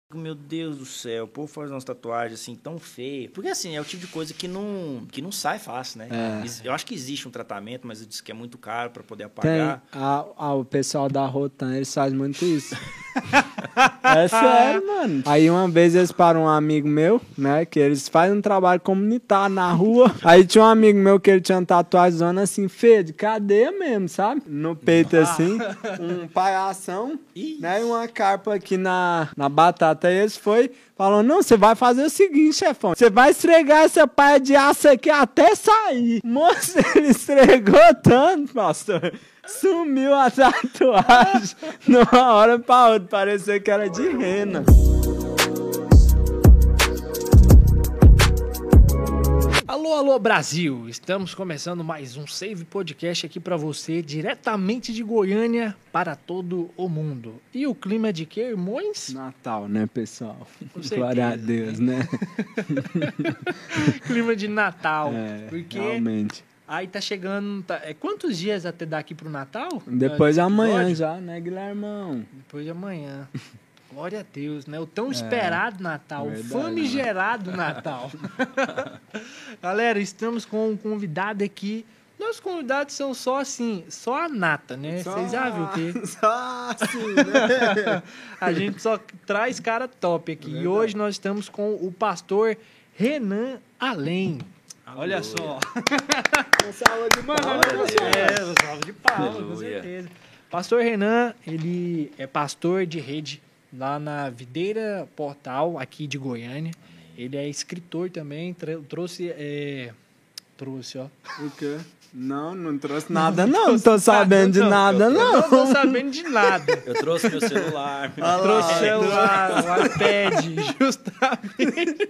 Meu Deus do céu, o povo faz umas tatuagens assim tão feias. Porque assim, é o tipo de coisa que não sai fácil, né? Eu acho que existe um tratamento, mas eu disse que é muito caro para poder apagar. O pessoal da Rotan, eles fazem muito isso. É sério, mano. Aí uma vez eles param um amigo meu, né, que eles fazem um trabalho comunitário na rua. Aí tinha um amigo meu que ele tinha uma tatuagem zona assim, feia, de cadeia mesmo, sabe? No peito assim, um palhação, né, e uma carpa aqui na batata. Aí eles falou, não, você vai fazer o seguinte, chefão, você vai esfregar essa paia de aço aqui até sair. Moço, ele esfregou tanto, pastor. Sumiu a tatuagem numa hora pra outra, parecia que era de rena. Alô, alô, Brasil! Estamos começando mais um Save Podcast aqui pra você, diretamente de Goiânia para todo o mundo. E o clima é de quê, irmãos? Natal, né, pessoal? Com certeza, glória a Deus, né? Clima de Natal. Porque realmente. Aí tá chegando... quantos dias até daqui pro Natal? Depois de amanhã já, né, Guilhermão? Depois de amanhã. Glória a Deus, né? O tão esperado Natal, verdade, o famigerado Natal. Galera, estamos com um convidado aqui. Nossos convidados são só assim, só a nata, né? Vocês já viram o quê? Só assim, né? A gente só traz cara top aqui. E hoje nós estamos com o pastor Renan Além. Olha só. Uma salva de palmas. Uma salva de palmas, com certeza. Pastor Renan, ele é pastor de rede lá na Videira Portal, aqui de Goiânia. Ele é escritor também, trouxe, ó. O quê? Não trouxe nada, não tô sabendo de nada, não. Não tô sabendo de nada. Eu trouxe meu celular. Trouxe o celular, o iPad, justamente.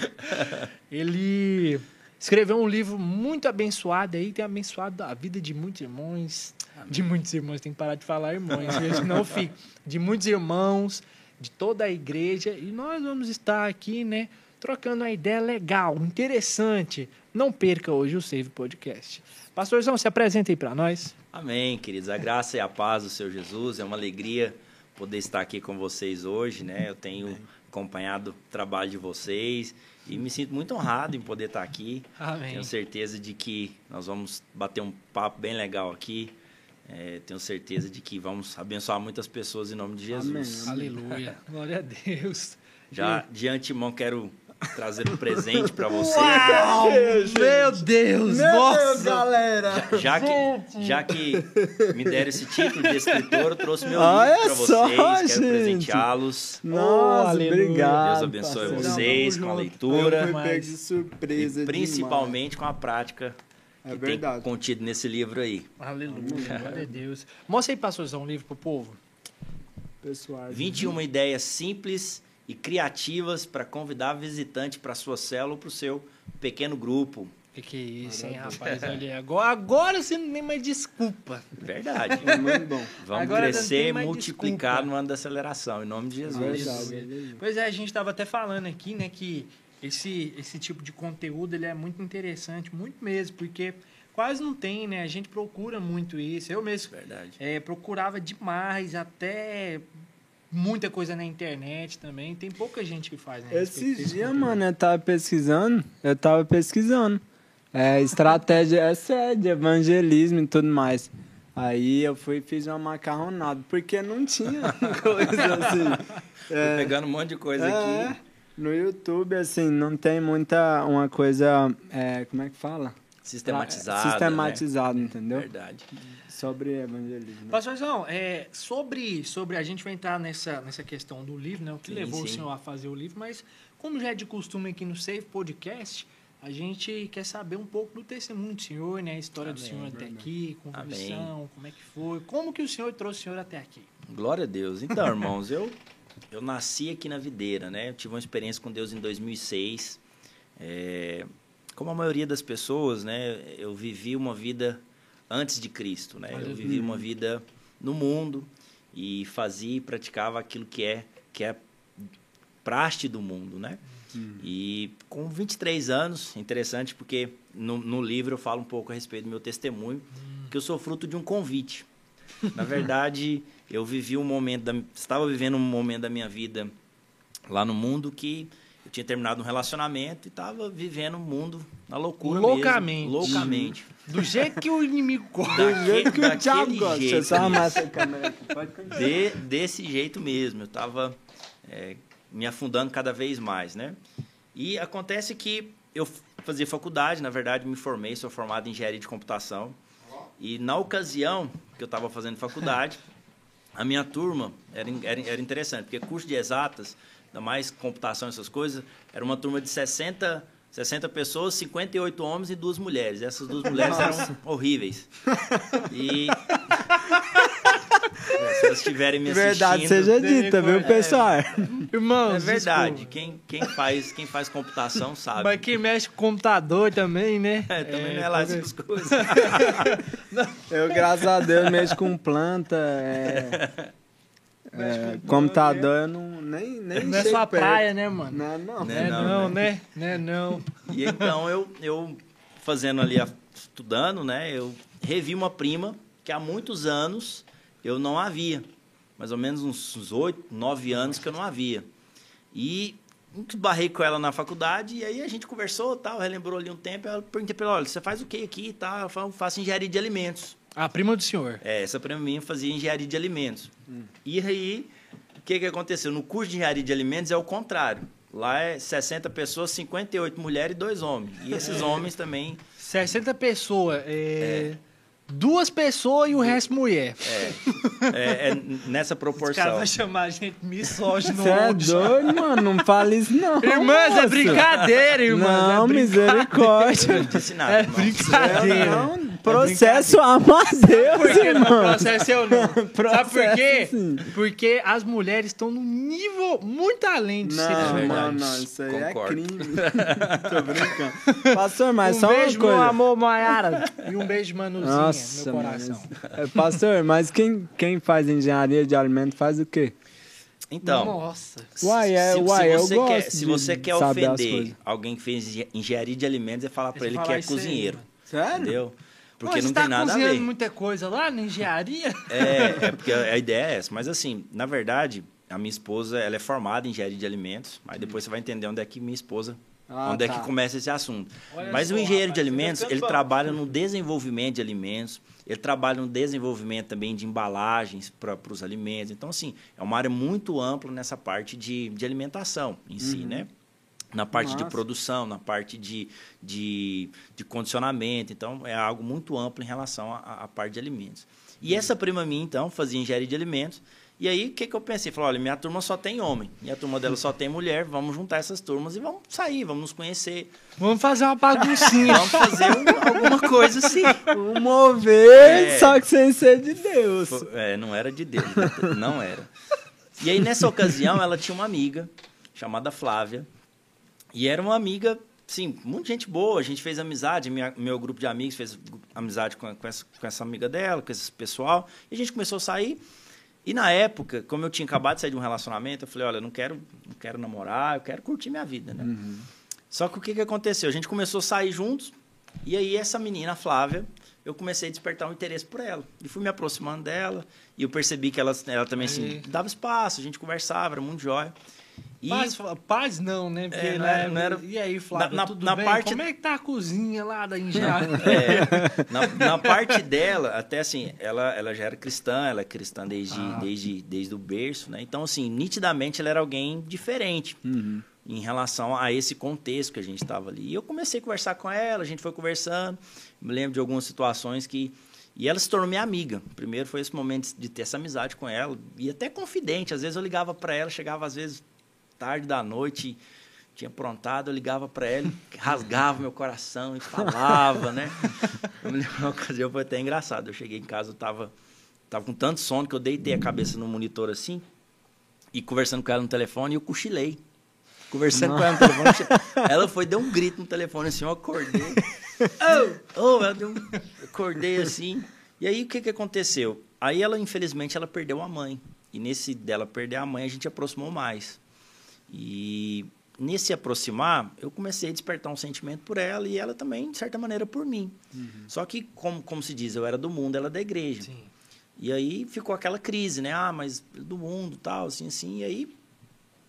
Ele escreveu um livro muito abençoado aí, tem abençoado a vida de muitos irmãos. Amém. De muitos irmãos, tem que parar de falar irmãos, senão fica. De muitos irmãos, de toda a igreja. E nós vamos estar aqui, né, trocando uma ideia legal, interessante. Não perca hoje o Save Podcast. Pastorzão, se apresenta aí para nós. Amém, queridos. A graça e a paz do Senhor Jesus. É uma alegria poder estar aqui com vocês hoje, né? Eu tenho acompanhado o trabalho de vocês e me sinto muito honrado em poder estar aqui. Amém. Tenho certeza de que nós vamos bater um papo bem legal aqui. Tenho certeza de que vamos abençoar muitas pessoas em nome de Jesus. Amém. Aleluia. Glória a Deus. Já de antemão quero trazer um presente para vocês. Uau, meu Deus, nossa. Deus, galera. Já que me deram esse título de escritor, eu trouxe meu livro para vocês. Quero presenteá-los. Nossa, obrigado. Deus abençoe vocês com a leitura. Eu fui pego de surpresa. E principalmente com a prática que tem verdade. contido nesse livro aí. Aleluia, glória a Deus. Mostra aí, pastorzão, um livro pro povo. Pessoal, 21 ideias simples e criativas para convidar visitante para sua célula ou para o seu pequeno grupo. Que é isso, hein, rapaz? Olha, agora você não tem mais desculpa. Verdade. Muito bom. Vamos agora crescer e multiplicar no ano da aceleração, em nome de Jesus. Pois é, a gente estava até falando aqui, né, que esse tipo de conteúdo ele é muito interessante, muito mesmo, porque quase não tem, né? A gente procura muito isso. Eu mesmo procurava demais, até muita coisa na internet também. Tem pouca gente que faz, né? Esses dias, mano, eu tava pesquisando. Estratégia de evangelismo e tudo mais. Aí eu fiz uma macarronada, porque não tinha coisa assim. Tô pegando um monte de coisa aqui. No YouTube, assim, não tem uma coisa, como é que fala? Sistematizado, né? Entendeu? Verdade. Sobre evangelismo. Pastorzão, sobre a gente vai entrar nessa questão do livro, né? O que levou o senhor a fazer o livro, mas como já é de costume aqui no Save Podcast, a gente quer saber um pouco do testemunho do senhor, né? A história do senhor até aqui, conversão, como é que foi, como que o senhor trouxe o senhor até aqui? Glória a Deus. Então, irmãos, eu nasci aqui na Videira, né? Eu tive uma experiência com Deus em 2006. Como a maioria das pessoas, né? Eu vivi uma vida antes de Cristo, né? Eu vivi uma vida no mundo e fazia e praticava aquilo que é praste do mundo, né? E com 23 anos, interessante porque no livro eu falo um pouco a respeito do meu testemunho, que eu sou fruto de um convite. Na verdade, eu estava vivendo um momento da minha vida lá no mundo que eu tinha terminado um relacionamento e estava vivendo o mundo na loucura Loucamente. mesmo. Loucamente. Do jeito que o inimigo gosta. Do jeito que o diabo daquele gosta. jeito Deixa eu só arrumar mesmo. essa câmera aqui. Pode continuar. Desse jeito mesmo. Eu estava me afundando cada vez mais, né? E acontece que eu fazia faculdade, na verdade, me formei, sou formado em engenharia de computação. E na ocasião que eu estava fazendo faculdade, a minha turma era interessante, porque curso de exatas, ainda mais computação, essas coisas, era uma turma de 60 pessoas, 58 homens e 2 mulheres. Essas 2 mulheres eram horríveis. E se elas estiverem me assistindo... Verdade seja dita, viu, pessoal? Irmãos, É verdade. desculpa. Quem faz computação sabe. Mas quem mexe com computador também, né? Também não é lá essas coisas. Eu, graças a Deus, mexo com planta, computador, eu nem Não é chego sua perto. praia, né, mano? Não. Né? Não, né? Não. E então eu fazendo ali, estudando, né? Eu revi uma prima que há muitos anos eu não havia. Mais ou menos uns 8, 9 anos que eu não havia. E esbarrei com ela na faculdade e aí a gente conversou, tal, relembrou ali um tempo. Eu perguntei para ela, olha, você faz o que aqui e tal? Ela falou, faço engenharia de alimentos. A prima do senhor. Essa prima minha fazia engenharia de alimentos. E aí, o que aconteceu? No curso de engenharia de alimentos é o contrário. Lá é 60 pessoas, 58 mulheres e 2 homens. E esses homens também... 60 pessoas. 2 pessoas e o resto mulher. Nessa Os caras proporção. vão chamar a gente misógino. Você é doido, mano? Não fale isso, não. Irmãs, é moço. brincadeira, irmãs. Não, é misericórdia. Não disse nada, É irmão. brincadeira. Não, processo Amadeus, Por que não irmão. processo eu não? Sabe por Processo, quê? sim. Porque as mulheres estão num nível muito além de ser Não, verdade. não, isso aí Concordo. é crime. Tô brincando. Pastor, mas só beijo, uma coisa. meu amor, Maiara. E um beijo, Manuzinha, Nossa, meu coração. Pastor, mas quem faz engenharia de alimento faz o quê? Então, Nossa. se você quer saber as ofender coisas. alguém que fez engenharia de alimentos, é falar para ele que falar é isso aí, cozinheiro. mano. Sério? Entendeu? Porque Pô, não você tem tá nada a cozinhando ver. muita coisa lá na engenharia? Porque a ideia é essa. Mas assim, na verdade, a minha esposa, ela é formada em engenharia de alimentos. Aí depois você vai entender onde é que minha esposa, onde é que começa esse assunto. Olha Mas só, o engenheiro de rapaz, alimentos, você tá ele ficando trabalha no desenvolvimento de alimentos. Ele trabalha no desenvolvimento também de embalagens para os alimentos. Então, assim, é uma área muito ampla nessa parte de alimentação em si, né? Na parte de Nossa. produção, na parte de condicionamento. Então, é algo muito amplo em relação à parte de alimentos. E essa prima minha, então, fazia engenharia de alimentos. E aí, o que eu pensei? Falei, olha, minha turma só tem homem. E a turma dela só tem mulher. Vamos juntar essas turmas e vamos sair, vamos nos conhecer. Vamos fazer uma baguncinha. Vamos fazer alguma coisa assim. Um mover, só que sem ser de Deus. Não era de Deus, não era. E aí, nessa ocasião, ela tinha uma amiga chamada Flávia. E era uma amiga, sim, muito gente boa. A gente fez amizade, meu grupo de amigos fez amizade com essa amiga dela, com esse pessoal. E a gente começou a sair. E na época, como eu tinha acabado de sair de um relacionamento, eu falei, olha, eu não quero namorar, eu quero curtir minha vida, né? Só que o que aconteceu? A gente começou a sair juntos. E aí, essa menina, a Flávia, eu comecei a despertar um interesse por ela. E fui me aproximando dela. E eu percebi que ela também, assim, dava espaço, a gente conversava, era muito jóia. E Paz não, né? Porque, não era... E aí, Flávio, tudo na bem? parte... Como é que tá a cozinha lá da engenharia? Na parte dela, até assim, ela já era cristã, ela é cristã desde o berço, né? Então, assim, nitidamente ela era alguém diferente em relação a esse contexto que a gente estava ali. E eu comecei a conversar com ela, a gente foi conversando, me lembro de algumas situações que... E ela se tornou minha amiga. Primeiro foi esse momento de ter essa amizade com ela, e até confidente. Às vezes eu ligava para ela, chegava às vezes tarde da noite, tinha aprontado, eu ligava para ela, rasgava meu coração e falava, né? Eu me lembro uma ocasião, foi até engraçado. Eu cheguei em casa, eu tava com tanto sono que eu deitei a cabeça no monitor assim, e conversando com ela no telefone, e eu cochilei. Conversando com ela no telefone, ela deu um grito no telefone assim, eu acordei. Acordei assim. E aí, o que aconteceu? Aí, infelizmente, ela perdeu a mãe. E nesse dela perder a mãe, a gente aproximou mais. E nesse aproximar, eu comecei a despertar um sentimento por ela e ela também, de certa maneira, por mim. Só que, como se diz, eu era do mundo, ela da igreja. Sim. E aí ficou aquela crise, né? Ah, mas do mundo, tal, assim, assim. E aí,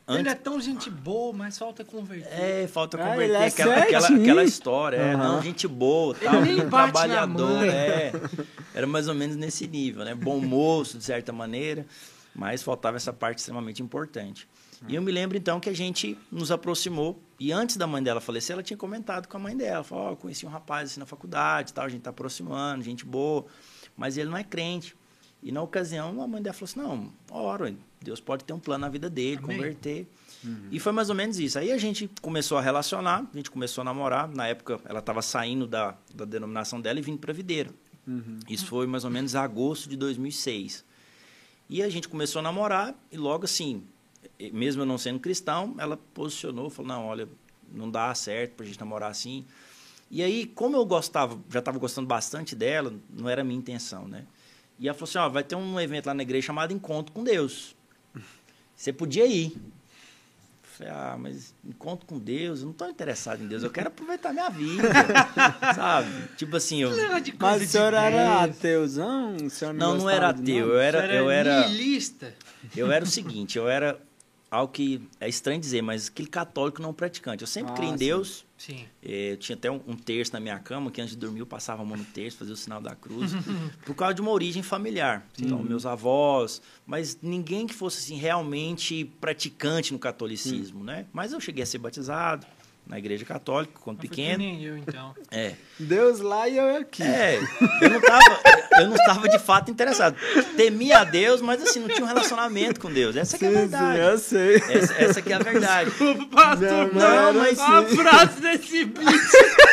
Ele é tão gente boa, mas falta converter. Falta ele converter é aquela história. Uhum. Não, gente boa, tal, nem bate na trabalhador. mãe. Era mais ou menos nesse nível, né? Bom moço, de certa maneira, mas faltava essa parte extremamente importante. E eu me lembro, então, que a gente nos aproximou, e antes da mãe dela falecer, ela tinha comentado com a mãe dela, falou, conheci um rapaz assim na faculdade, tal, a gente está aproximando, gente boa, mas ele não é crente. E na ocasião, a mãe dela falou assim, não, ora, Deus pode ter um plano na vida dele, Amém. converter. E foi mais ou menos isso. Aí a gente começou a relacionar, a gente começou a namorar. Na época, ela estava saindo da denominação dela e vindo para Videira. Isso foi mais ou menos em agosto de 2006. E a gente começou a namorar e logo assim, mesmo eu não sendo cristão, ela posicionou, falou, não, olha, não dá certo para a gente namorar assim. E aí, como eu já estava gostando bastante dela, não era a minha intenção, né? E ela falou assim, vai ter um evento lá na igreja chamado Encontro com Deus. Você podia ir. Eu falei, mas encontro com Deus, eu não estou interessado em Deus, eu quero aproveitar minha vida, sabe? Tipo assim, Mas o senhor era ateuzão? O senhor não era ateu, eu era nihilista. Eu era o seguinte, eu era algo que é estranho dizer, mas aquele católico não praticante. Eu sempre criei em Deus. Sim. Eu tinha até um terço na minha cama, que antes de dormir eu passava a mão no terço, fazia o sinal da cruz, por causa de uma origem familiar. Então, meus avós, mas ninguém que fosse assim, realmente praticante no catolicismo, né? Mas eu cheguei a ser batizado na igreja católica, quando pequeno. Nem eu, então. Deus lá e eu aqui. Eu não estava de fato interessado. Temia a Deus, mas assim, não tinha um relacionamento com Deus. Essa que é a verdade. Sim, eu sei. Essa que é a verdade. Desculpa, pastor. Não, mas... A frase desse bicho.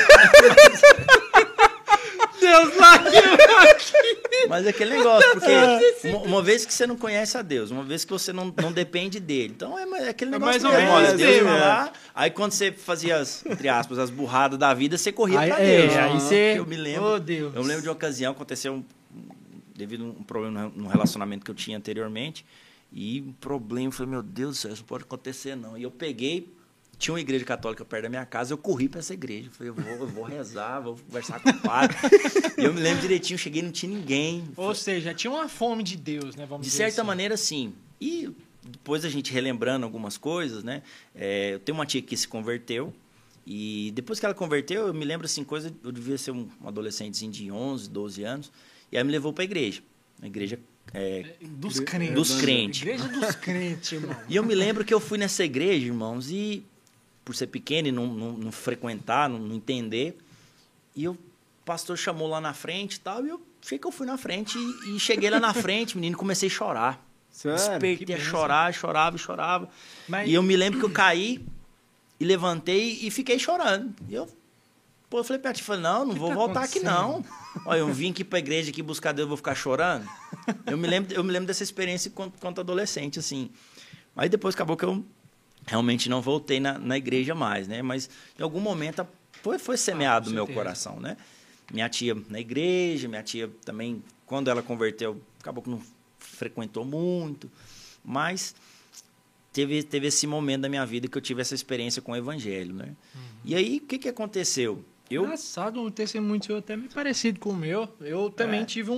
Deus lá e eu aqui. Mas é aquele negócio, porque uma vez que você não conhece a Deus, uma vez que você não depende dele, então é aquele negócio mais ou mesmo. menos Olha, Deus isso, vai lá, aí quando você fazia entre aspas, as burradas da vida, você corria pra Deus. Aí você... Eu me lembro, Oh, Deus. eu me lembro de uma ocasião, aconteceu devido a um problema no relacionamento que eu tinha anteriormente, e um problema, eu falei, meu Deus do céu, isso não pode acontecer não. E eu peguei, tinha uma igreja católica perto da minha casa, eu corri para essa igreja. Eu falei, eu vou rezar, vou conversar com o padre. E eu me lembro direitinho, cheguei não tinha ninguém. Ou seja, tinha uma fome de Deus, né? Vamos De dizer certa assim. maneira, sim. E depois a gente relembrando algumas coisas, né? Eu tenho uma tia que se converteu. E depois que ela converteu, eu me lembro assim, eu devia ser um adolescentezinho de 11, 12 anos. E aí me levou para a igreja. A igreja... Dos crentes. Dos crentes. Igreja dos crentes, irmão. E eu me lembro que eu fui nessa igreja, irmãos, e por ser pequeno e não frequentar, não entender, e o pastor chamou lá na frente e tal, e eu achei que eu fui na frente e cheguei lá na frente, menino, comecei a chorar. Sério? Despertei a chorar, chorava. Mas... E eu me lembro que eu caí e levantei e fiquei chorando. E eu falei pra ti, não vou voltar aqui não. Olha, eu vim aqui pra igreja aqui buscar Deus, eu vou ficar chorando. Eu me lembro dessa experiência quanto adolescente, assim. Aí depois acabou que eu realmente não voltei na igreja mais, né? Mas em algum momento foi semeado no meu coração, né? Minha tia na igreja, minha tia também, quando ela converteu, acabou que não frequentou muito, mas teve esse momento da minha vida que eu tive essa experiência com o evangelho, né? E aí, o que aconteceu? Engraçado, um testemunho seu até meio parecido com o meu. Eu também tive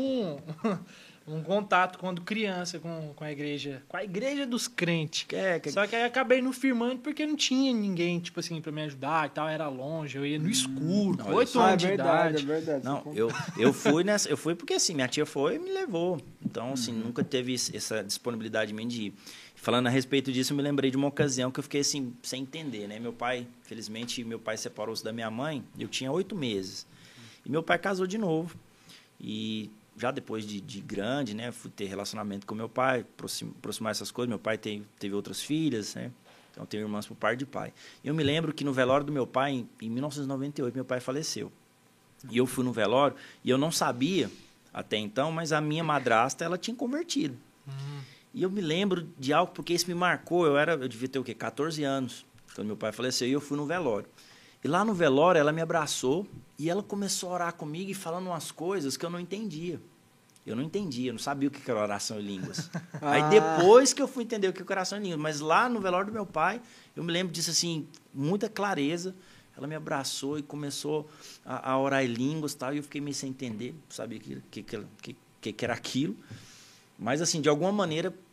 um contato quando criança com a igreja dos crentes. Só que aí acabei não firmando porque não tinha ninguém, tipo assim, pra me ajudar e tal, era longe, eu ia no escuro, 8 anos de idade. É verdade. Não, eu fui porque assim, minha tia foi e me levou. Então, assim, nunca teve essa disponibilidade minha de ir. Falando a respeito disso, eu me lembrei de uma ocasião que eu fiquei assim, sem entender, né? Felizmente, meu pai separou-se da minha mãe, eu tinha 8 meses. E meu pai casou de novo. E já depois de grande, né? Fui ter relacionamento com meu pai, aproximar essas coisas. Meu pai teve outras filhas, né? Então, eu tenho irmãs por parte de pai. E eu me lembro que no velório do meu pai, em 1998, meu pai faleceu. E eu fui no velório e eu não sabia até então, mas a minha madrasta, ela tinha convertido. E eu me lembro de algo, porque isso me marcou. Eu devia ter o quê? 14 anos, quando meu pai faleceu, e eu fui no velório. E lá no velório, ela me abraçou e ela começou a orar comigo e falando umas coisas que eu não entendia. Eu não sabia o que era oração em línguas. Aí depois que eu fui entender o que era oração em línguas, mas lá no velório do meu pai, eu me lembro disso assim, muita clareza. Ela me abraçou e começou a orar em línguas e tal, e eu fiquei meio sem entender, não sabia o que era aquilo. Mas, assim, de alguma maneira,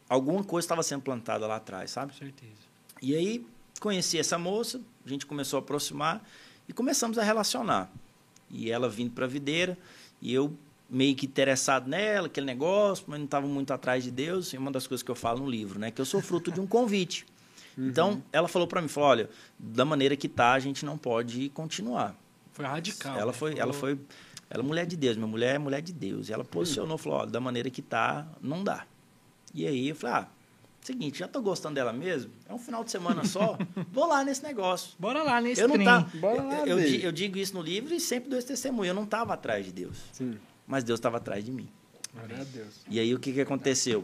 alguma coisa estava sendo plantada lá atrás, sabe? Com certeza. E aí, conheci essa moça, a gente começou a aproximar e começamos a relacionar. E ela vindo para a videira, e eu meio que interessado nela, aquele negócio, mas não estava muito atrás de Deus. E uma das coisas que eu falo no livro, né? Que eu sou fruto de um convite. Então, ela falou para mim, falou, olha, da maneira que tá, a gente não pode continuar. Foi radical. Ela é mulher de Deus, minha mulher é mulher de Deus. E ela posicionou, falou, olha, da maneira que tá, não dá. E aí eu falei, seguinte, já tô gostando dela mesmo, é um final de semana só, vou lá nesse negócio. Bora lá nesse Eu não trem. Bora lá, eu digo isso no livro e sempre dou esse testemunho. Eu não estava atrás de Deus, Sim. mas Deus estava atrás de mim. Glória a Deus. E aí o que aconteceu?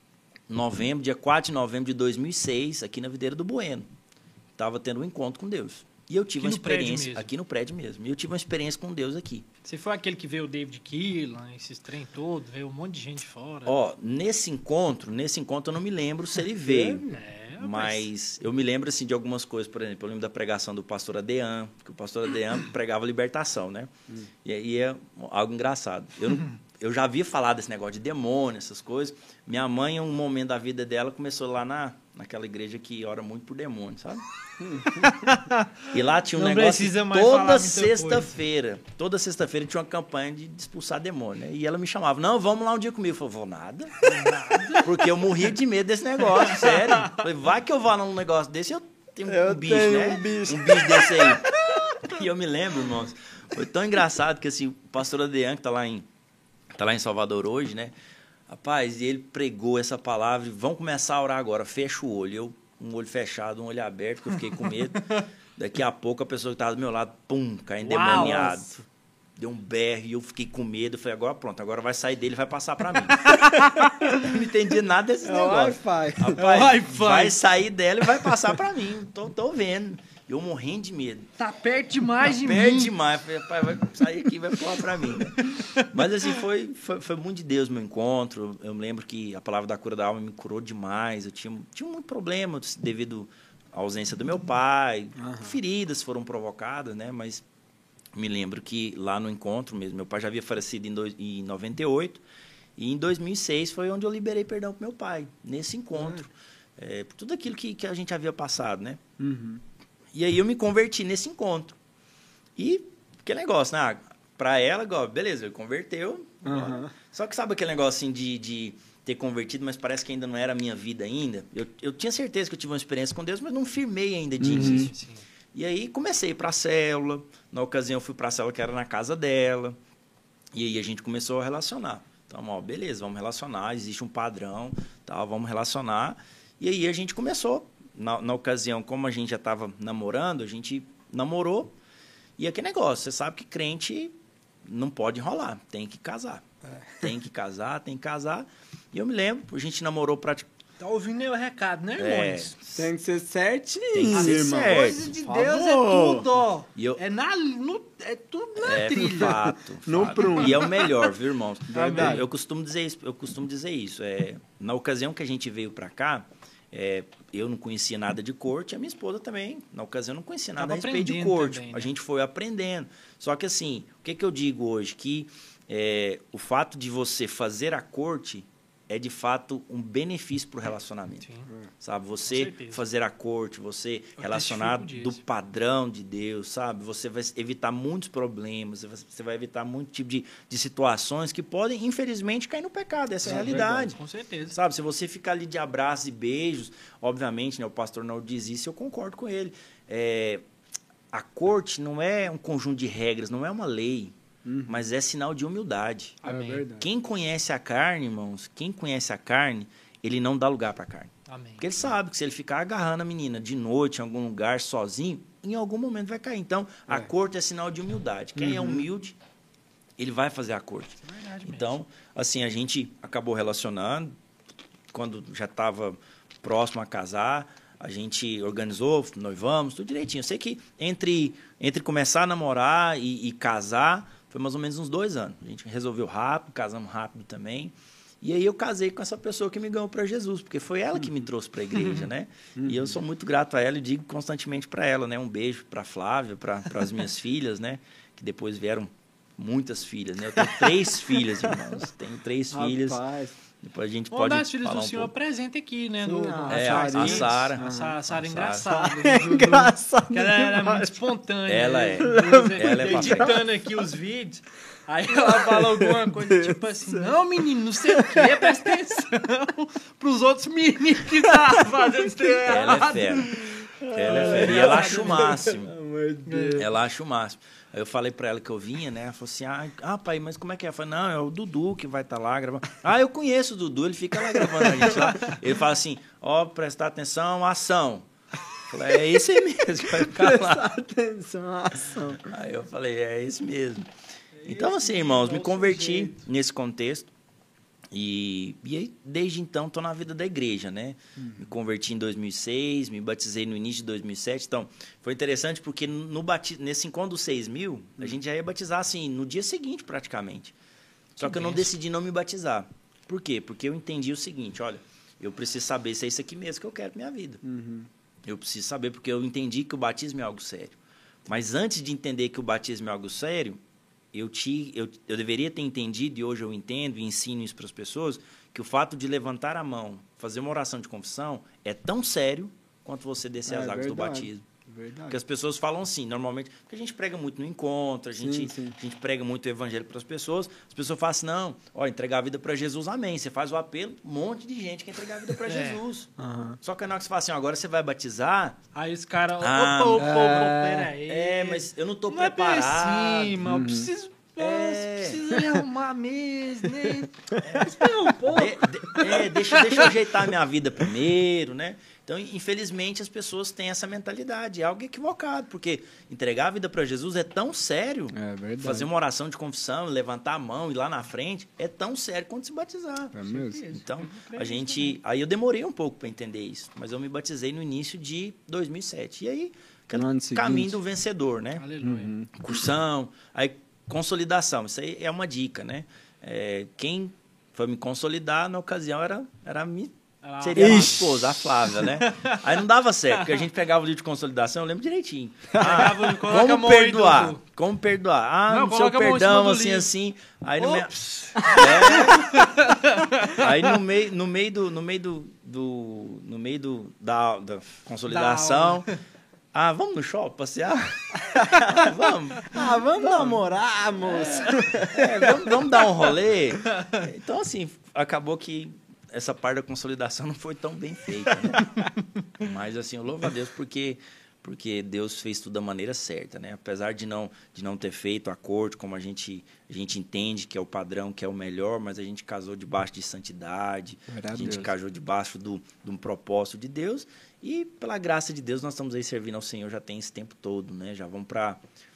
Dia 4 de novembro de 2006, aqui na Videira do Bueno, estava tendo um encontro com Deus. E eu tive Aqui uma no prédio experiência, mesmo? aqui no prédio mesmo, e eu tive uma experiência com Deus aqui. Você foi aquele que veio o David Keelan, esses trem todos, veio um monte de gente fora. Nesse encontro eu não me lembro se ele veio. Mas eu me lembro assim de algumas coisas, por exemplo, eu lembro da pregação do pastor Adean, que o pastor Adean pregava libertação, né? E aí é algo engraçado. Eu já havia falado desse negócio de demônio, essas coisas. Minha mãe, em um momento da vida dela, começou lá naquela igreja que ora muito por demônio, sabe? E lá tinha um Não negócio precisa mais toda falar muita sexta-feira. Toda sexta-feira tinha uma campanha de expulsar demônio, né? E ela me chamava, não, vamos lá um dia comigo. Eu falei, vou nada. Porque eu morria de medo desse negócio, sério. Eu falei, vai que eu vá num negócio desse, eu tenho um bicho, né? Um bicho desse aí. E eu me lembro, irmãos, foi tão engraçado que assim, o pastor Adean, que tá lá em Salvador hoje, né? Rapaz, e ele pregou essa palavra, vamos começar a orar agora, fecha o olho. Eu, um olho fechado, um olho aberto, porque eu fiquei com medo. Daqui a pouco a pessoa que estava do meu lado, caiu endemoniado. Deu um berro e eu fiquei com medo. Eu falei, agora pronto, agora vai sair dele e vai passar para mim. Eu não entendi nada desse negócio. Rapaz, vai sair dela e vai passar para mim. Tô vendo. Eu morrendo de medo. Tá perto demais de mim. Perto demais. Falei, rapaz, vai sair aqui e vai falar para mim. Né? Mas assim, foi muito de Deus meu encontro. Eu me lembro que a palavra da cura da alma me curou demais. Eu tinha muito problema devido à ausência do meu pai. Feridas foram provocadas, né? Mas me lembro que lá no encontro mesmo, meu pai já havia falecido em 98. E em 2006 foi onde eu liberei perdão pro meu pai. Nesse encontro. Por tudo aquilo que a gente havia passado, né? E aí eu me converti nesse encontro. E aquele negócio, né? Pra ela, beleza, ele converteu. Só que sabe aquele negócio assim de ter convertido, mas parece que ainda não era a minha vida ainda? Eu tinha certeza que eu tive uma experiência com Deus, mas não firmei ainda de início. E aí comecei para a célula. Na ocasião eu fui para a célula que era na casa dela. E aí a gente começou a relacionar. Então, beleza, vamos relacionar. Existe um padrão, tá, vamos relacionar. E aí a gente começou. Na ocasião, como a gente já estava namorando, a gente namorou. E aquele negócio, você sabe que crente não pode enrolar, tem que casar. Tem que casar, tem que casar. E eu me lembro, a gente namorou praticamente... Tá ouvindo o recado, né, irmãos? Tem que ser certinho, tem que ser irmão. certo. Coisa de Deus é tudo, ó. É tudo na trilha. Fato. No prumo. E é o melhor, viu, irmãos? Verdade. Eu costumo dizer isso. Na ocasião que a gente veio para cá, eu não conhecia nada de corte, a minha esposa também, na ocasião, não conhecia nada a respeito de corte. Também, né? A gente foi aprendendo. Só que assim, o que eu digo hoje? Que o fato de você fazer a corte é de fato um benefício para o relacionamento. Sim. Sabe? Você fazer a corte, você relacionado do padrão de Deus, sabe? Você vai evitar muitos problemas, você vai evitar muito tipo de situações que podem, infelizmente, cair no pecado. Essa é a realidade. Verdade, com certeza. Sabe? Se você ficar ali de abraços e beijos, obviamente, né, o pastor não diz isso, eu concordo com ele. A corte não é um conjunto de regras, não é uma lei. Mas é sinal de humildade. Amém. Quem conhece a carne, irmãos, ele não dá lugar para a carne. Amém. Porque ele sabe que se ele ficar agarrando a menina de noite em algum lugar sozinho, em algum momento vai cair. Então, a corte é sinal de humildade. Quem é humilde, ele vai fazer a corte. É verdade mesmo. Então, assim, a gente acabou relacionando. Quando já estava próximo a casar, a gente organizou, noivamos, tudo direitinho. Eu sei que entre começar a namorar e casar, foi mais ou menos uns 2 anos. A gente resolveu rápido, casamos rápido também. E aí eu casei com essa pessoa que me ganhou para Jesus, porque foi ela que me trouxe para a igreja, né? E eu sou muito grato a ela e digo constantemente para ela, né? Um beijo para a Flávia, para as minhas filhas, né? Que depois vieram muitas filhas, né? Eu tenho 3 filhas, irmãos. Tenho 3 filhas. Depois a gente Uma pode das filhas falar do um senhor pouco. presente aqui, né? Sim, No, a Sara. A Sara é A engraçada. Engraçado. Ela era muito demais. espontânea. Ela né? é. Deus, Ela é editando aqui os vídeos. Aí ela fala alguma coisa tipo assim, não, menino, não sei o quê, presta atenção pros outros meninos que tá fazendo isso Ela é errado. fera. Ela é fera. E ela acha o máximo. Pelo amor de Deus. Ela acha o máximo. Aí eu falei pra ela que eu vinha, né? Ela falou assim, pai, mas como é que é? Eu falei, não, é o Dudu que vai estar lá gravando. Eu conheço o Dudu, ele fica lá gravando a gente lá. Ele fala assim, prestar atenção, ação. Eu falei, é esse mesmo que vai ficar lá. Presta atenção à ação. Aí eu falei, é esse mesmo. Então, assim, irmãos, me converti nesse contexto. E aí, desde então, estou na vida da igreja, né? Me converti em 2006, me batizei no início de 2007. Então, foi interessante porque nesse encontro dos 6.000, a gente já ia batizar, assim, no dia seguinte, praticamente. Só que eu não decidi não me batizar. Por quê? Porque eu entendi o seguinte, olha, eu preciso saber se é isso aqui mesmo que eu quero pra minha vida. Eu preciso saber porque eu entendi que o batismo é algo sério. Mas antes de entender que o batismo é algo sério, eu deveria ter entendido, e hoje eu entendo e ensino isso para as pessoas, que o fato de levantar a mão, fazer uma oração de confissão, é tão sério quanto você descer as águas do batismo. Verdade. Porque as pessoas falam assim, normalmente, porque a gente prega muito no encontro, a gente prega muito o evangelho para as pessoas falam assim, não, entregar a vida para Jesus, amém. Você faz o apelo, um monte de gente quer entregar a vida para Jesus. Só que na hora que você fala assim, agora você vai batizar... Aí os caras, peraí. Mas eu não estou não preparado. É bem assim, mas eu preciso me arrumar mesmo, né? Espera um pouco. Deixa eu ajeitar minha vida primeiro, né? Então, infelizmente, as pessoas têm essa mentalidade. É algo equivocado, porque entregar a vida para Jesus é tão sério. É verdade. Fazer uma oração de confissão, levantar a mão e ir lá na frente, é tão sério quanto se batizar. É mesmo? Então, aí eu demorei um pouco para entender isso, mas eu me batizei no início de 2007. E aí, caminho do vencedor, né? Aleluia. Cursão, aí consolidação. Isso aí é uma dica, né? Quem foi me consolidar na ocasião seria a minha esposa, a Flávia, né? Aí não dava certo, porque a gente pegava o livro de consolidação, eu lembro direitinho. Como perdoar? Não, no seu perdão, assim. Aí no meio da consolidação. Vamos no shopping passear? Vamos. Vamos namorar, moço. Vamos dar um rolê? Então, assim, acabou que essa parte da consolidação não foi tão bem feita, né? Mas, assim, eu louvo a Deus porque Deus fez tudo da maneira certa, né? Apesar de não ter feito acordo, como a gente entende que é o padrão, que é o melhor, mas a gente casou debaixo de santidade, a gente casou debaixo de um propósito de Deus, e pela graça de Deus nós estamos aí servindo ao Senhor já tem esse tempo todo, né? Já vamos para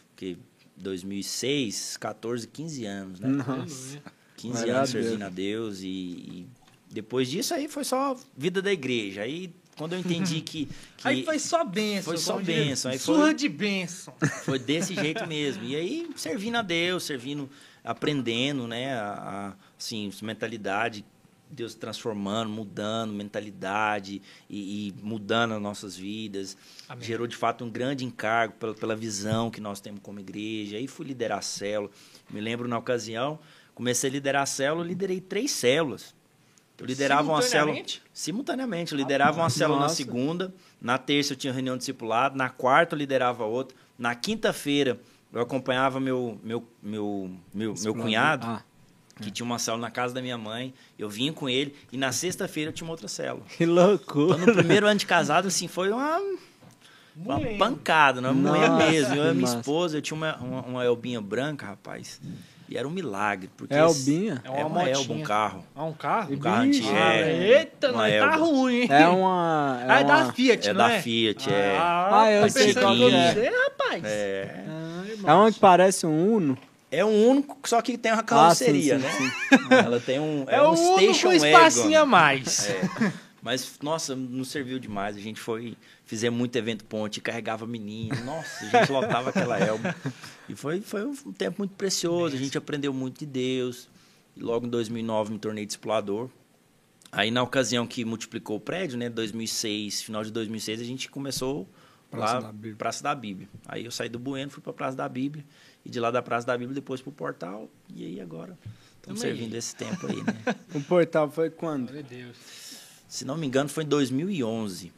2006, 14, 15 anos, né? Nossa. 15 anos servindo a Deus e depois disso aí foi só vida da igreja. Aí quando eu entendi que aí foi só bênção. Foi só bênção. Aí surra de bênção. Foi desse jeito mesmo. E aí servindo a Deus, aprendendo, né? Assim, mentalidade, Deus transformando, mudando mentalidade e mudando as nossas vidas. Amém. Gerou de fato um grande encargo pela visão que nós temos como igreja. Aí fui liderar a célula. Me lembro na ocasião, comecei a liderar a célula, liderei 3 células. Eu liderava uma célula simultaneamente. Eu liderava uma célula na segunda, na terça eu tinha reunião de discipulado, na quarta eu liderava outra, na quinta-feira eu acompanhava meu cunhado, que tinha uma célula na casa da minha mãe, eu vinha com ele, e na sexta-feira eu tinha uma outra célula. Que loucura! Então, no primeiro ano de casado, assim, foi uma pancada, uma mulher mesmo. Eu e minha esposa, eu tinha uma Elbinha branca, rapaz. E era um milagre. Porque Elbinha? É uma Elba, um carro. Um carro? Um carro antigo. Eita, não tá ruim, hein? É da Fiat, não é? É da Fiat, eu sei qual que é. Rapaz. É uma que parece um Uno. É um Uno, só que tem uma carroceria, sim, né? Sim. Ela tem um Uno Station com espacinho a mais. Mas, nossa, nos serviu demais. A gente fizemos muito evento ponte, carregava menino. Nossa, a gente lotava aquela Elba. E foi um tempo muito precioso. A gente aprendeu muito de Deus. E logo em 2009 me tornei discipulador. Aí, na ocasião que multiplicou o prédio, né? 2006, final de 2006, a gente começou Praça da Bíblia. Aí eu saí do Bueno, fui para a Praça da Bíblia. E de lá da Praça da Bíblia, depois para o Portal. E aí agora Estamos servindo esse tempo aí, né? O portal foi quando? Glória a Deus. Se não me engano, foi em 2011.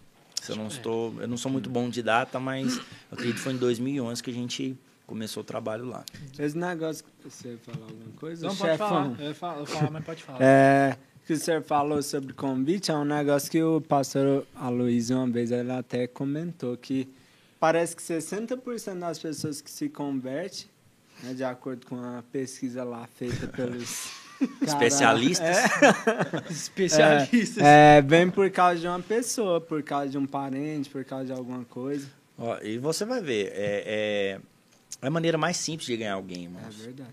Eu não sou muito bom de data, mas eu acredito que foi em 2011 que a gente começou o trabalho lá. Esse negócio... Você ia falar alguma coisa? Não, pode falar. Eu ia falar, mas pode falar. Que o senhor falou sobre convite, é um negócio que o pastor Aloysio, uma vez, ele até comentou, que parece que 60% das pessoas que se convertem, né, de acordo com a pesquisa lá feita pelos... Especialistas? Especialistas. Vem por causa de uma pessoa, por causa de um parente, por causa de alguma coisa. Ó, e você vai ver, é a maneira mais simples de ganhar alguém, irmãos. É verdade.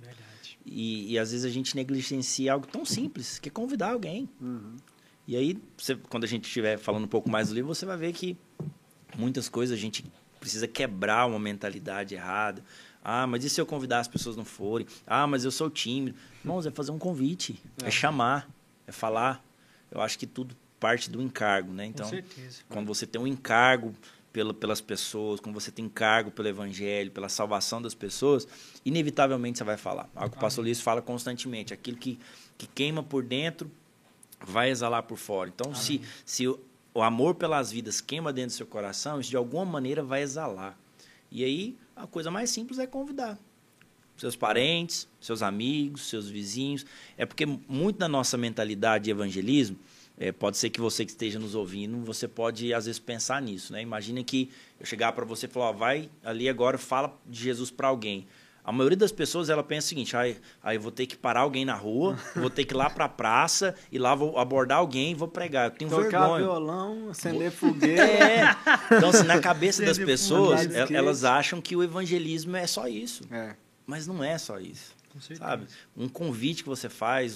E às vezes a gente negligencia algo tão simples, que é convidar alguém. Uhum. E aí, quando a gente estiver falando um pouco mais do livro, você vai ver que muitas coisas a gente precisa quebrar uma mentalidade errada. Ah, mas e se eu convidar as pessoas não forem? Ah, mas eu sou tímido. Irmãos, é fazer um convite, é chamar, é falar. Eu acho que tudo parte do encargo, né? Então, com certeza. quando você tem um encargo pelas pessoas, quando você tem encargo pelo evangelho, pela salvação das pessoas, inevitavelmente você vai falar. Algo que o pastor Luiz fala constantemente. Aquilo que queima por dentro vai exalar por fora. Então, se o amor pelas vidas queima dentro do seu coração, isso de alguma maneira vai exalar. E aí, a coisa mais simples é convidar seus parentes, seus amigos, seus vizinhos. É porque muito da nossa mentalidade de evangelismo, pode ser que você que esteja nos ouvindo, você pode, às vezes, pensar nisso, né? Imagina que eu chegar para você e falar, vai ali agora, fala de Jesus para alguém. A maioria das pessoas, ela pensa o seguinte, eu vou ter que parar alguém na rua, vou ter que ir lá para a praça, e lá vou abordar alguém e vou pregar. Eu tenho vergonha. Tocar violão, acender fogueira. Então, assim, na cabeça das pessoas, elas acham que o evangelismo é só isso. Mas não é só isso. Sabe? Um convite que você faz,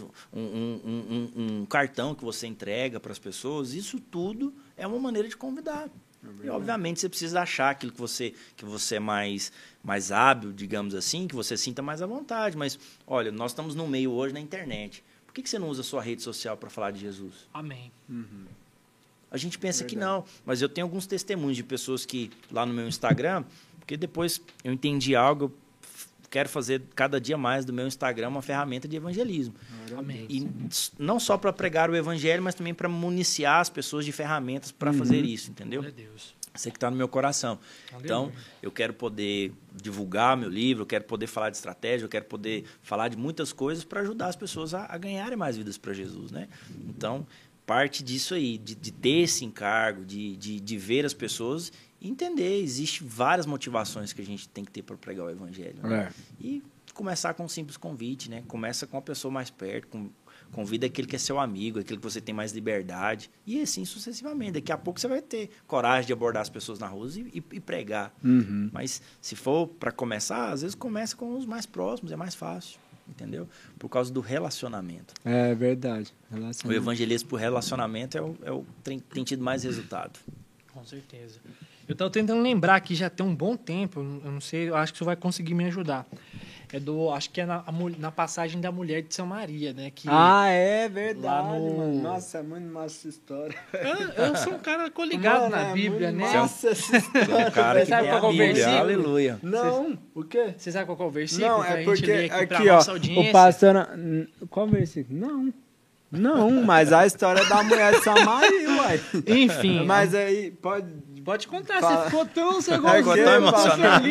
um cartão que você entrega para as pessoas, isso tudo é uma maneira de convidar. E, obviamente, você precisa achar aquilo que você é mais hábil, digamos assim, que você sinta mais à vontade. Mas, olha, nós estamos no meio hoje na internet. Por que você não usa a sua rede social para falar de Jesus? Amém. Uhum. A gente pensa que não, mas eu tenho alguns testemunhos de pessoas que, lá no meu Instagram, porque depois eu entendi algo, eu quero fazer cada dia mais do meu Instagram uma ferramenta de evangelismo. Amém. E não só para pregar o evangelho, mas também para municiar as pessoas de ferramentas para fazer isso, entendeu? Glória a Deus. Isso que está no meu coração. Aleluia. Então, eu quero poder divulgar meu livro, eu quero poder falar de estratégia, eu quero poder falar de muitas coisas para ajudar as pessoas a ganharem mais vidas para Jesus, né? Então, parte disso aí, de ter esse encargo, de ver as pessoas e entender. Existem várias motivações que a gente tem que ter para pregar o evangelho. Né? E começar com um simples convite, né? Começa com a pessoa mais perto, convida aquele que é seu amigo, aquele que você tem mais liberdade, e assim sucessivamente. Daqui a pouco você vai ter coragem de abordar as pessoas na rua e pregar. Uhum. Mas se for para começar, às vezes começa com os mais próximos, é mais fácil, entendeu? Por causa do relacionamento. É verdade. O evangelismo por relacionamento tem tido mais resultado. Com certeza. Eu estou tentando lembrar aqui já tem um bom tempo, eu não sei, eu acho que você vai conseguir me ajudar. Acho que é na passagem da mulher de Samaria, né? Que é verdade, mano. Nossa, é muito massa essa história. Eu sou um cara coligado na Bíblia, né? Nossa, essa história. O cara que sabe tem a qual é o Bíblia, versículo? aleluia. Não, o quê? Você sabe qual é o versículo? Não, que a é gente porque lê aqui, pra aqui, ó, nossa audiência? o pastor... Qual versículo? Não, mas a história da mulher de Samaria, uai. Enfim. Mas aí, Pode contar, Fala. você ficou tão Ficou tão emocionado.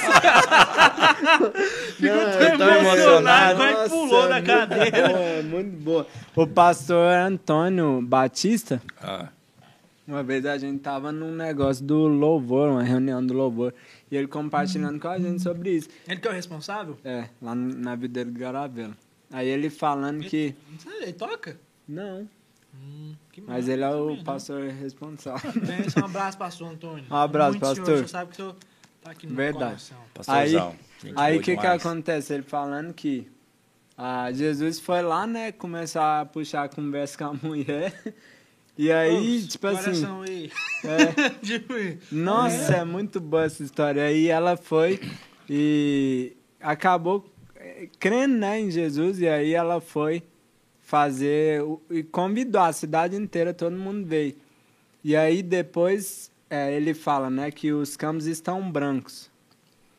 Ficou tão emocionado, quase pulou da cadeira. É muito boa. O pastor Antônio Batista, uma vez a gente tava num negócio do louvor, uma reunião do louvor, e ele compartilhando com a gente sobre isso. Ele que é o responsável? Lá na Videira do Garavela. Aí ele falando que... Ele toca? Não. Que Mas ele é o também, pastor responsável. Um abraço, pastor Antônio. Um abraço, Muito pastor. Senhor, o senhor sabe que o senhor tá aqui no Verdade. coração. Pastorzão. gente Aí boa o que demais. acontece? Ele falando que Jesus foi lá, né, começar a puxar a conversa com a mulher. E aí, tipo assim... Coração aí. Tipo, Nossa, é muito boa essa história. Aí ela foi e acabou crendo, né, em Jesus. E aí ela foi fazer... E convidou a cidade inteira, todo mundo veio. E aí depois ele fala, né, que os campos estão brancos.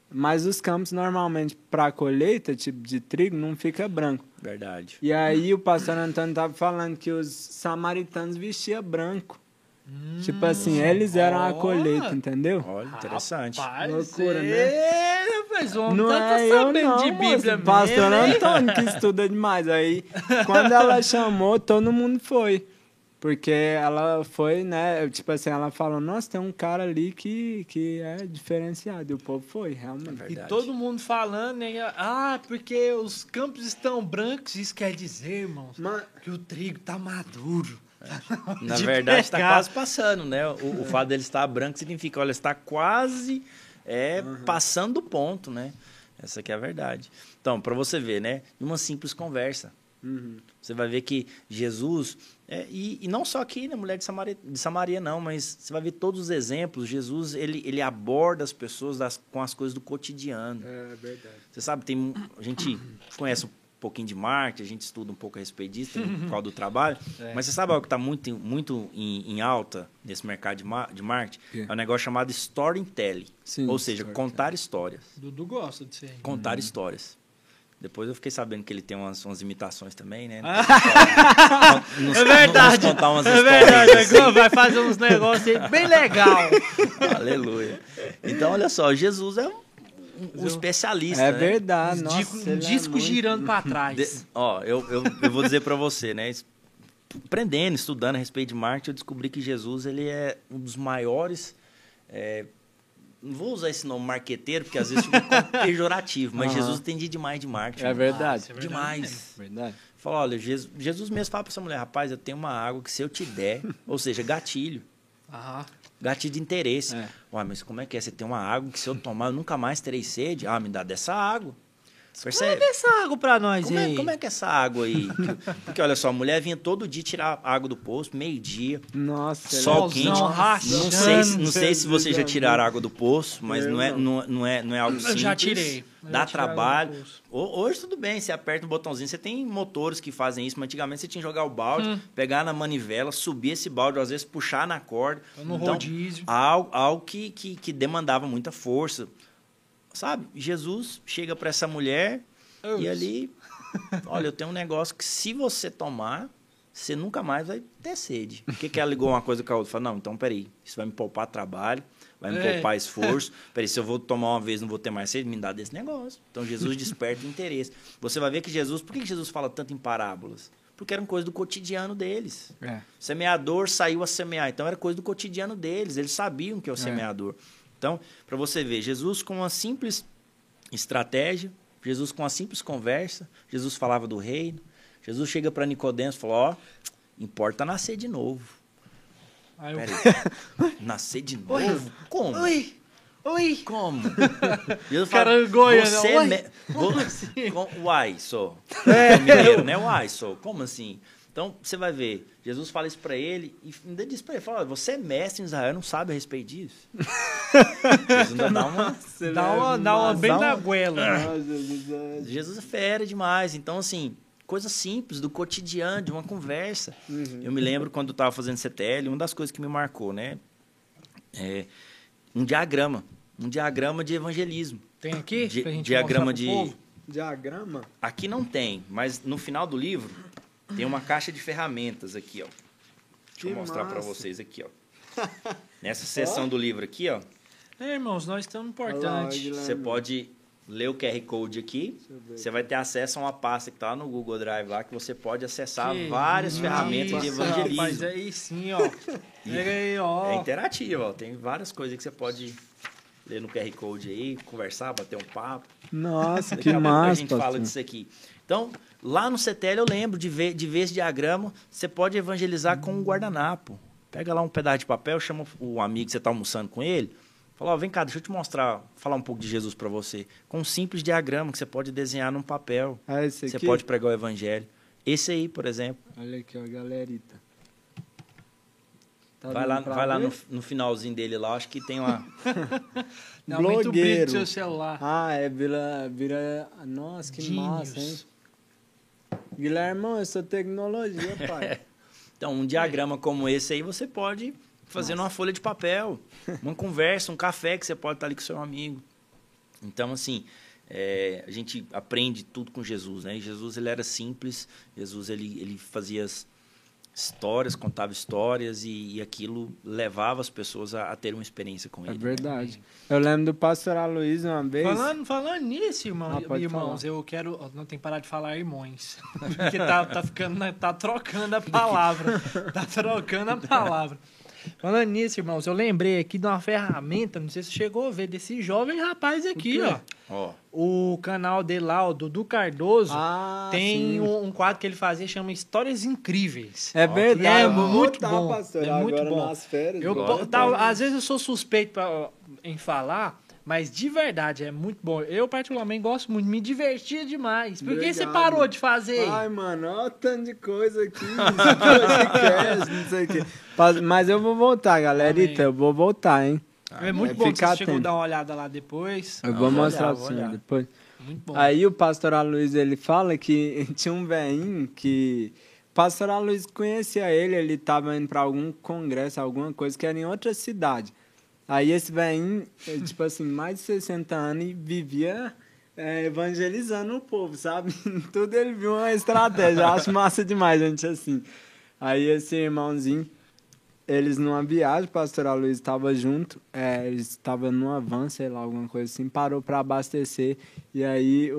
Mas os campos, normalmente, para colheita, tipo de trigo, não fica branco. Verdade. E aí o pastor Antônio tava falando que os samaritanos vestiam branco. Tipo assim, eles eram a colheita, entendeu? Olha, interessante. Rapaz, Loucura, né? Rapaz, o homem Não tá é eu sabendo não, de Bíblia moço. Pastor mesmo, hein? Antônio que estuda demais. Aí, quando ela chamou, todo mundo foi. Porque ela foi, né? Tipo assim, ela falou, nossa, tem um cara ali que é diferenciado. E o povo foi, realmente. E Verdade. todo mundo falando, né? Ah, porque os campos estão brancos. Isso quer dizer, irmãos, que o trigo tá maduro. Na de verdade, está pegar. quase passando, né? O fato dele estar branco significa, olha, está quase passando do ponto, né? Essa que é a verdade. Então, para você ver, né? Numa simples conversa, você vai ver que Jesus, e não só aqui na mulher de Samaria, não, mas você vai ver todos os exemplos. Jesus, ele aborda as pessoas com as coisas do cotidiano. É verdade. Você sabe, a gente conhece um pouquinho de marketing, a gente estuda um pouco a respeito disso, por causa do trabalho, mas você sabe algo que está muito em alta nesse mercado de marketing? É um negócio chamado storytelling, Sim, ou seja, storytelling. contar histórias. Dudu gosta disso aí. Contar histórias. Depois eu fiquei sabendo que ele tem umas imitações também, né? É verdade. Contar umas É histórias verdade. assim. Vai fazer uns negócios aí bem legal. Aleluia. Então, olha só, Jesus é um especialista, É né? verdade, Um nossa. disco, ele é disco muito- girando pra trás. Eu vou dizer para você, né? Aprendendo, estudando a respeito de marketing, eu descobri que Jesus ele é um dos maiores. Não vou usar esse nome marqueteiro, porque às vezes fica pejorativo, mas Jesus entendia demais de marketing. É verdade. isso é verdade Demais. mesmo. Verdade. Fala, olha, Jesus mesmo fala para essa mulher, rapaz, eu tenho uma água que se eu te der, ou seja, gatilho. Ah, Gatilho de interesse. É. Ué, mas como é que é? Você tem uma água que se eu tomar eu nunca mais terei sede? Ah, me dá dessa água. Percebe? essa água pra nós Como é que é essa água aí? Porque olha só, a mulher vinha todo dia tirar água do poço, meio-dia, Nossa, ele sol é- quente. Solzão rachando. Não sei se vocês já tiraram água do poço, mas Eu não é algo simples. Eu já tirei. Eu Dá já tirei água trabalho. do poço. Hoje tudo bem, você aperta um botãozinho, você tem motores que fazem isso, mas antigamente você tinha que jogar o balde, pegar na manivela, subir esse balde, às vezes puxar na corda. Tô no rodízio. Algo que demandava muita força. Sabe? Jesus chega para essa mulher e ali, olha, eu tenho um negócio que se você tomar, você nunca mais vai ter sede. Por que ela ligou uma coisa com a outra? Fala, não, então peraí, isso vai me poupar trabalho, vai me poupar esforço. Peraí, se eu vou tomar uma vez não vou ter mais sede, me dá desse negócio. Então Jesus desperta o interesse. Você vai ver que Jesus, por que Jesus fala tanto em parábolas? Porque eram coisas do cotidiano deles. É. O semeador saiu a semear, então era coisa do cotidiano deles, eles sabiam que é o semeador. Então, para você ver, Jesus com uma simples estratégia, Jesus com uma simples conversa, Jesus falava do reino, Jesus chega para Nicodemos e fala, ó, importa nascer de novo. Aí eu... Peraí, nascer de novo? Como? Oi! Como? Jesus Cara, Goiânia, você oi? Como assim? Uai, sou. É mineiro, né? Uai, sou. Como assim? Então, você vai ver, Jesus fala isso para ele e ainda diz para ele, fala, você é mestre em Israel, não sabe a respeito disso? Jesus ainda Dá uma bem na goela. Jesus é fera demais. Então, assim, coisa simples, do cotidiano, de uma conversa. Eu me lembro quando eu estava fazendo CTL, uma das coisas que me marcou, né? Um diagrama de evangelismo. Tem aqui? Pra gente Diagrama mostrar pro povo? Diagrama? Aqui não tem, mas no final do livro tem uma caixa de ferramentas aqui, ó. Deixa eu mostrar para vocês aqui, ó. Nessa seção do livro aqui, ó, Irmãos, nós estamos Olha lá, importantes. Guilherme. você pode ler o QR Code aqui. Você vai ter acesso a uma pasta que está lá no Google Drive lá, que você pode acessar várias ferramentas de Rapaz, evangelismo. aí sim, ó. Pega aí, ó. É interativo, ó. Tem várias coisas que você pode ler no QR Code aí, conversar, bater um papo. Nossa, Daqui que a pouco massa, a gente fala pastor. disso aqui. Então, lá no CTL eu lembro de ver esse diagrama, você pode evangelizar com um guardanapo. Pega lá um pedaço de papel, chama o amigo que você está almoçando com ele, fala, ó, vem cá, deixa eu te mostrar, falar um pouco de Jesus para você. Com um simples diagrama que você pode desenhar num papel. Ah, esse Você aqui? pode pregar o evangelho. Esse aí, por exemplo. Olha aqui, ó, galerita. Tá Vai lá, dando pra vai lá ver? no finalzinho dele lá, acho que tem uma... Aumenta o brilho do Blogueiro. seu celular. Ah, vira... Nossa, que massa, hein? Gênios. Guilhermão, eu sou tecnologia, pai. Então, um diagrama como esse aí, você pode fazer numa folha de papel, uma conversa, um café que você pode estar ali com seu amigo. Então, assim, a gente aprende tudo com Jesus, né? E Jesus, ele era simples. Jesus, ele fazia as histórias, contava histórias e aquilo levava as pessoas a ter uma experiência com ele. É verdade. Eu lembro do pastor Aloysio uma vez. Falando nisso, irmãos, eu quero... Não tem que parar de falar irmãos. Porque tá ficando... Tá trocando a palavra. Tá trocando a palavra. Falando nisso, irmãos, eu lembrei aqui de uma ferramenta, não sei se você chegou a ver, desse jovem rapaz aqui, ó. O canal dele lá, o Dudu Cardoso, tem um quadro que ele fazia, chama Histórias Incríveis. É verdade. É muito bom. Pastor, é muito agora bom. Nas férias, Às vezes eu sou suspeito em falar, mas de verdade é muito bom. Eu, particularmente, gosto muito, me divertia demais. Por que você parou de fazer? Ai, mano, olha o tanto de coisa aqui. Podcast, não sei o quê. Mas eu vou voltar, galerita. Eu vou voltar, hein? É muito bom que você chegou a dar uma olhada lá depois. Eu vou mostrar pra você depois. Muito bom. Aí o pastor Aloysio, ele fala que tinha um velhinho que... O pastor Aloysio conhecia ele tava indo pra algum congresso, alguma coisa que era em outra cidade. Aí esse velhinho, tipo assim, mais de 60 anos e vivia evangelizando o povo, sabe? Tudo ele viu uma estratégia. Eu acho massa demais, gente, assim. Aí esse irmãozinho, eles numa viagem, o pastor Aloysio estava junto, eles estavam numa van, sei lá, alguma coisa assim, parou para abastecer, e aí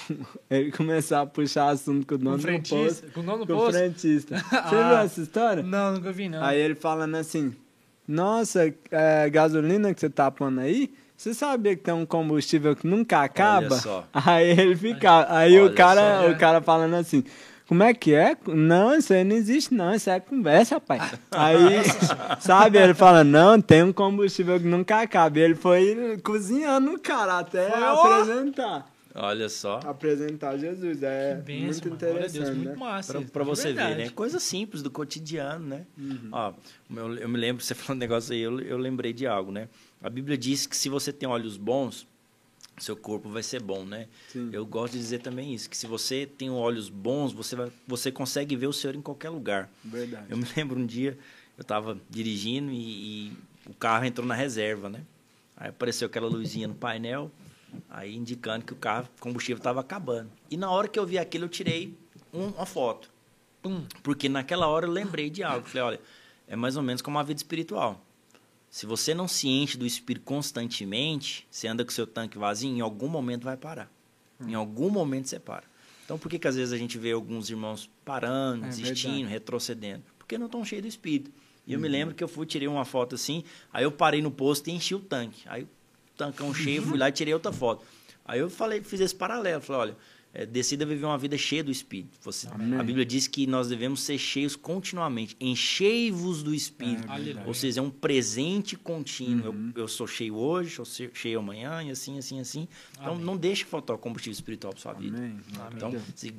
ele começou a puxar assunto com o dono do posto. Com o dono do posto? Com o frentista. Você viu essa história? Não, nunca vi, não. Aí ele falando assim, nossa, gasolina que você tá pondo aí, você sabia que tem um combustível que nunca acaba? Olha só. Aí ele ficava, aí o cara falando assim... Como é que é? Não, isso aí não existe, não. Isso é conversa, rapaz. Aí, sabe, ele fala, não, tem um combustível que nunca acaba. E ele foi cozinhando o cara até apresentar. Olha só. Apresentar Jesus. É muito interessante, Deus, né? muito massa. Pra você ver, né? Coisa simples do cotidiano, né? Ó, eu me lembro, você falando um negócio aí, eu lembrei de algo, né? A Bíblia diz que se você tem olhos bons, seu corpo vai ser bom, né? Sim. Eu gosto de dizer também isso, que se você tem olhos bons, você consegue ver o Senhor em qualquer lugar. Verdade. Eu me lembro um dia, eu estava dirigindo e o carro entrou na reserva, né? Aí apareceu aquela luzinha no painel, aí indicando que o combustível estava acabando. E na hora que eu vi aquilo, eu tirei uma foto. Porque naquela hora eu lembrei de algo. Falei, olha, é mais ou menos como a vida espiritual. Se você não se enche do Espírito constantemente, você anda com o seu tanque vazio, em algum momento vai parar. Em algum momento você para. Então, por que às vezes a gente vê alguns irmãos parando, desistindo, retrocedendo? Porque não estão cheios do Espírito. E eu me lembro que eu tirei uma foto assim, aí eu parei no posto e enchi o tanque. Aí o tancão cheio, fui lá e tirei outra foto. Aí eu fiz esse paralelo, falei, olha, decida viver uma vida cheia do Espírito. A Bíblia diz que nós devemos ser cheios continuamente. Enchei-vos do Espírito. Ou seja, é um presente contínuo. Eu sou cheio hoje, sou cheio amanhã, e assim, assim, assim. Então, não deixe faltar o combustível espiritual para sua vida. Amém. Então,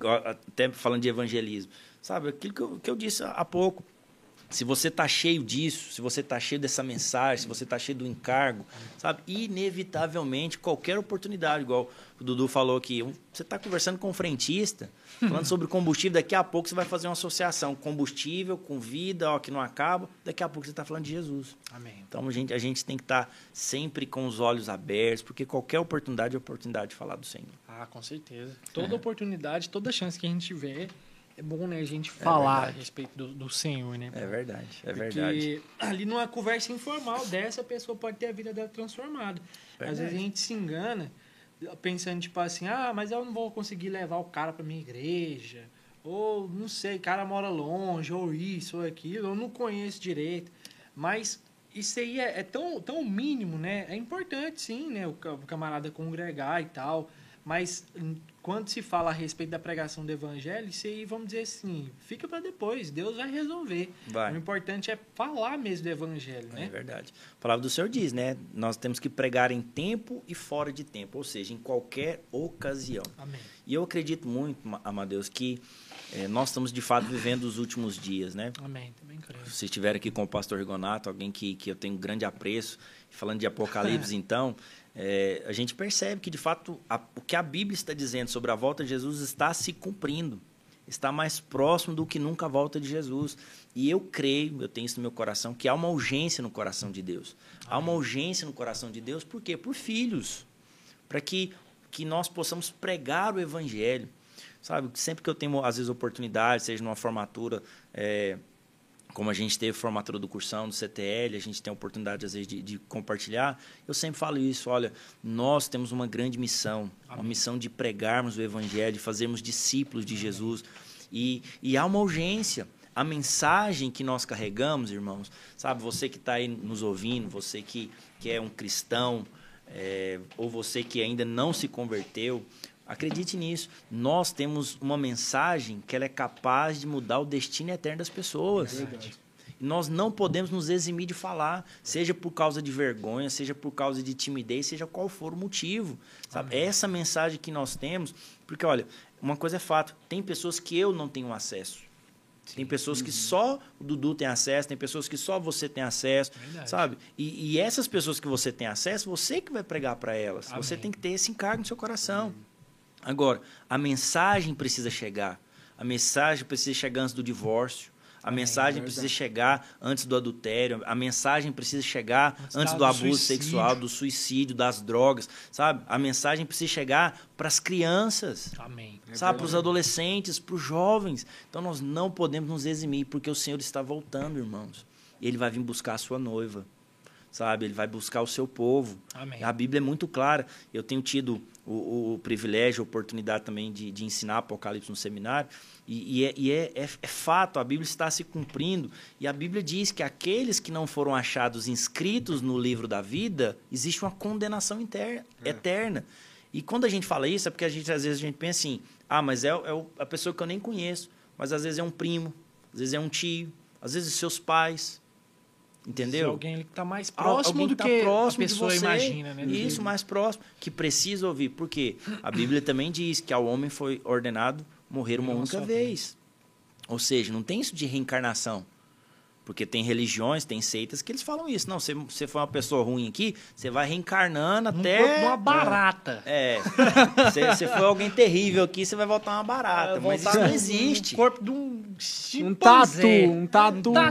até falando de evangelismo, sabe, aquilo que eu disse há pouco. Se você está cheio disso, se você está cheio dessa mensagem, se você está cheio do encargo, sabe? Inevitavelmente, qualquer oportunidade, igual o Dudu falou aqui, você está conversando com um frentista, falando sobre combustível, daqui a pouco você vai fazer uma associação, combustível com vida, que não acaba, daqui a pouco você está falando de Jesus. Amém. Então, a gente tem que estar sempre com os olhos abertos, porque qualquer oportunidade é oportunidade de falar do Senhor. Ah, com certeza. Toda oportunidade, toda chance que a gente tiver... É bom, né, a gente falar a respeito do Senhor, né? É verdade, Porque ali numa conversa informal dessa, a pessoa pode ter a vida dela transformada. Às vezes a gente se engana pensando, tipo assim, mas eu não vou conseguir levar o cara para minha igreja, ou não sei, o cara mora longe, ou isso, ou aquilo, eu não conheço direito. Mas isso aí é tão mínimo, né? É importante, sim, né, o camarada congregar e tal, mas quando se fala a respeito da pregação do evangelho, isso aí, vamos dizer assim, fica para depois, Deus vai resolver. O importante é falar mesmo do evangelho, né? É verdade. A palavra do Senhor diz, né? Nós temos que pregar em tempo e fora de tempo, ou seja, em qualquer ocasião. Amém. E eu acredito muito, Amadeus, que nós estamos de fato vivendo os últimos dias, né? Amém, também creio. Se estiver aqui com o pastor Rigonato, alguém que eu tenho grande apreço, falando de Apocalipse, então... a gente percebe que, de fato, o que a Bíblia está dizendo sobre a volta de Jesus está se cumprindo. Está mais próximo do que nunca a volta de Jesus. E eu creio, eu tenho isso no meu coração, que há uma urgência no coração de Deus. Há uma urgência no coração de Deus, por quê? Por filhos. para que nós possamos pregar o evangelho. Sabe, sempre que eu tenho, às vezes, oportunidade, seja numa formatura, como a gente teve formatura do cursão, do CTL, a gente tem a oportunidade, às vezes, de compartilhar, eu sempre falo isso, olha, nós temos uma grande missão, uma missão de pregarmos o evangelho, de fazermos discípulos de Jesus, e há uma urgência. A mensagem que nós carregamos, irmãos, sabe, você que está aí nos ouvindo, você que é um cristão, ou você que ainda não se converteu, acredite nisso. Nós temos uma mensagem que ela é capaz de mudar o destino eterno das pessoas. E nós não podemos nos eximir de falar, seja por causa de vergonha, seja por causa de timidez, seja qual for o motivo. Sabe? Essa mensagem que nós temos, porque, olha, uma coisa é fato, tem pessoas que eu não tenho acesso. Tem pessoas que só o Dudu tem acesso, tem pessoas que só você tem acesso, sabe? E essas pessoas que você tem acesso, você que vai pregar para elas. Amém. Você tem que ter esse encargo no seu coração. Amém. Agora, a mensagem precisa chegar. A mensagem precisa chegar antes do divórcio. A mensagem precisa chegar antes do adultério. A mensagem precisa chegar antes do abuso sexual, do suicídio, das drogas, sabe? A mensagem precisa chegar para as crianças, amém, sabe? Para os adolescentes, para os jovens. Então, nós não podemos nos eximir, porque o Senhor está voltando, irmãos. E Ele vai vir buscar a sua noiva, sabe? Ele vai buscar o seu povo. Amém. A Bíblia é muito clara. Eu tenho tido o privilégio, a oportunidade também de ensinar Apocalipse no seminário, e é fato, a Bíblia está se cumprindo, e a Bíblia diz que aqueles que não foram achados inscritos no livro da vida, existe uma condenação eterna. E quando a gente fala isso, é porque às vezes a gente pensa assim, mas é a pessoa que eu nem conheço, mas às vezes é um primo, às vezes é um tio, às vezes seus pais. Entendeu? Se alguém que está mais próximo do que a pessoa imagina, né? Isso, mais próximo, que precisa ouvir. Por quê? A Bíblia também diz que ao homem foi ordenado morrer uma única vez. Ou seja, não tem isso de reencarnação. Porque tem religiões, tem seitas que eles falam isso. Não, você foi uma pessoa ruim aqui, você vai reencarnando até... corpo de uma barata. Você foi alguém terrível aqui, você vai voltar uma barata. Mas isso não existe. No corpo de um tatu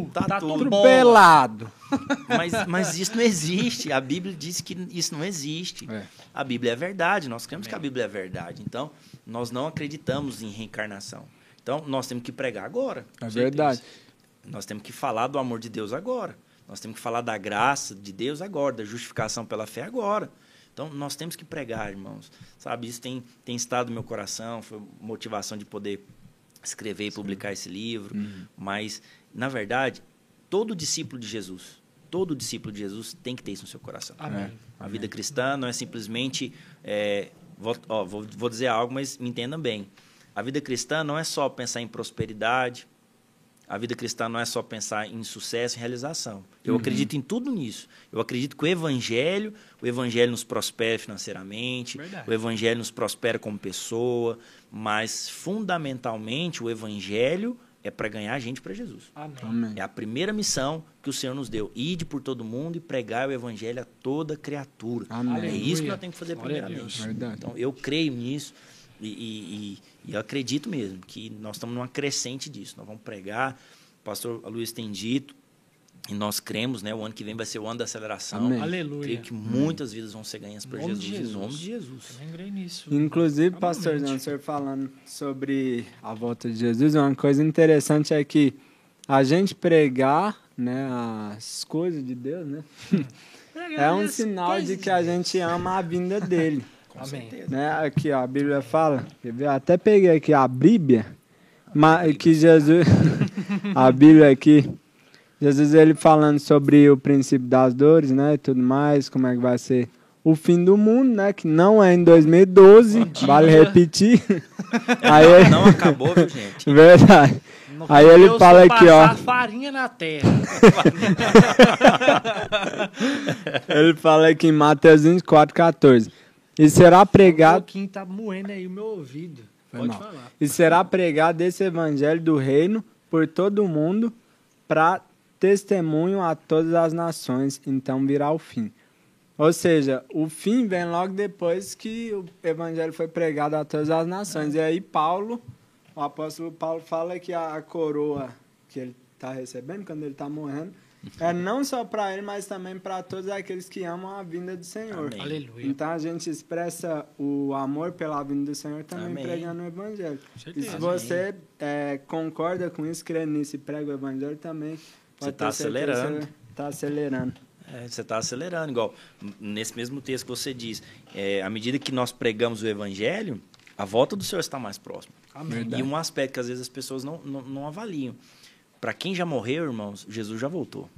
pelado. Mas isso não existe. A Bíblia diz que isso não existe. A Bíblia é verdade. Nós cremos que a Bíblia é verdade. Então, nós não acreditamos em reencarnação. Então, nós temos que pregar agora. É verdade. Nós temos que falar do amor de Deus agora. Nós temos que falar da graça de Deus agora, da justificação pela fé agora. Então, nós temos que pregar, irmãos. Sabe, isso tem estado no meu coração, foi motivação de poder escrever e publicar esse livro. Mas, na verdade, todo discípulo de Jesus tem que ter isso no seu coração. Amém. A vida cristã não é simplesmente... vou dizer algo, mas me entendam bem. A vida cristã não é só pensar em prosperidade. A vida cristã não é só pensar em sucesso e realização. Eu acredito em tudo nisso. Eu acredito que o Evangelho nos prospera financeiramente, o Evangelho nos prospera como pessoa, mas, fundamentalmente, o Evangelho é para ganhar gente para Jesus. Amém. É a primeira missão que o Senhor nos deu. Ide por todo mundo e pregar o Evangelho a toda criatura. Amém. É isso que nós temos que fazer primeiramente. Então, eu creio nisso. E eu acredito mesmo que nós estamos numa crescente disso. Nós vamos pregar, o pastor Luiz tem dito, e nós cremos, né? O ano que vem vai ser o ano da aceleração. Amém. Aleluia. Creio que muitas vidas vão ser ganhas por Jesus, em nome de Jesus. Eu lembrei nisso. Inclusive, pastor João, o senhor falando sobre a volta de Jesus, uma coisa interessante é que a gente pregar, né, as coisas de Deus, né? É um sinal de que a gente ama a vinda dele. Amém. Né? Aqui, ó, a Bíblia fala, até peguei aqui a Bíblia, mas que Jesus, a Bíblia aqui, Jesus ele falando sobre o princípio das dores, né, e tudo mais, como é que vai ser o fim do mundo, né, que não é em 2012, vale repetir. Aí, não acabou, viu, gente? Verdade. Aí ele fala aqui, ó. Farinha na terra. Ele fala aqui em Mateus 24:14. E será pregado... Um pouquinho tá moendo aí o meu ouvido. Pode falar. E será pregado esse evangelho do reino por todo o mundo para testemunho a todas as nações. Então virá o fim. Ou seja, o fim vem logo depois que o evangelho foi pregado a todas as nações. E aí o apóstolo Paulo fala que a coroa que ele está recebendo, quando ele está morrendo, É não só para ele, mas também para todos aqueles que amam a vinda do Senhor. Amém. Aleluia. Então a gente expressa o amor pela vinda do Senhor também Amém. pregando o Evangelho. Com E certeza. se você concorda com isso, crê nisso e prega o Evangelho também, Você pode tá ter certeza que acelerando. você tá acelerando. Você está acelerando, igual nesse mesmo texto que você diz. À medida que nós pregamos o Evangelho, a volta do Senhor está mais próxima. Amém. E um aspecto que às vezes as pessoas não avaliam. Para quem já morreu, irmãos, Jesus já voltou.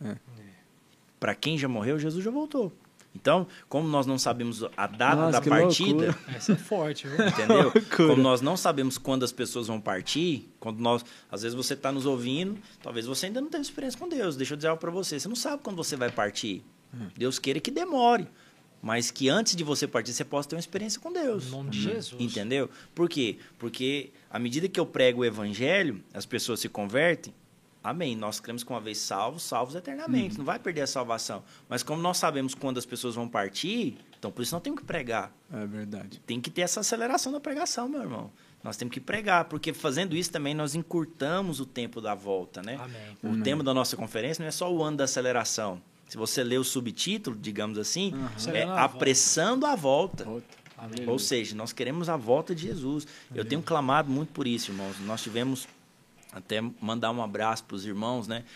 Para quem já morreu, Jesus já voltou. Então, como nós não sabemos a data Nossa, da que partida, loucura. Essa é forte, viu? entendeu? Loucura. Como nós não sabemos quando as pessoas vão partir, às vezes você está nos ouvindo, talvez você ainda não tenha experiência com Deus. Deixa eu dizer algo para você. Você não sabe quando você vai partir. Deus queira que demore. Mas que antes de você partir, você possa ter uma experiência com Deus. Em nome de Jesus. Entendeu? Por quê? Porque à medida que eu prego o Evangelho, as pessoas se convertem. Amém. Nós cremos que uma vez salvos eternamente. Não vai perder a salvação. Mas como nós sabemos quando as pessoas vão partir, então por isso nós temos que pregar. É verdade. Tem que ter essa aceleração da pregação, meu irmão. Nós temos que pregar, porque fazendo isso também nós encurtamos o tempo da volta, né? Amém. O tema da nossa conferência não é só o ano da aceleração. Se você ler o subtítulo, digamos assim, é Acelerando a volta. apressando a volta. Amém. Ou seja, nós queremos a volta de Jesus. Eu tenho clamado muito por isso, irmãos. Nós tivemos, até mandar um abraço para os irmãos, né?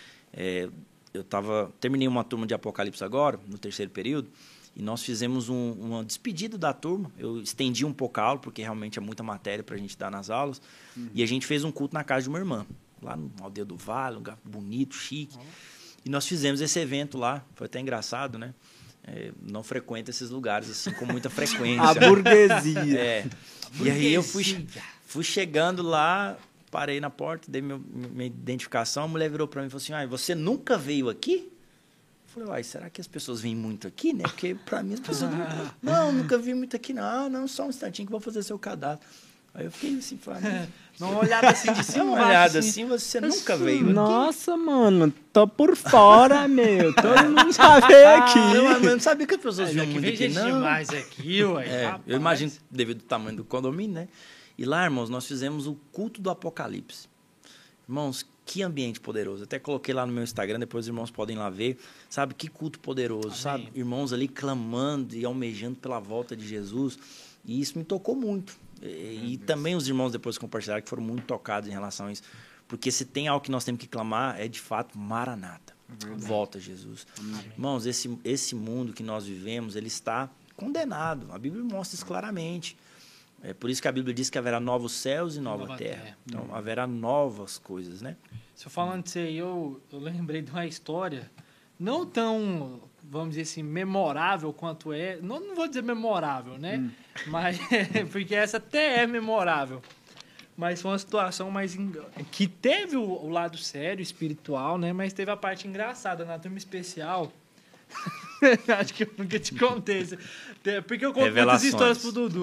Terminei uma turma de Apocalipse agora, no 3º período, e nós fizemos uma despedida da turma. Eu estendi um pouco a aula, porque realmente é muita matéria para a gente dar nas aulas. E a gente fez um culto na casa de uma irmã, lá no Aldeia do Vale, um lugar bonito, chique. E nós fizemos esse evento lá, foi até engraçado, né? Não frequento esses lugares assim com muita frequência. A burguesia. E aí eu fui chegando lá, parei na porta, dei minha identificação, a mulher virou para mim e falou assim, você nunca veio aqui? Eu falei, será que as pessoas vêm muito aqui, né? Porque para mim as pessoas nunca vi muito aqui, não, só um instantinho que eu vou fazer seu cadastro. Aí eu fiquei assim, falando... Dá uma olhada assim de cima. Uma olhada assim, você nunca veio aqui. Nossa, mano, tô por fora, meu. Todo mundo já veio aqui. Eu não sabia que as pessoas vinham Que muito vem aqui, gente não. demais aqui, ué. Rapaz. Eu imagino, devido ao tamanho do condomínio, né? E lá, irmãos, nós fizemos o culto do Apocalipse. Irmãos, que ambiente poderoso. Até coloquei lá no meu Instagram, depois os irmãos podem ir lá ver. Sabe, que culto poderoso, Amém. sabe? Irmãos ali clamando e almejando pela volta de Jesus. E isso me tocou muito. E também os irmãos depois compartilharam que foram muito tocados em relação a isso. Porque se tem algo que nós temos que clamar, é de fato Maranata. Volta, Jesus. Amém. Irmãos, esse mundo que nós vivemos, ele está condenado. A Bíblia mostra isso claramente. É por isso que a Bíblia diz que haverá novos céus e nova terra. Então, haverá novas coisas, né? Se eu falando disso aí, eu lembrei de uma história não tão, vamos dizer assim, memorável quanto é. Não vou dizer memorável, né? Mas, porque essa até é memorável. Mas foi uma situação que teve o lado sério, espiritual, né? Mas teve a parte engraçada na turma especial. Acho que eu nunca te contei isso. Porque eu conto muitas histórias pro Dudu.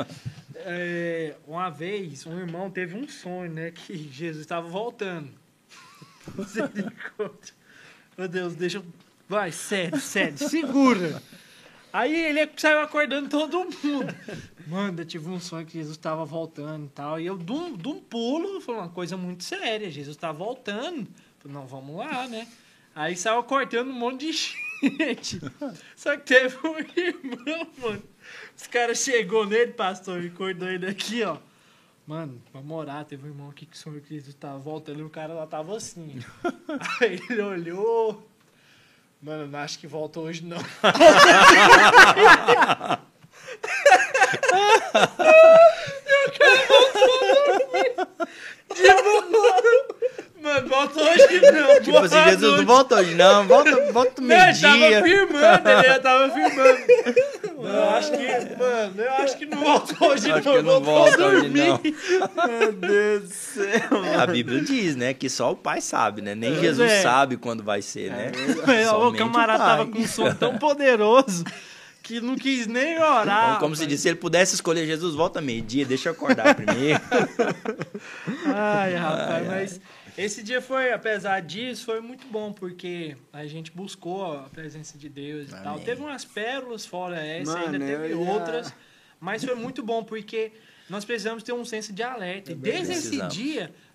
Uma vez, um irmão teve um sonho, né? Que Jesus estava voltando. Misericórdia. Meu Deus, deixa eu... Vai, sério, segura. Aí ele saiu acordando todo mundo. Mano, eu tive um sonho que Jesus estava voltando e tal. E eu, de um pulo, falei uma coisa muito séria. Jesus está voltando. Falei, não, vamos lá, né? Aí saiu cortando um monte de gente. Só que teve um irmão, mano. Os caras chegou nele, pastor, e acordou ele aqui, ó. Mano, vamos orar. Teve um irmão aqui que sonhou que Jesus tava voltando e o cara lá tava assim. Aí ele olhou. Mano, não acho que volta hoje, não. E o cara voltou. Mano, volta hoje não. Tipo assim, Jesus não volta hoje, não. Volta meio-dia. Ele já tava filmando. Eu acho que não volta hoje, não. Acho que não volta hoje, não. Meu Deus do céu. A Bíblia diz, né? Que só o Pai sabe, né? Nem Jesus sabe quando vai ser, né? O camarada tava com um som tão poderoso que não quis nem orar. Então, como se disse, se ele pudesse escolher Jesus, volta meio-dia, deixa eu acordar primeiro. Ai, rapaz, mas esse dia foi, apesar disso, foi muito bom, porque a gente buscou a presença de Deus e tal. Teve umas pérolas fora essa, ainda teve outras, mas foi muito bom, porque nós precisamos ter um senso de alerta. E desde esse dia,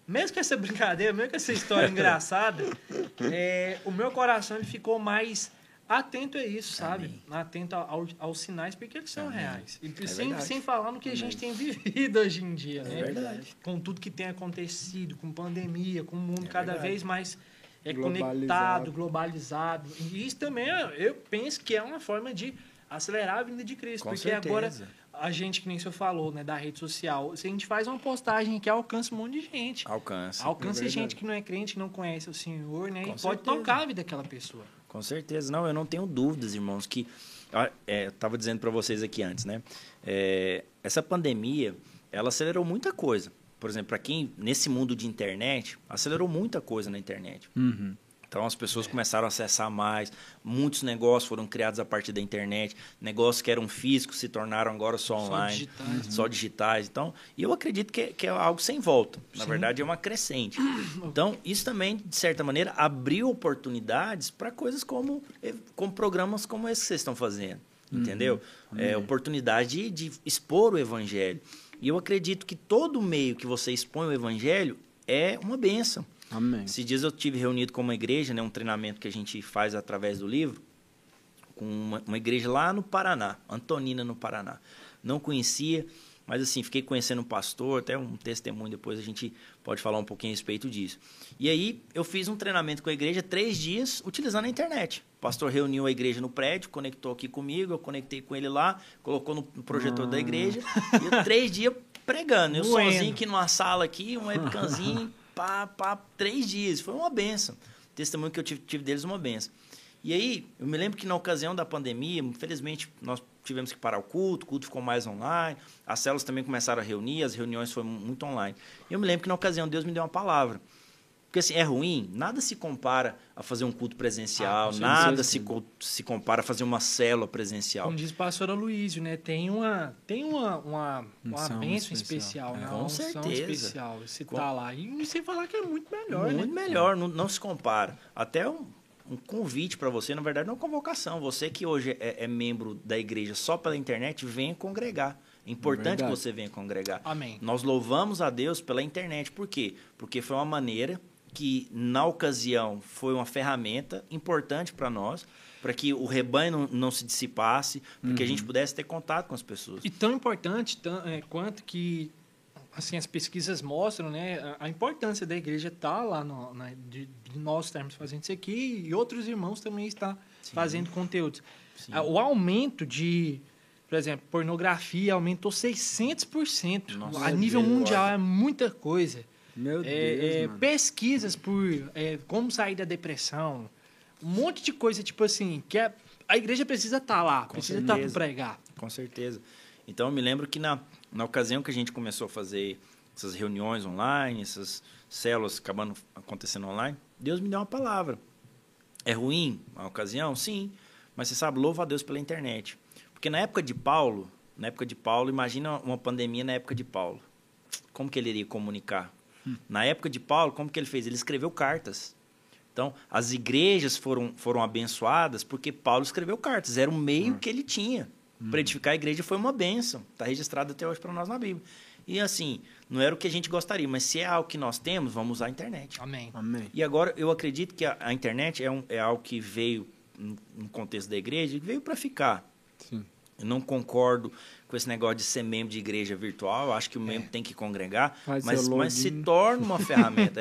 mesmo com essa brincadeira, mesmo com essa história engraçada, o meu coração ele ficou mais atento a isso, sabe? Atento aos sinais, porque eles são reais. E sem falar no que a gente tem vivido hoje em dia, né? É verdade. Com tudo que tem acontecido, com pandemia, com o mundo cada verdade. vez mais Globalizado. conectado, globalizado. E isso também, eu penso que é uma forma de acelerar a vinda de Cristo. Com porque certeza. agora, a gente, que nem o senhor falou, né, da rede social, se a gente faz uma postagem que alcança um monte de gente. Alcança É gente que não é crente, que não conhece o Senhor, né? Com E pode certeza. tocar a vida daquela pessoa. Com certeza. Não, eu não tenho dúvidas, irmãos, que... eu estava dizendo para vocês aqui antes, né? Essa pandemia, ela acelerou muita coisa. Por exemplo, para quem, nesse mundo de internet, acelerou muita coisa na internet. Uhum. Então, as pessoas começaram a acessar mais, muitos negócios foram criados a partir da internet, negócios que eram físicos se tornaram agora só online, só digitais. Então, e eu acredito que é algo sem volta. Na verdade, é uma crescente. Então, isso também, de certa maneira, abriu oportunidades para coisas como programas como esse que vocês estão fazendo, entendeu? Oportunidade de expor o evangelho. E eu acredito que todo meio que você expõe o evangelho é uma bênção. Amém. Esses dias eu tive reunido com uma igreja, né, um treinamento que a gente faz através do livro, com uma igreja lá no Paraná, Antonina, no Paraná. Não conhecia, mas assim, fiquei conhecendo um pastor, até um testemunho depois a gente pode falar um pouquinho a respeito disso. E aí eu fiz um treinamento com a igreja 3 dias utilizando a internet. O pastor reuniu a igreja no prédio, conectou aqui comigo, eu conectei com ele lá, colocou no projetor da igreja, e eu 3 dias pregando. Eu sozinho aqui numa sala aqui, um webcamzinho, 3 dias. Foi uma benção. O testemunho que eu tive deles, uma benção. E aí, eu me lembro que na ocasião da pandemia, infelizmente, nós tivemos que parar o culto ficou mais online, as células também começaram a reunir, as reuniões foram muito online. E eu me lembro que na ocasião Deus me deu uma palavra. Porque assim, é ruim, nada se compara a fazer um culto presencial, nada se compara a fazer uma célula presencial. Como diz o pastor Aloysio, né? Tem uma bênção especial, né? Com certeza. Especial. Você tá lá. E sem falar que é muito melhor, muito melhor, não se compara. Até um convite para você, na verdade, não é uma convocação. Você que hoje é membro da igreja só pela internet, venha congregar. É importante que você venha congregar. Amém. Nós louvamos a Deus pela internet. Por quê? Porque foi uma maneira que, na ocasião, foi uma ferramenta importante para nós, para que o rebanho não se dissipasse, para que a gente pudesse ter contato com as pessoas. E tão importante quanto que assim, as pesquisas mostram, né, a importância da igreja estar lá, de nós estarmos fazendo isso aqui e outros irmãos também estão fazendo conteúdos. O aumento de, por exemplo, pornografia aumentou 600%. Nossa, a nível mundial é muita coisa. Meu Deus, mano. Pesquisas por como sair da depressão, um monte de coisa, tipo assim, que a igreja precisa estar lá, precisa estar para pregar. Com certeza. Então, eu me lembro que na ocasião que a gente começou a fazer essas reuniões online, essas células acabando acontecendo online, Deus me deu uma palavra. É ruim a ocasião? Sim. Mas você sabe, louva a Deus pela internet. Porque na época de Paulo, imagina uma pandemia na época de Paulo. Como que ele iria comunicar? Na época de Paulo, como que ele fez? Ele escreveu cartas. Então, as igrejas foram abençoadas porque Paulo escreveu cartas. Era o meio que ele tinha. Para edificar a igreja foi uma bênção. Está registrado até hoje para nós na Bíblia. E assim, não era o que a gente gostaria, mas se é algo que nós temos, vamos usar a internet. Amém. Amém. E agora, eu acredito que a internet é algo que veio, no contexto da igreja, veio para ficar. Sim. Eu não concordo com esse negócio de ser membro de igreja virtual. Eu acho que o membro tem que congregar, mas se torna uma ferramenta.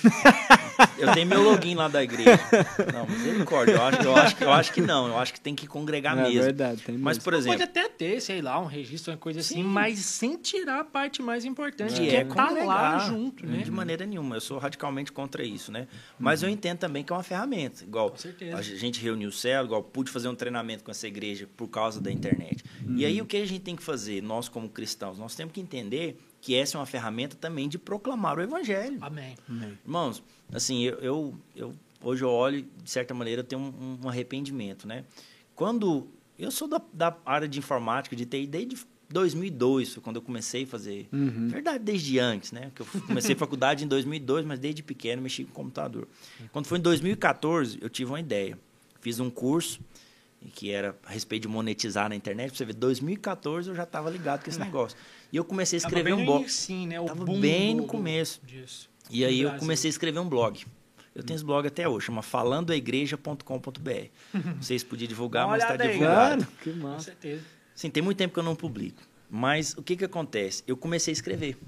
Eu tenho meu login lá da igreja. Não, misericórdia. Eu acho que não. Eu acho que tem que congregar mesmo. É verdade, tem mesmo. Mas, por exemplo... Pode até ter, sei lá, um registro, uma coisa assim, mas sem tirar a parte mais importante, que que é estar congregar, lá junto, né? De maneira nenhuma. Eu sou radicalmente contra isso, né? Mas eu entendo também que é uma ferramenta. Igual Com certeza. a gente reuniu o céu, igual pude fazer um treinamento com essa igreja por causa da internet. E aí, o que a gente tem que fazer, nós como cristãos? Nós temos que entender que essa é uma ferramenta também de proclamar o evangelho. Amém. Irmãos, assim, eu hoje eu olho, de certa maneira, eu tenho um arrependimento, né? Quando eu sou da área de informática, de TI, desde 2002, foi quando eu comecei a fazer. Verdade, desde antes, né? Que eu comecei a faculdade em 2002, mas desde pequeno mexi com computador. Quando foi em 2014, eu tive uma ideia. Fiz um curso que era a respeito de monetizar na internet. Pra você ver, 2014 eu já estava ligado com esse negócio. E eu comecei a escrever um blog. Sim, né? Estava bem no começo. Disso. E aí eu Brasil. comecei a escrever um blog. Eu tenho esse blog até hoje, chama falandoaigreja.com.br. Não sei se podia divulgar, Dá uma mas está olhada aí, divulgado. Cara, que Com massa. certeza. Sim, tem muito tempo que eu não publico. Mas o que acontece? Eu comecei a escrever.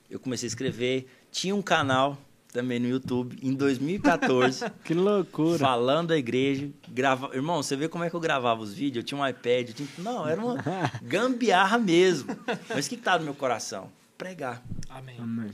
Tinha um canal também no YouTube, em 2014, Que loucura. falando a igreja. Irmão, você vê como é que eu gravava os vídeos? Eu tinha um iPad. Não, era uma gambiarra mesmo. Mas o que estava no meu coração? Pregar. Amém. Amém.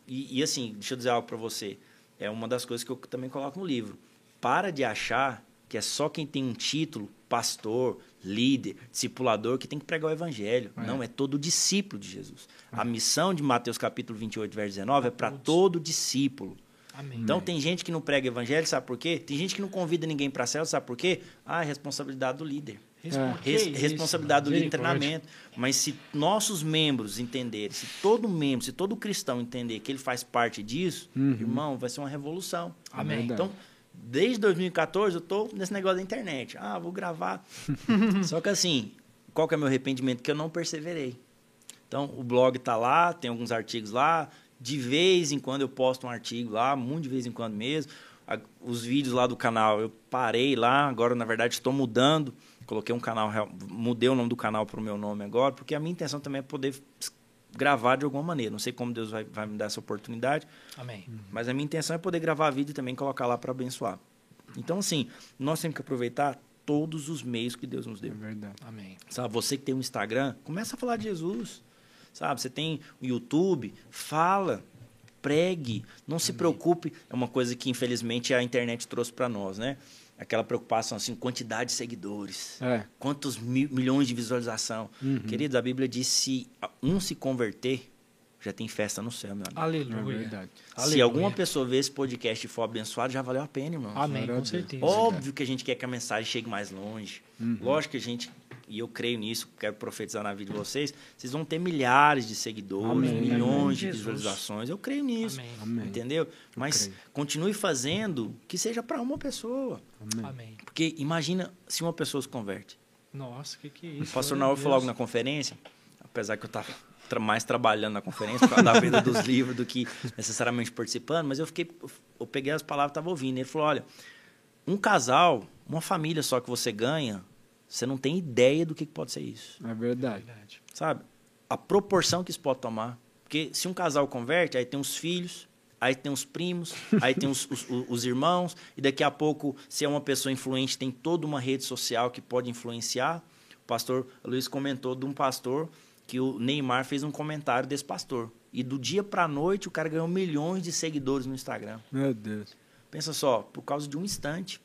E assim, deixa eu dizer algo para você. É uma das coisas que eu também coloco no livro. Para de achar que é só quem tem um título, pastor, líder, discipulador, que tem que pregar o evangelho. Não, é todo discípulo de Jesus. A missão de Mateus capítulo 28, verso 19, é para todo discípulo. Amém. Então, tem gente que não prega evangelho, sabe por quê? Tem gente que não convida ninguém para a célula, sabe por quê? É responsabilidade do líder. Responsabilidade do líder em treinamento. Mas se nossos membros entenderem, se todo cristão entender que ele faz parte disso, irmão, vai ser uma revolução. Amém. Então, desde 2014 eu estou nesse negócio da internet. Vou gravar. Só que assim, qual que é o meu arrependimento? Que eu não perseverei. Então, o blog está lá, tem alguns artigos lá. De vez em quando eu posto um artigo lá, muito de vez em quando mesmo. Os vídeos lá do canal, eu parei lá. Agora, na verdade, estou mudando. Coloquei um canal, mudei o nome do canal para o meu nome agora, porque a minha intenção também é poder gravar de alguma maneira. Não sei como Deus vai me dar essa oportunidade. Amém. Mas a minha intenção é poder gravar vídeo e também colocar lá para abençoar. Então, assim, nós temos que aproveitar todos os meios que Deus nos deu. É verdade. Amém. Sabe, você que tem um Instagram, começa a falar de Jesus. Sabe, você tem o YouTube, fala, pregue, não se preocupe. É uma coisa que, infelizmente, a internet trouxe para nós, né? Aquela preocupação, assim, quantidade de seguidores. Quantos milhões de visualização. Queridos, a Bíblia diz, se um se converter, já tem festa no céu, meu amigo. Aleluia. É verdade. Se Aleluia. alguma pessoa ver esse podcast e for abençoado, já valeu a pena, irmão. Amém, Glória a com Deus. certeza. Óbvio que a gente quer que a mensagem chegue mais longe. Lógico que a gente, e eu creio nisso, quero profetizar na vida de vocês, vocês vão ter milhares de seguidores, Amém. milhões Amém. de Jesus. visualizações. Eu creio nisso. Amém. Amém. Entendeu? Mas creio. continue fazendo que seja para uma pessoa. Amém. Amém. Porque imagina se uma pessoa se converte. Nossa, que é O isso? pastor Glória a Naor falou Deus. algo na conferência, apesar que eu estava mais trabalhando na conferência, por causa da venda dos livros do que necessariamente participando, mas eu peguei as palavras e estava ouvindo. Ele falou, olha, um casal, uma família só que você ganha, você não tem ideia do que pode ser isso. É verdade. Verdade. Sabe? A proporção que isso pode tomar. Porque se um casal converte, aí tem os filhos, aí tem os primos, aí tem os irmãos, e daqui a pouco, se é uma pessoa influente, tem toda uma rede social que pode influenciar. O pastor Luiz comentou de um pastor que o Neymar fez um comentário desse pastor. E do dia para a noite, o cara ganhou milhões de seguidores no Instagram. Meu Deus. Pensa só, por causa de um instante.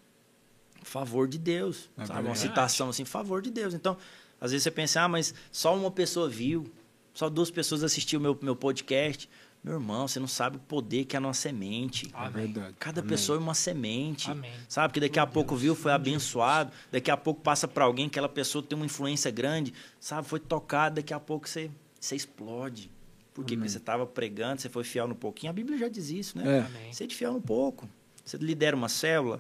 Favor de Deus. É Sabe? Uma verdade. citação assim, favor de Deus. Então, às vezes você pensa, mas só uma pessoa viu, só 2 pessoas assistiram o meu podcast. Meu irmão, você não sabe o poder que é a nossa semente. É verdade. Cada Amém. pessoa é uma semente. Amém. Sabe? Que daqui a pouco viu, foi abençoado. Daqui a pouco passa para alguém, aquela pessoa tem uma influência grande. Sabe? Foi tocado, daqui a pouco você explode. Por quê? Porque você estava pregando, você foi fiel no pouquinho. A Bíblia já diz isso, né? É. Amém. Seja fiel no pouco. Você lidera uma célula,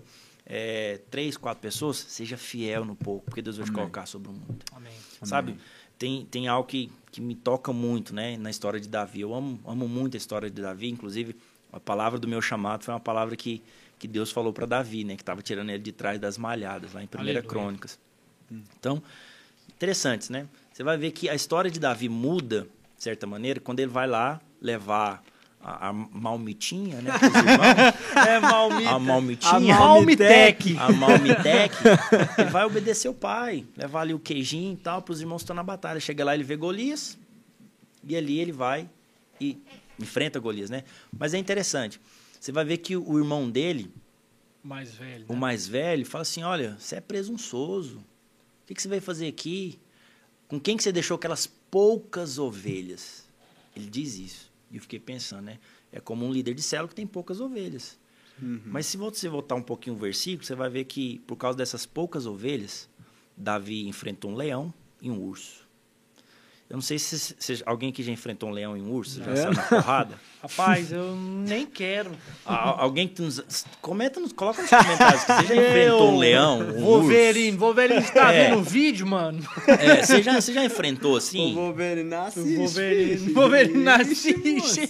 3, 4 pessoas, seja fiel no pouco, porque Deus vai te Amém. colocar sobre o mundo. Amém. Sabe? Tem algo que me toca muito, né, na história de Davi. Eu amo muito a história de Davi. Inclusive, a palavra do meu chamado foi uma palavra que Deus falou para Davi, né, que estava tirando ele de trás das malhadas, lá em 1 Aleluia. Crônicas. Então, interessante, né? Você vai ver que a história de Davi muda, de certa maneira, quando ele vai lá levar a malmitinha, né? pros irmãos. Malmita. A malmitinha. Malmitec. A Malmitec, ele vai obedecer o pai, levar ali o queijinho e tal, para os irmãos que estão na batalha. Chega lá, ele vê Golias, e ali ele vai e enfrenta Golias, né? Mas é interessante, você vai ver que o irmão dele, Mais velho. o né? mais velho, fala assim, olha, você é presunçoso, o que você veio fazer aqui? Com quem que você deixou aquelas poucas ovelhas? Ele diz isso, e eu fiquei pensando, né? É como um líder de célula que tem poucas ovelhas. Mas se você voltar um pouquinho o versículo, você vai ver que, por causa dessas poucas ovelhas, Davi enfrentou um leão e um urso. Eu não sei se alguém que já enfrentou um leão e um urso, já saiu na porrada. Rapaz, eu nem quero. Alguém que coloca nos comentários que você já enfrentou um leão, um Wolverine. urso. Wolverine tá vendo o vídeo, mano? Você já enfrentou assim? O Wolverine assiste. Wolverine assiste.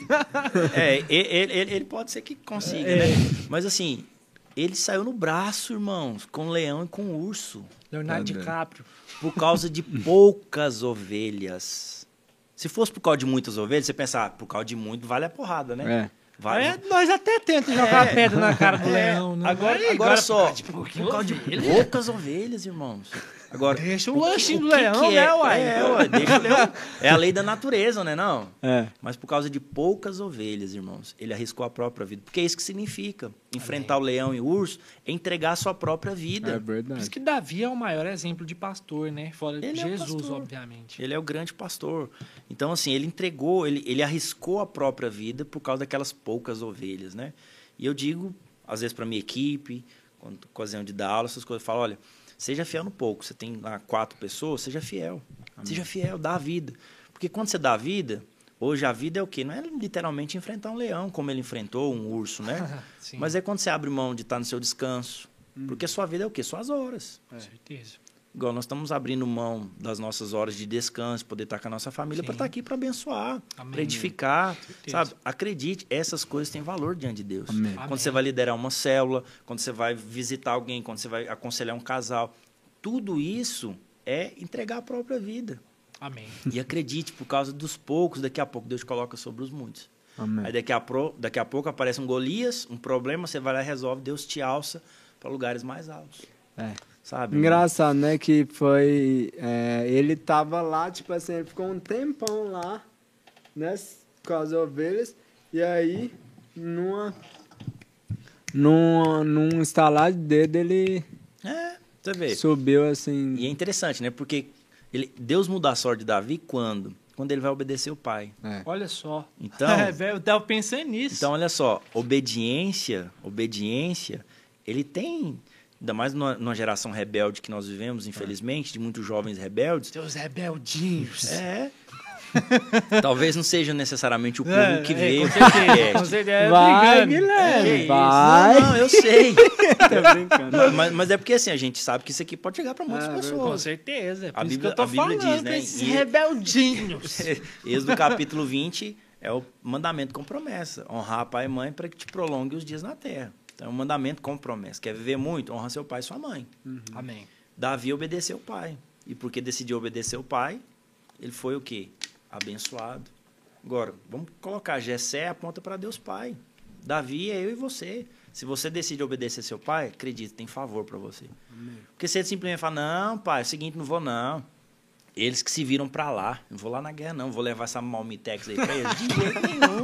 Ele pode ser que consiga, né? Mas assim, ele saiu no braço, irmãos, com um leão e com um urso. Leonardo DiCaprio. Por causa de poucas ovelhas. Se fosse por causa de muitas ovelhas, você pensa, por causa de muito, vale a porrada, né? Vale. Nós até tentamos jogar pedra na cara do leão. Né? Agora só, por causa de poucas ovelhas, irmãos. Agora, deixa o lanchinho do leão, né, uai? Deixa o leão. É a lei da natureza, né, não? É. Mas por causa de poucas ovelhas, irmãos, ele arriscou a própria vida. Porque é isso que significa. Enfrentar o leão e o urso é entregar a sua própria vida. É Por verdade. isso que Davi é o maior exemplo de pastor, né? Fora de Ele é o Jesus, pastor. obviamente. Ele é o grande pastor. Então, assim, ele entregou, ele arriscou a própria vida por causa daquelas poucas ovelhas, né? E eu digo, às vezes, para minha equipe, quando ocasião de dar aula, essas coisas, eu falo, olha, seja fiel no pouco. Você tem lá 4 pessoas, seja fiel. Amém. Seja fiel, dá a vida. Porque quando você dá a vida, hoje a vida é o quê? Não é literalmente enfrentar um leão, como ele enfrentou um urso, né? Sim. Mas é quando você abre mão de estar no seu descanso. Porque a sua vida é o quê? Suas horas. Com certeza. Igual nós estamos abrindo mão das nossas horas de descanso, poder estar com a nossa família, para estar aqui para abençoar, para edificar, sabe? Acredite, essas coisas têm valor diante de Deus. Amém. Quando você vai liderar uma célula, quando você vai visitar alguém, quando você vai aconselhar um casal, tudo isso é entregar a própria vida. Amém. E acredite, por causa dos poucos, daqui a pouco Deus coloca sobre os muitos. Amém. Aí daqui a pouco aparece um Golias, um problema, você vai lá e resolve, Deus te alça para lugares mais altos. Sabe? Engraçado, né? Que foi... ele tava lá, tipo assim, ele ficou um tempão lá, né? Com as ovelhas. E aí, num estalar de dedo, ele Você vê. subiu assim... E é interessante, né? Porque Deus muda a sorte de Davi quando? Quando ele vai obedecer o pai. Olha só. Então, eu tava pensando nisso. Então, olha só, obediência, ele tem, ainda mais numa geração rebelde que nós vivemos, infelizmente, de muitos jovens rebeldes. Seus rebeldinhos. Talvez não seja necessariamente o público que veio. Com certeza. Vai, Guilherme, vai. Não, eu sei. Tô brincando. Mas é porque assim, a gente sabe que isso aqui pode chegar para muitas Com pessoas. certeza. É por A isso Bíblia- que eu tô a Bíblia falando, diz, né? esses E- rebeldinhos. Êxodo capítulo 20 é o mandamento com promessa. Honrar pai e mãe para que te prolongue os dias na terra. Então, é um mandamento com promessa. Quer viver muito? Honra seu pai e sua mãe. Amém. Davi obedeceu o pai. E porque decidiu obedecer o pai, ele foi o quê? Abençoado. Agora, vamos colocar, Jessé aponta para Deus Pai. Davi é eu e você. Se você decide obedecer seu pai, acredite, tem favor para você. Amém. Porque se ele simplesmente fala, não, pai, é o seguinte, não vou não. Eles que se viram para lá. Não vou lá na guerra, não. Vou levar essa malmitex aí para eles. De jeito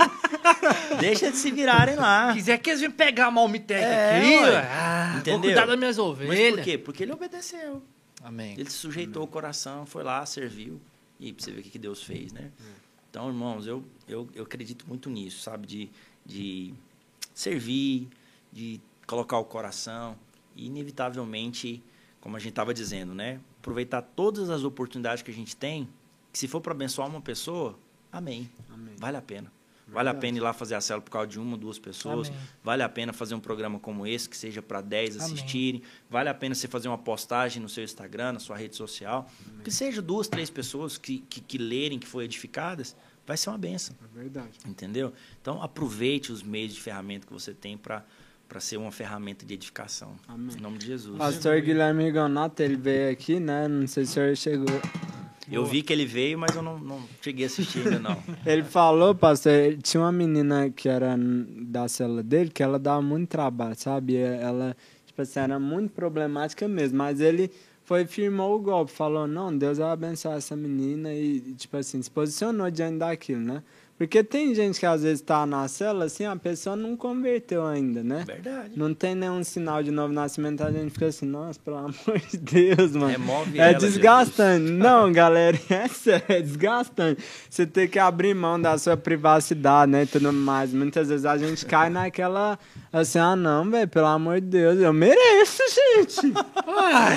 nenhum. Deixa eles se virarem lá. Quiser que eles venham pegar a malmiteca aqui, ué. Entendeu? vou cuidar das minhas ovelhas. Mas por quê? Porque ele obedeceu. Amém. Ele se sujeitou o coração, foi lá, serviu. E pra você ver o que Deus fez, né? Então, irmãos, eu acredito muito nisso, sabe? De servir, de colocar o coração e, inevitavelmente, como a gente estava dizendo, né? Aproveitar todas as oportunidades que a gente tem, que se for para abençoar uma pessoa, amém. Vale a pena. Vale a pena ir lá fazer a célula por causa de 1, 2 pessoas. Amém. Vale a pena fazer um programa como esse, que seja para 10 Amém. assistirem. Vale a pena você fazer uma postagem no seu Instagram, na sua rede social. Que seja 2, 3 pessoas que lerem, que foram edificadas, vai ser uma bênção. É verdade. Entendeu? Então, aproveite os meios de ferramenta que você tem para ser uma ferramenta de edificação. Amém. Em nome de Jesus. Pastor Guilherme Gonato, ele veio aqui, né? Não sei se o senhor chegou. Eu vi que ele veio, mas eu não cheguei a assistir ainda, não. Ele falou, pastor, tinha uma menina que era da célula dele, que ela dava muito trabalho, sabe? Ela, tipo assim, era muito problemática mesmo, mas ele firmou o golpe, falou, não, Deus vai abençoar essa menina e, tipo assim, se posicionou diante daquilo, né? Porque tem gente que às vezes tá na cela, assim, a pessoa não converteu ainda, né? Verdade. Não tem nenhum sinal de novo nascimento, a gente fica assim, nossa, pelo amor de Deus, mano. Remove É ela, desgastante. Jesus. Não, galera, é sério, é desgastante. Você tem que abrir mão da sua privacidade, né, e tudo mais. Muitas vezes a gente cai naquela, assim, ah, não, velho, pelo amor de Deus, eu mereço, gente. Ai.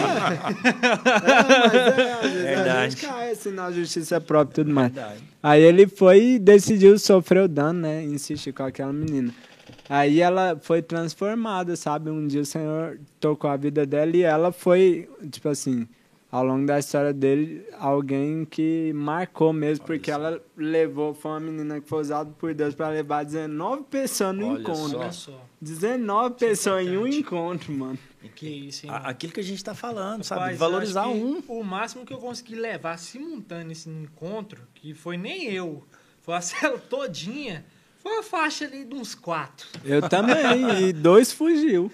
Às vezes a Verdade. gente cai, assim, na justiça própria e tudo mais. Verdade. Aí ele foi e decidiu sofrer o dano, né? Insistir com aquela menina. Aí ela foi transformada, sabe? Um dia o Senhor tocou a vida dela e ela foi, tipo assim, ao longo da história dele, alguém que marcou mesmo, porque ela levou, foi uma menina que foi usada por Deus para levar 19 pessoas no Olha encontro. Olha só. 19 pessoas em um importante. encontro, mano. Que isso, hein? Aquilo que a gente tá falando, sabe? Rapaz, Valorizar eu acho um. que O máximo que eu consegui levar simultâneo esse encontro, que foi nem eu, foi a cela todinha, foi uma faixa ali de uns 4. Eu também, e 2 fugiu.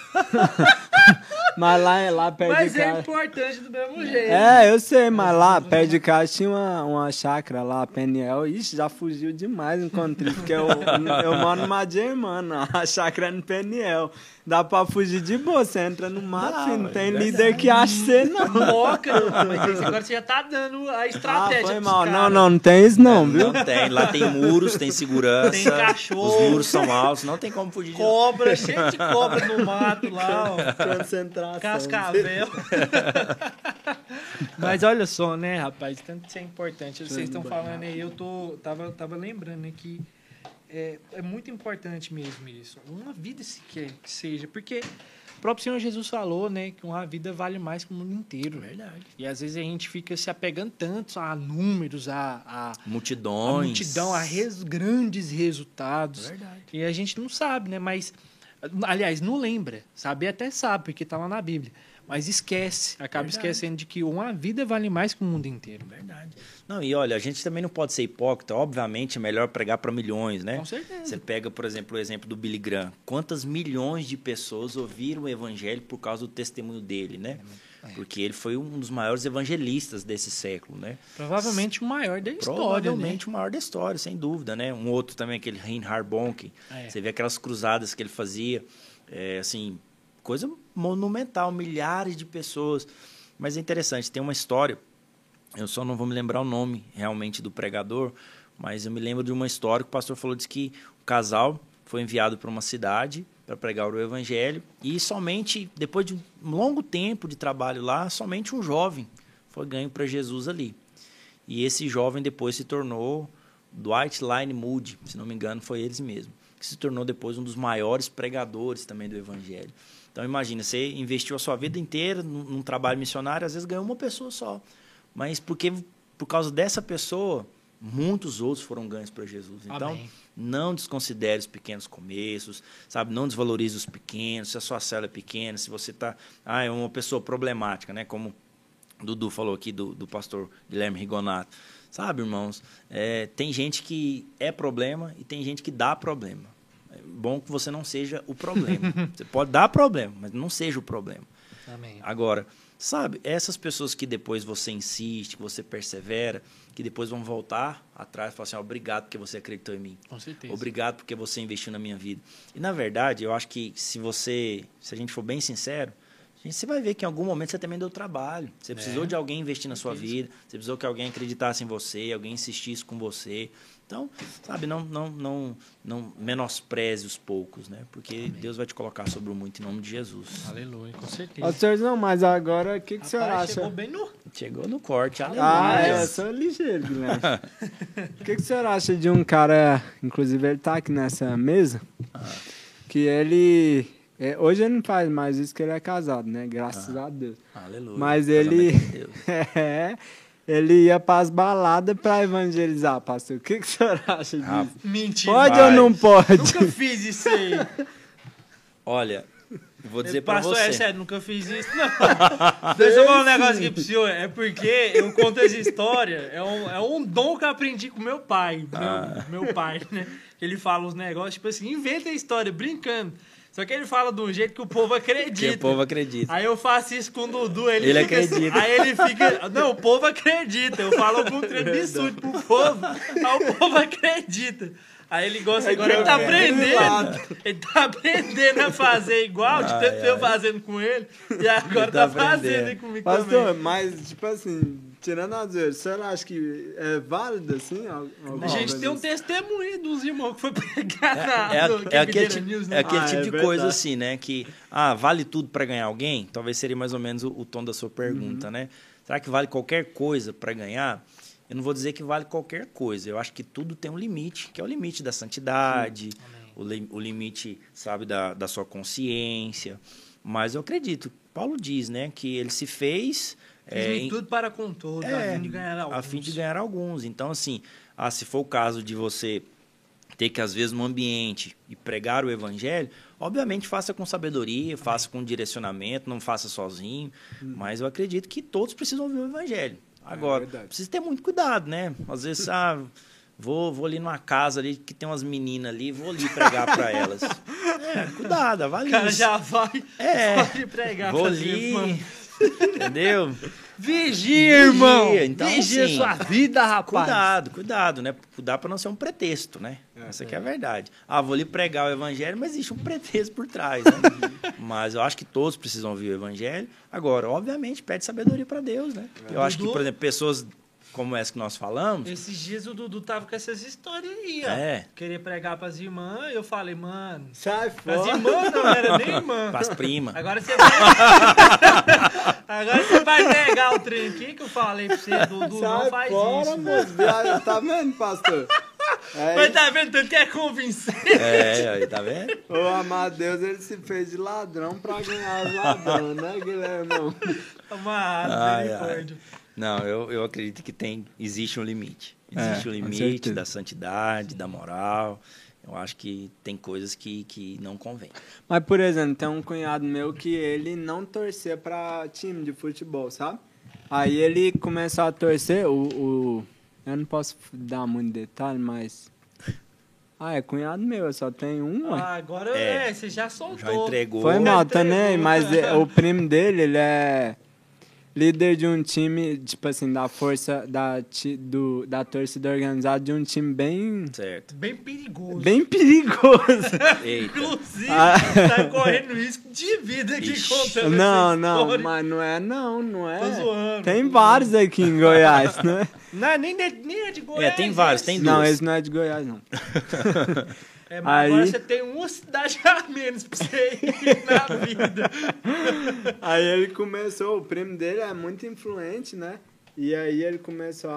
Mas lá perto Mas de é casa... importante do mesmo jeito. É, eu sei, mas lá perto de casa tinha uma chácara lá, Peniel. Ixi, já fugiu demais encontrei, porque eu moro numa Germana, a chácara é no Peniel. Dá pra fugir de boa, você entra no mato, filho, não tem líder que acha você, não. Moca, mas agora você já tá dando a estratégia. Foi pros mal. caras. Não tem isso não, viu? Não tem. Lá tem muros, tem segurança. Tem cachorro. Os muros são altos, não tem como fugir de lá. Cobra, cheio de cobra no mato lá, ó. Concentração. Cascavel. Mas olha só, né, rapaz, tanto que isso é importante. Vocês estão falando aí, eu tava lembrando, né, que é muito importante mesmo isso. Uma vida sequer que seja, porque o próprio Senhor Jesus falou, né, que uma vida vale mais que o mundo inteiro. Verdade. E às vezes a gente fica se apegando tanto a números, a Multidões. multidão, a grandes resultados. Verdade. E a gente não sabe, né? Mas, aliás, não lembra. Saber até sabe, porque está lá na Bíblia. Mas esquece. Acaba Verdade. esquecendo de que uma vida vale mais que o mundo inteiro. Verdade. Não, e olha, a gente também não pode ser hipócrita. Obviamente é melhor pregar para milhões, né? Com certeza. Você pega, por exemplo, o exemplo do Billy Graham. Quantas milhões de pessoas ouviram o evangelho por causa do testemunho dele, né? Porque ele foi um dos maiores evangelistas desse século, né? Provavelmente o maior da história, Provavelmente né? o maior da história, sem dúvida, né? Um outro também, aquele Reinhard Bonke. Você vê aquelas cruzadas que ele fazia, assim, coisa monumental, milhares de pessoas. Mas é interessante, tem uma história, eu só não vou me lembrar o nome realmente do pregador, mas eu me lembro de uma história que o pastor falou, disse que o casal foi enviado para uma cidade para pregar o evangelho e somente, depois de um longo tempo de trabalho lá, somente um jovem foi ganho para Jesus ali. E esse jovem depois se tornou Dwight Lyne Moody, se não me engano, foi eles mesmo, que se tornou depois um dos maiores pregadores também do evangelho. Então, imagina, você investiu a sua vida inteira num trabalho missionário, às vezes ganhou uma pessoa só. Mas por causa dessa pessoa, muitos outros foram ganhos para Jesus. Então, Amém. não desconsidere os pequenos começos, sabe? Não desvalorize os pequenos, se a sua célula é pequena, se você é uma pessoa problemática, né? Como o Dudu falou aqui do pastor Guilherme Rigonato. Sabe, irmãos, tem gente que é problema e tem gente que dá problema. É bom que você não seja o problema. Você pode dar problema, mas não seja o problema. Amém. Agora, sabe, essas pessoas que depois você insiste, que você persevera, que depois vão voltar atrás e falar assim, obrigado porque você acreditou em mim. Com certeza. Obrigado porque você investiu na minha vida. E, na verdade, eu acho que se a gente for bem sincero, você vai ver que em algum momento você também deu trabalho. Você precisou de alguém investir na sua vida, você precisou que alguém acreditasse em você, alguém insistisse com você. Então, sabe, não menospreze os poucos, né? Porque Amém. Deus vai te colocar sobre o muito em nome de Jesus. Aleluia, com certeza. Ó, senhorzão, mas agora, o que o senhor Rapaz, acha? chegou bem no... Chegou no corte, Ah, sou ligeiro, Guilherme. O que o senhor acha de um cara, inclusive ele tá aqui nessa mesa, que ele... hoje ele não faz mais isso, que ele é casado, né? Graças a Deus. Aleluia. Mas ele... Casamento de Deus. Ele ia pras baladas pra evangelizar, pastor. O que o senhor acha disso? Mentira. Pode ou não pode? Nunca fiz isso aí. Olha, eu vou dizer pra Pastor, você. é sério, nunca fiz isso, não. Deixa eu falar um negócio aqui pro senhor. É porque eu conto essa história, é um dom que eu aprendi com meu pai. Meu pai, né? Ele fala uns negócios, tipo assim, inventa a história, brincando. Só que ele fala de um jeito que o povo acredita. Que o povo acredita. Aí eu faço isso com o Dudu, ele fica acredita. Aí ele fica... Não, o povo acredita. Eu falo algum treino absurdo pro povo, aí o povo acredita. Aí ele gosta agora, ele tá aprendendo. Ele tá aprendendo a fazer igual, de tanto eu fazendo com ele. E agora tá fazendo aí comigo Pastor, também. mas, tipo assim, tirando a zoeira, você acha que é válido, assim? A gente tem um assim? testemunho dos irmãos que foi pregar aquele tipo de verdade. coisa assim, né? Que, vale tudo para ganhar alguém? Talvez seria mais ou menos o tom da sua pergunta, né? Será que vale qualquer coisa para ganhar? Eu não vou dizer que vale qualquer coisa. Eu acho que tudo tem um limite, que é o limite da santidade, o limite, sabe, da sua consciência. Mas eu acredito, Paulo diz, né, que ele se fez... Fiz tudo para com todos, a fim de ganhar alguns. A fim de ganhar alguns. Então, assim, se for o caso de você ter que, às vezes, no ambiente e pregar o evangelho, obviamente faça com sabedoria, faça com direcionamento, não faça sozinho. Mas eu acredito que todos precisam ouvir o evangelho. Agora, precisa ter muito cuidado, né? Às vezes, vou ali numa casa ali que tem umas meninas ali, vou ali pregar para elas. Cuidado, avalie. O cara já vai pregar vou pra ali, entendeu? Vigia, irmão! Então, Vigia assim, sua vida, rapaz! Cuidado, né? Cuidado para não ser um pretexto, né? Essa que é a verdade. Vou ali pregar o evangelho, mas existe um pretexto por trás, né? Mas eu acho que todos precisam ouvir o evangelho. Agora, obviamente, pede sabedoria para Deus, né? Eu acho que, por exemplo, pessoas como essa que nós falamos... Esses dias o Dudu tava com essas histórias aí, ó. Queria pregar pras irmãs, eu falei, mano... Sai fora! As irmãs não era nem irmã. Pras primas. Agora você vai... Agora você vai pegar o trem aqui que eu falei pra você, Dudu, não faz fora, isso. Moço, tá vendo, pastor? Mas tá vendo, tanto que é convincente. Aí, tá vendo? O amado Deus, ele se fez de ladrão pra ganhar os ladrões, né, Guilherme? Amado, misericórdia. Não, eu acredito que existe um limite. Existe um limite da santidade, da moral. Eu acho que tem coisas que não convém. Mas, por exemplo, tem um cunhado meu que ele não torcia pra time de futebol, sabe? Aí ele começou a torcer, eu não posso dar muito detalhe, mas... é cunhado meu, eu só tenho um, ué. Agora você já soltou. Já entregou. Foi mal, tá nem, mas o primo dele, ele é líder de um time, tipo assim, da força da torcida organizada de um time bem... Certo. Bem perigoso. Bem perigoso. Eita. Inclusive, tá correndo risco de vida aqui contando Não, essa história. mas não é. Tô zoando. Tem vários aqui em Goiás, né? Não, nem é de Goiás. Tem vários, tem duas. Não, esse não é de Goiás, não. Mas aí... agora você tem uma cidade a menos pra você ir na vida. Aí ele começou, o primo dele é muito influente, né? E aí ele começou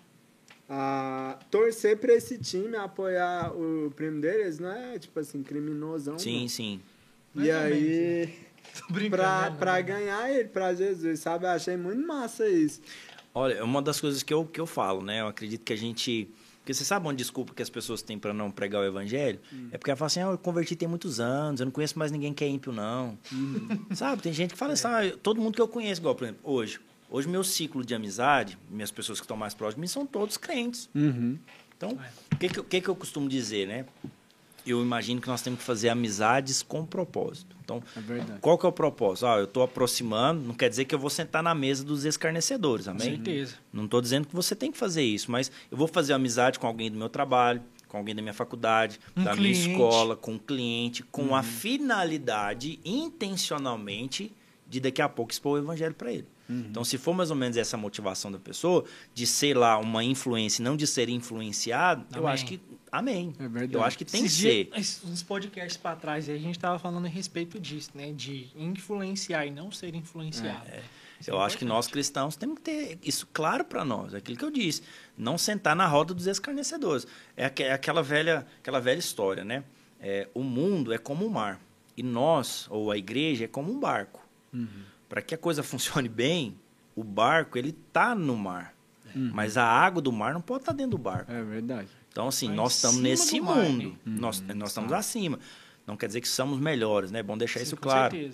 a torcer pra esse time, a apoiar o primo deles, não é tipo assim, criminosão. Sim, não. sim. E aí, pra né? ganhar ele, pra Jesus, sabe? Eu achei muito massa isso. Olha, é uma das coisas que eu falo, né? Eu acredito que a gente... Porque você sabe uma desculpa que as pessoas têm para não pregar o evangelho? É porque ela fala assim, eu converti tem muitos anos, eu não conheço mais ninguém que é ímpio, não. Sabe? Tem gente que fala assim, todo mundo que eu conheço, igual, por exemplo, hoje meu ciclo de amizade, minhas pessoas que estão mais próximas de mim, são todos crentes. Então, o que eu costumo dizer, né? Eu imagino que nós temos que fazer amizades com propósito. Então, qual que é o propósito? Eu estou aproximando, não quer dizer que eu vou sentar na mesa dos escarnecedores, amém? Com certeza. Não estou dizendo que você tem que fazer isso, mas eu vou fazer amizade com alguém do meu trabalho, com alguém da minha faculdade, da minha escola, com um cliente, com a finalidade, intencionalmente, de daqui a pouco expor o evangelho para ele. Então, se for mais ou menos essa motivação da pessoa, de ser lá uma influência, não de ser influenciado, eu acho que... Amém. É verdade. Eu acho que tem que ser. Uns podcasts para trás, a gente estava falando a respeito disso, né? De influenciar e não ser influenciado. Eu acho que nós cristãos temos que ter isso claro para nós. É aquilo que eu disse. Não sentar na roda dos escarnecedores. É aquela velha história, né? O mundo é como um mar. E nós, ou a igreja, é como um barco. Para que a coisa funcione bem, o barco ele está no mar. Mas a água do mar não pode estar dentro do barco. É verdade. Então, assim, nós estamos nesse mundo. Nós estamos acima. Não quer dizer que somos melhores, né? É bom deixar isso claro. Certeza.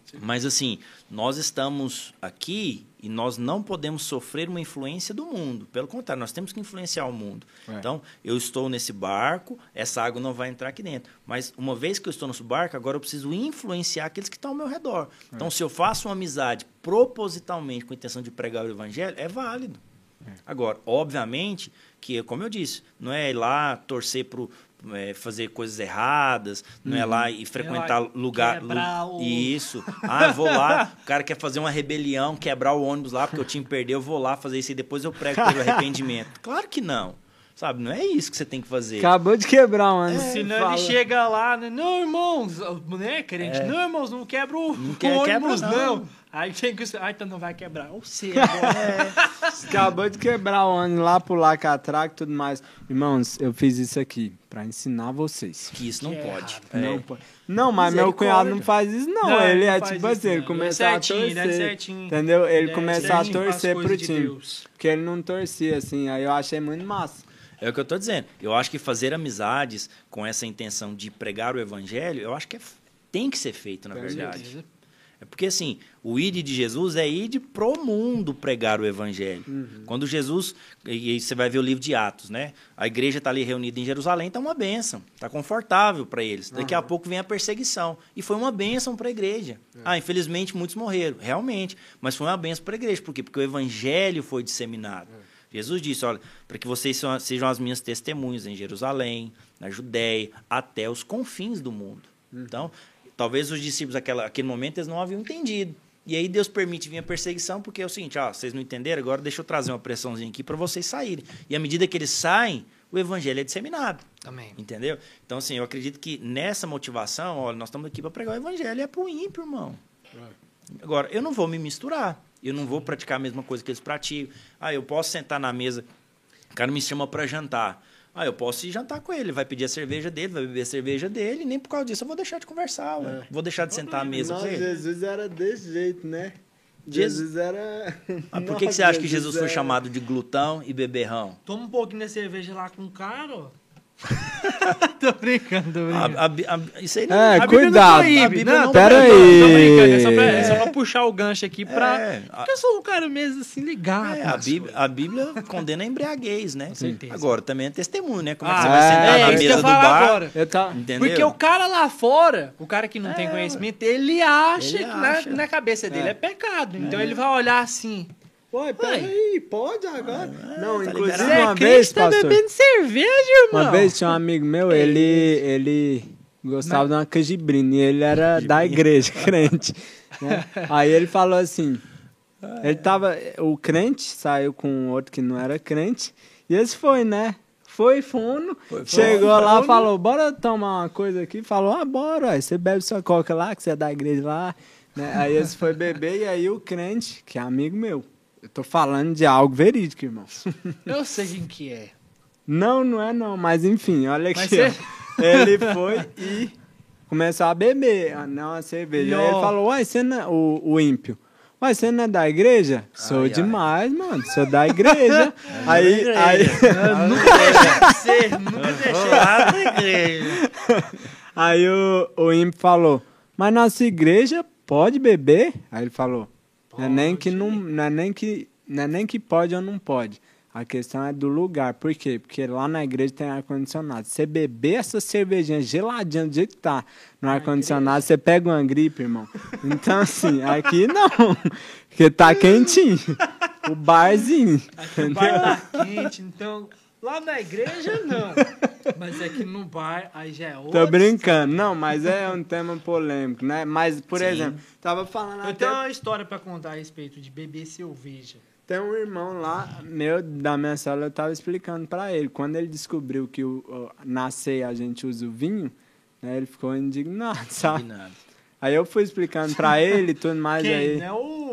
Mas assim, nós estamos aqui e nós não podemos sofrer uma influência do mundo. Pelo contrário, nós temos que influenciar o mundo. Então, eu estou nesse barco, essa água não vai entrar aqui dentro. Mas uma vez que eu estou nesse barco, agora eu preciso influenciar aqueles que estão ao meu redor. Então, se eu faço uma amizade propositalmente com a intenção de pregar o evangelho, é válido. Agora, obviamente, que, como eu disse, não é ir lá torcer para fazer coisas erradas, não é lá e frequentar lugar... Isso. Ah, eu vou lá, o cara quer fazer uma rebelião, quebrar o ônibus lá, porque o time perdeu, eu vou lá fazer isso e depois eu prego pelo arrependimento. Claro que não. Sabe, não é isso que você tem que fazer. Acabou de quebrar, mano. Senão ele chega lá, né? Não, irmãos, né, crente? Não, irmãos, não quebra o ônibus, não. Aí tem que... Ah, então não vai quebrar. Ou seja, acabou de quebrar o ônibus lá, pular catraca e tudo mais. Irmãos, eu fiz isso aqui pra ensinar vocês. Que isso não pode. Não pode. Não, mas meu cunhado não faz isso, não. Ele é tipo assim, ele começar a torcer. Entendeu? Ele começar a torcer pro time. Porque ele não torcia, assim. Aí eu achei muito massa. É o que eu estou dizendo. Eu acho que fazer amizades com essa intenção de pregar o evangelho, eu acho que tem que ser feito, na verdade. É porque, assim, o ide de Jesus é ide pro mundo pregar o evangelho. Quando Jesus... E aí você vai ver o livro de Atos, né? A igreja está ali reunida em Jerusalém, está uma bênção. Está confortável para eles. Daqui a pouco vem a perseguição. E foi uma bênção para a igreja. Infelizmente, muitos morreram. Realmente. Mas foi uma bênção para a igreja. Por quê? Porque o evangelho foi disseminado. Jesus disse, olha, para que vocês sejam as minhas testemunhas em Jerusalém, na Judéia, até os confins do mundo. Então, talvez os discípulos naquele momento eles não haviam entendido. E aí Deus permite vir a perseguição, porque é o seguinte, vocês não entenderam, agora deixa eu trazer uma pressãozinha aqui para vocês saírem. E à medida que eles saem, o evangelho é disseminado. Amém. Entendeu? Então, assim, eu acredito que nessa motivação, olha, nós estamos aqui para pregar o evangelho, é para o ímpio, irmão. Agora, eu não vou me misturar. Eu não vou praticar a mesma coisa que eles praticam. Eu posso sentar na mesa, o cara me chama para jantar. Eu posso ir jantar com ele, vai pedir a cerveja dele, vai beber a cerveja dele, e nem por causa disso eu vou deixar de conversar, vou deixar de sentar à mesa com ele. Jesus era desse jeito, né? Jesus era... Por que você acha que Jesus foi chamado de glutão e beberrão? Toma um pouquinho da cerveja lá com o cara, ó. Tô brincando. Isso aí não cuidado. Pera aí. Tô brincando, é só pra puxar o gancho aqui pra... Porque eu sou um cara mesmo assim ligado. A Bíblia condena a embriaguez, né? Com certeza. Agora, também é testemunho, né? Como é que você vai sentar na mesa do bar? Entendeu? Porque o cara lá fora, o cara que não tem conhecimento, ele acha que na cabeça dele é pecado. Então ele vai olhar assim... Peraí, pode agora? Não, tá inclusive liberado. uma vez, tá pastor... bebendo cerveja, irmão. Uma vez tinha um amigo meu, ele gostava de uma cajibrina e ele era da igreja, crente. Né? Aí ele falou assim, o crente saiu com outro que não era crente e esse foi, né? Foi fundo, chegou lá, falou, bora tomar uma coisa aqui. Falou, bora, você bebe sua coca lá, que você é da igreja lá. Né? Aí esse foi beber e aí o crente, que é amigo meu, eu tô falando de algo verídico, irmão. Eu sei quem que é. Não é não, mas enfim, olha aqui. Ele foi e começou a beber, uma cerveja. Aí ele falou, você não é o ímpio. Você não é da igreja? Sou demais, mano. Sou da igreja. aí nunca deixei lá da igreja. Aí o ímpio falou, mas nossa igreja pode beber? Aí ele falou, não é nem que pode ou não pode. A questão é do lugar. Por quê? Porque lá na igreja tem ar-condicionado. Você beber essa cervejinha geladinha do jeito que tá no ar-condicionado, você pega uma gripe, irmão. Então, assim, aqui não. Porque tá quentinho. O barzinho. Aqui o bar tá quente, então... Lá na igreja, não. Mas aqui no bar, aí já é outro. Tô brincando. Não, mas é um tema polêmico, né? Mas, por exemplo, tava falando Eu tenho uma história pra contar a respeito de beber cerveja. Tem um irmão lá, da minha sala, eu tava explicando pra ele. Quando ele descobriu que na ceia a gente usa o vinho, né, ele ficou indignado, sabe? Aí eu fui explicando pra ele e tudo mais. Quem? Aí...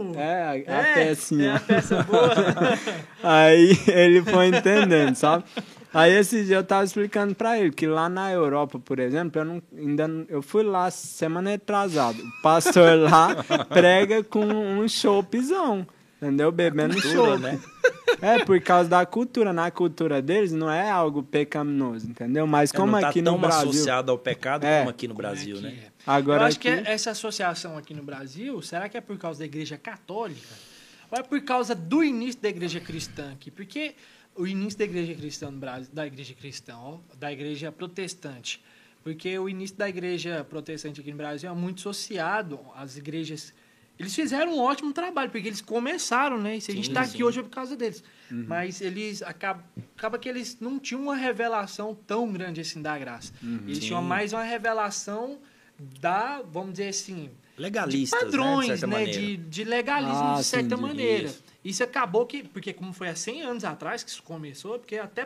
A pecinha. É a peça boa. Aí ele foi entendendo, sabe? Aí esse dia eu tava explicando pra ele que lá na Europa, por exemplo, eu fui lá semana retrasada. O pastor lá prega com um choppzão, entendeu? Bebendo chopp. Né? É, por causa da cultura. Na cultura deles não é algo pecaminoso, entendeu? Mas como não tá aqui tão no Brasil... associado ao pecado como aqui no Brasil, Como é né? que é? Agora Eu acho aqui... que essa associação aqui no Brasil, será que é por causa da Igreja Católica? Ou é por causa do início da Igreja Cristã aqui? Porque o início da Igreja Cristã no Brasil, da Igreja Protestante, porque o início da Igreja Protestante aqui no Brasil é muito associado às igrejas. Eles fizeram um ótimo trabalho, porque eles começaram, né? E se a gente está aqui hoje é por causa deles. Mas eles acaba que eles não tinham uma revelação tão grande assim da graça. Eles tinham mais uma revelação da, vamos dizer assim, Legalistas, de padrões, né? De certa maneira. De legalismo, de certa sim, maneira. isso. Isso acabou que, porque como foi há 100 anos atrás que isso começou, porque até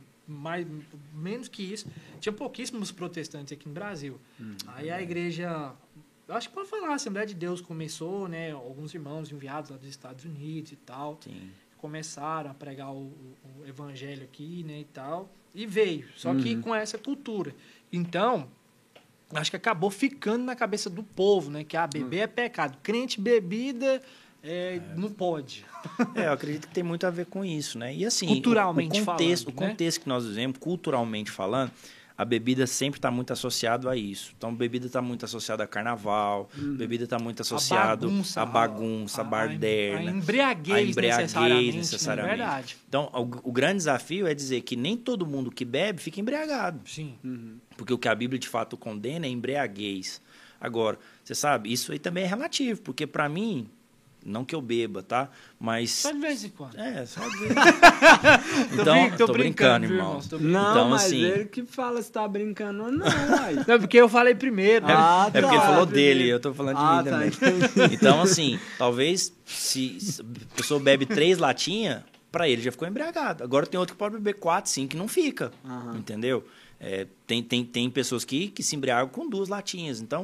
menos que isso, tinha pouquíssimos protestantes aqui no Brasil. Aí a igreja, eu acho que pode falar, a Assembleia de Deus começou, né, alguns irmãos enviados lá dos Estados Unidos e tal, Sim. começaram a pregar o evangelho aqui, né, e tal, e veio, só que com essa cultura. Então, acho que acabou ficando na cabeça do povo, né, que beber é pecado. Crente, bebida, não pode. Eu acredito que tem muito a ver com isso, né? E assim, Culturalmente o contexto falando, né? que nós vivemos, culturalmente falando, a bebida sempre está muito associado a isso. Então, bebida está muito associada a carnaval, bebida está muito associado à bagunça, a baderna, a embriaguez necessariamente. necessariamente. É verdade. Então, o grande desafio é dizer que nem todo mundo que bebe fica embriagado. Sim. Porque o que a Bíblia de fato condena é embriaguez. Agora, você sabe, isso aí também é relativo, porque para mim, não que eu beba, tá? Mas... Só de vez em quando. Só de vez em quando. Então, tô brincando, viu, irmão. Não, então, mas assim, ele que fala se tá brincando ou não, uai. Não, porque eu falei primeiro. Né? é porque ele falou primeiro. dele, eu tô falando de mim também. entendi. Então, assim, talvez se a pessoa bebe 3 latinhas, pra ele já ficou embriagado. Agora tem outro que pode beber 4, 5 e não fica. Entendeu? Tem pessoas que se embriagam com 2 latinhas. Então,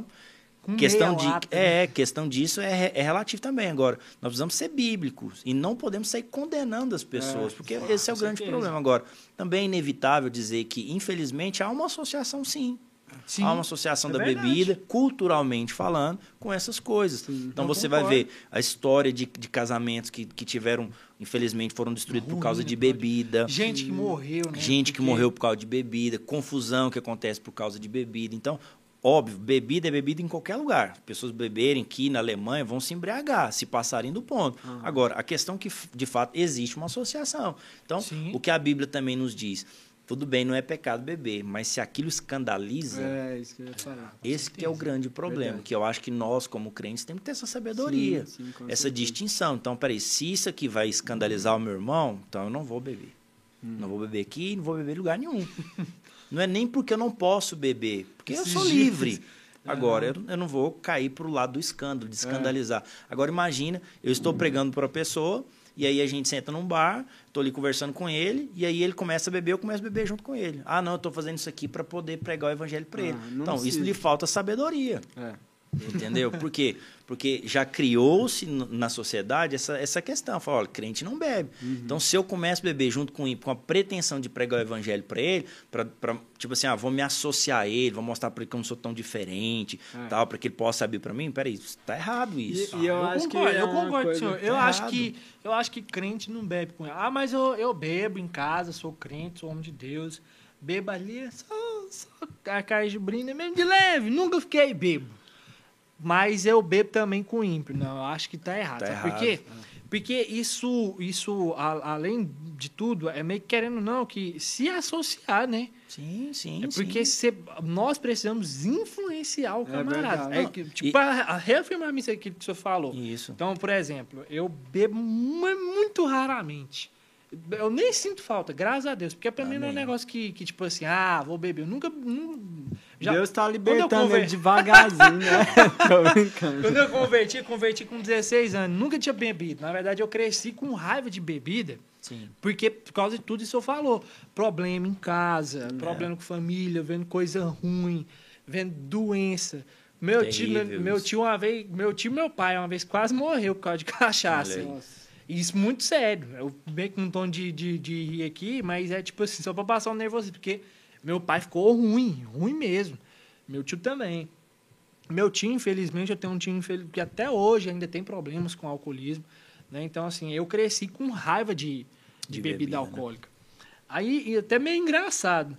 questão disso é relativo também. Agora, nós precisamos ser bíblicos e não podemos sair condenando as pessoas, porque esse é o grande problema. Agora, também é inevitável dizer que, infelizmente, há uma associação, sim. Há uma associação da bebida, culturalmente falando, com essas coisas. Então, você vai ver a história de casamentos que tiveram, infelizmente, foram destruídos por causa de bebida. Gente que morreu, né? Gente que morreu por causa de bebida, confusão que acontece por causa de bebida. Então, óbvio, bebida é bebida em qualquer lugar. Pessoas beberem aqui na Alemanha vão se embriagar, se passarem do ponto. Agora, a questão é que, de fato, existe uma associação. Então, o que a Bíblia também nos diz, tudo bem, não é pecado beber, mas se aquilo escandaliza, Isso que eu ia falar. esse que é o grande problema, que eu acho que nós, como crentes, temos que ter essa sabedoria, essa distinção. Então, peraí, se isso aqui vai escandalizar o meu irmão, então eu não vou beber. Não vou beber aqui, não vou beber em lugar nenhum. Não é nem porque eu não posso beber, porque eu sou livre. Agora, eu não vou cair para o lado do escândalo, de escandalizar. Agora, imagina, eu estou pregando para a pessoa, e aí a gente senta num bar, estou ali conversando com ele, e aí ele começa a beber, eu começo a beber junto com ele. Ah, não, eu estou fazendo isso aqui para poder pregar o evangelho para ele. Então, isso lhe falta sabedoria. Entendeu? Por quê? Porque já criou-se na sociedade essa questão. Fala, olha, crente não bebe. Então, se eu começo a beber junto com ele, com a pretensão de pregar o evangelho para ele, tipo assim, vou me associar a ele, vou mostrar para ele que eu não sou tão diferente, tal, para que ele possa abrir para mim, peraí, está errado isso. E eu acho concordo, que eu concordo com o senhor. Eu acho que crente não bebe com ele. Ah, mas eu bebo em casa, sou crente, sou homem de Deus. Bebo ali, só a cara de brinde mesmo de leve, nunca fiquei bebo. Mas eu bebo também com ímpio. Não, eu acho que está errado. Sabe por quê? Porque isso, além de tudo, é meio que querendo não que se associar, né? Sim. Porque nós precisamos influenciar o camarada. Verdade. A reafirmar isso aqui que o senhor falou. Isso. Então, por exemplo, eu bebo muito raramente. Eu nem sinto falta, graças a Deus. Porque pra mim não é um negócio que tipo assim, vou beber. Eu nunca Deus tá libertando ele devagarzinho, né? Tô brincando. Quando eu converti com 16 anos. Nunca tinha bebido. Na verdade, eu cresci com raiva de bebida. Sim. Por causa de tudo isso eu falou. Problema em casa, problema com família, vendo coisa ruim, vendo doença. Meu tio e meu pai uma vez quase morreu por causa de cachaça. Isso muito sério. Eu bem com um tom de rir aqui, mas é tipo assim, só pra passar um nervosismo, porque meu pai ficou ruim mesmo. Meu tio também. Meu tio, infelizmente, eu tenho um tio que até hoje ainda tem problemas com alcoolismo, né? Então, assim, eu cresci com raiva de de bebida né? alcoólica. Aí, e até meio engraçado.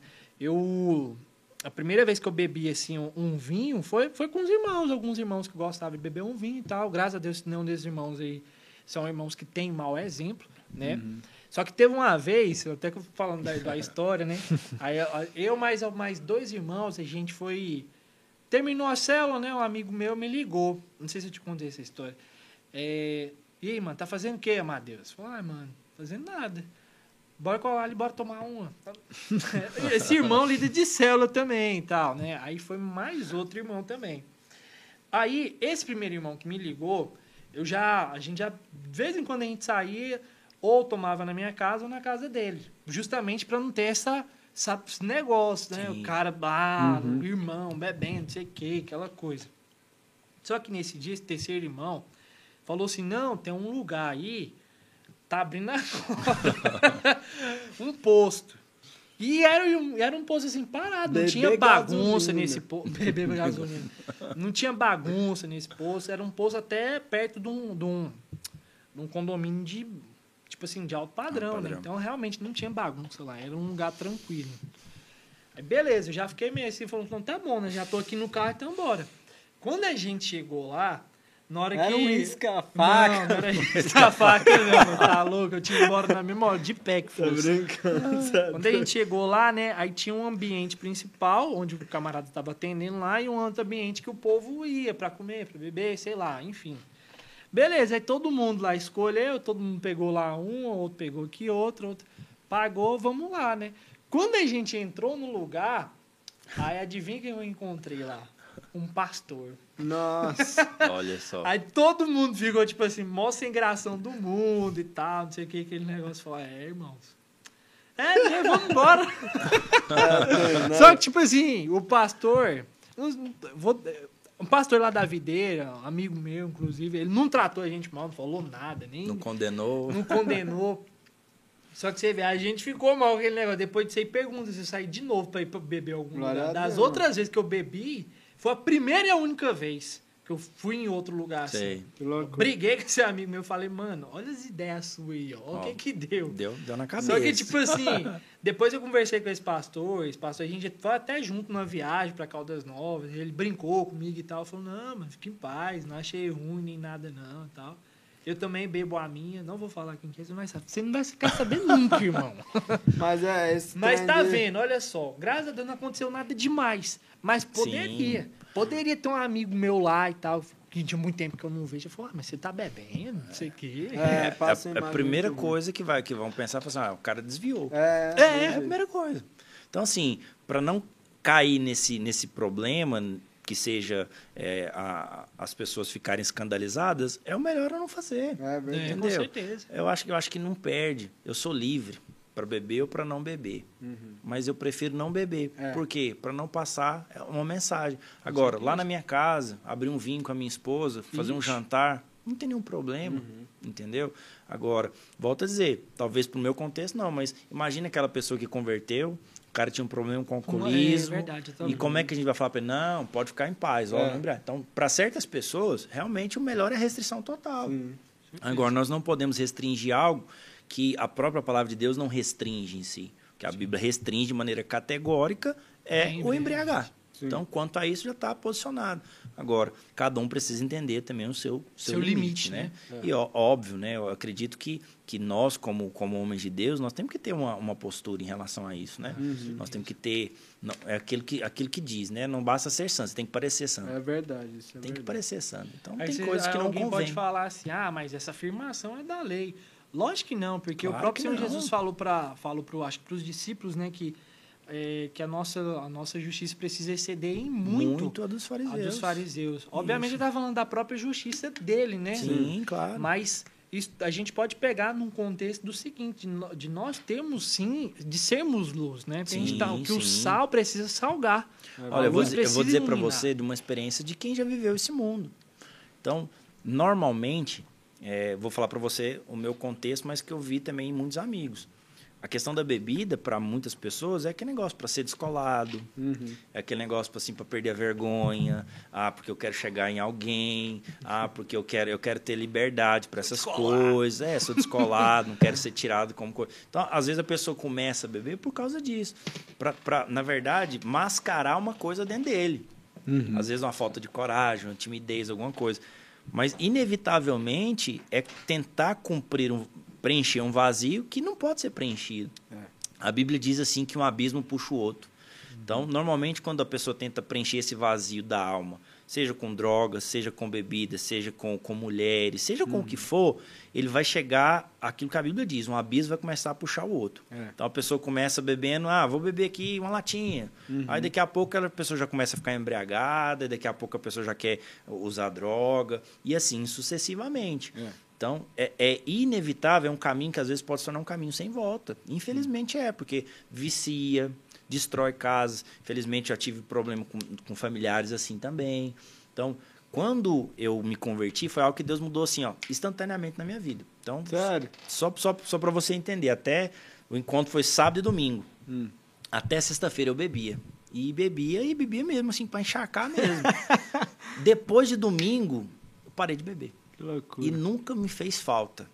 A primeira vez que eu bebi, assim, um vinho foi com os irmãos. Alguns irmãos que gostavam de beber um vinho e tal. Graças a Deus, nenhum desses irmãos aí são irmãos que têm mau exemplo, né? Só que teve uma vez, até que eu falando da história, né? Aí eu mais 2 irmãos, a gente foi... Terminou a célula, né? Um amigo meu me ligou. Não sei se eu te contei essa história. E aí, mano, tá fazendo o quê, Amadeus? Falei, mano, fazendo nada. Bora colar ali, bora tomar uma. Esse irmão líder de célula também e tal, né? Aí foi mais outro irmão também. Aí, esse primeiro irmão que me ligou, a gente já, de vez em quando a gente saía, ou tomava na minha casa ou na casa dele. Justamente para não ter esse negócio, né? Sim. O cara, irmão, bebendo, não sei o que, aquela coisa. Só que nesse dia, esse terceiro irmão falou assim, não, tem um lugar aí, tá abrindo agora um posto. E era um posto assim, parado, não tinha bagunça nesse posto. Beber gasolina. Não tinha bagunça nesse posto, era um posto até perto de um condomínio de, tipo assim, de alto padrão, né? Então, realmente, não tinha bagunça lá, era um lugar tranquilo. Aí, beleza, eu já fiquei meio assim, falando, então tá bom, né? Já tô aqui no carro, então bora. Quando a gente chegou lá, na hora era que... um risca-faca. Não era risca-faca, não, tá louco? Eu tinha ido embora na mesma hora, de pé que Tô fosse. brincando. Quando a gente chegou lá, né, aí tinha um ambiente principal, onde o camarada estava atendendo lá, e um outro ambiente que o povo ia para comer, para beber, sei lá, enfim. Beleza, aí todo mundo lá escolheu, todo mundo pegou lá um, outro pegou aqui, outro pagou, vamos lá, né? Quando a gente entrou no lugar, aí adivinha quem eu encontrei lá? Um pastor. Nossa. Olha só. Aí todo mundo ficou, tipo assim, mó sem gração do mundo e tal, não sei o que, aquele negócio. Falou, irmãos. Vamos embora. Só que, tipo assim, o pastor... Um pastor lá da videira, um amigo meu, inclusive, ele não tratou a gente mal, não falou nada, nem... Não condenou. Não condenou. Só que você vê, a gente ficou mal com aquele negócio. Depois disso aí, pergunta se eu sair de novo pra ir pra beber algum lugar. Das outras vezes que eu bebi, foi a primeira e a única vez que eu fui em outro lugar, assim. Briguei com esse amigo meu, falei, mano, olha as ideias suas aí, ó. O que deu? Deu na cabeça. Só que, tipo assim, depois eu conversei com esse pastor, a gente foi até junto numa viagem pra Caldas Novas, ele brincou comigo e tal, falou, não, mano, fica em paz, não achei ruim nem nada não e tal. Eu também bebo a minha, não vou falar quem que é, você não vai ficar sabendo nunca, irmão. Mas esse Mas tá vendo, olha só, graças a Deus não aconteceu nada demais, mas poderia. Sim. Poderia ter um amigo meu lá e tal, que de muito tempo que eu não vejo, eu falo, mas você tá bebendo, não sei o quê. A primeira coisa que vão pensar, assim, o cara desviou. É a primeira coisa. Então, assim, para não cair nesse problema, que seja as pessoas ficarem escandalizadas, é o melhor eu não fazer. Entendeu? Com certeza. Eu acho que não perde. Eu sou livre para beber ou para não beber. Mas eu prefiro não beber. Por quê? Para não passar uma mensagem. Agora, lá na minha casa, abrir um vinho com a minha esposa, fazer um jantar, não tem nenhum problema. Entendeu? Agora, volto a dizer, talvez para o meu contexto não, mas imagina aquela pessoa que converteu, o cara tinha um problema com o alcoolismo. Verdade, e como é que a gente vai falar para ele? Não, pode ficar em paz. Então, para certas pessoas, realmente o melhor é a restrição total. Agora, nós não podemos restringir algo que a própria palavra de Deus não restringe em si. O que a Bíblia restringe de maneira categórica é o embriagar. Então, quanto a isso, já está posicionado. Agora, cada um precisa entender também o seu limite, né? E óbvio, né? Eu acredito que nós, como homens de Deus, nós temos que ter uma postura em relação a isso, né? Nós temos que ter... É aquilo que diz, né? Não basta ser santo, você tem que parecer santo. É verdade, isso é Tem que parecer santo. Então, aí tem coisas que não convém. Alguém pode falar assim, mas essa afirmação é da lei. Lógico que não, porque Claro o próprio que Senhor não. Jesus falou acho que para os discípulos, né, que a nossa justiça precisa exceder em muito a dos fariseus. A dos fariseus. Obviamente, ele está falando da própria justiça dele, né? Sim, claro. Mas isso, a gente pode pegar num contexto do seguinte, de nós termos, sim, de sermos luz, né? Que o sal precisa salgar. Olha, eu vou dizer para você de uma experiência de quem já viveu esse mundo. Então, normalmente, vou falar para você o meu contexto, mas que eu vi também em muitos amigos. a questão da bebida, para muitas pessoas, é aquele negócio para ser descolado, é aquele negócio assim, para perder a vergonha, porque eu quero chegar em alguém, porque eu quero ter liberdade para essas coisas, sou descolado, não quero ser tirado como coisa. Então, às vezes a pessoa começa a beber por causa disso, para na verdade, mascarar uma coisa dentro dele. Às vezes uma falta de coragem, uma timidez, alguma coisa. Mas, inevitavelmente, é tentar preencher um vazio que não pode ser preenchido. A Bíblia diz assim que um abismo puxa o outro. Então, normalmente, quando a pessoa tenta preencher esse vazio da alma, seja com drogas, seja com bebida, seja com mulheres, seja com o que for, ele vai chegar àquilo que a Bíblia diz, um abismo vai começar a puxar o outro. Então, a pessoa começa bebendo, vou beber aqui uma latinha. Aí, daqui a pouco, a pessoa já começa a ficar embriagada, daqui a pouco a pessoa já quer usar droga, e assim sucessivamente. Então, é inevitável, é um caminho que às vezes pode se tornar um caminho sem volta. Infelizmente porque vicia, destrói casas. Infelizmente, já tive problema com familiares assim também. Então, quando eu me converti, foi algo que Deus mudou assim, instantaneamente na minha vida. Então, sério? Só para você entender, até o encontro foi sábado e domingo. Até sexta-feira eu bebia. E bebia mesmo, assim, para encharcar mesmo. Depois de domingo, eu parei de beber. Que loucura. E nunca me fez falta.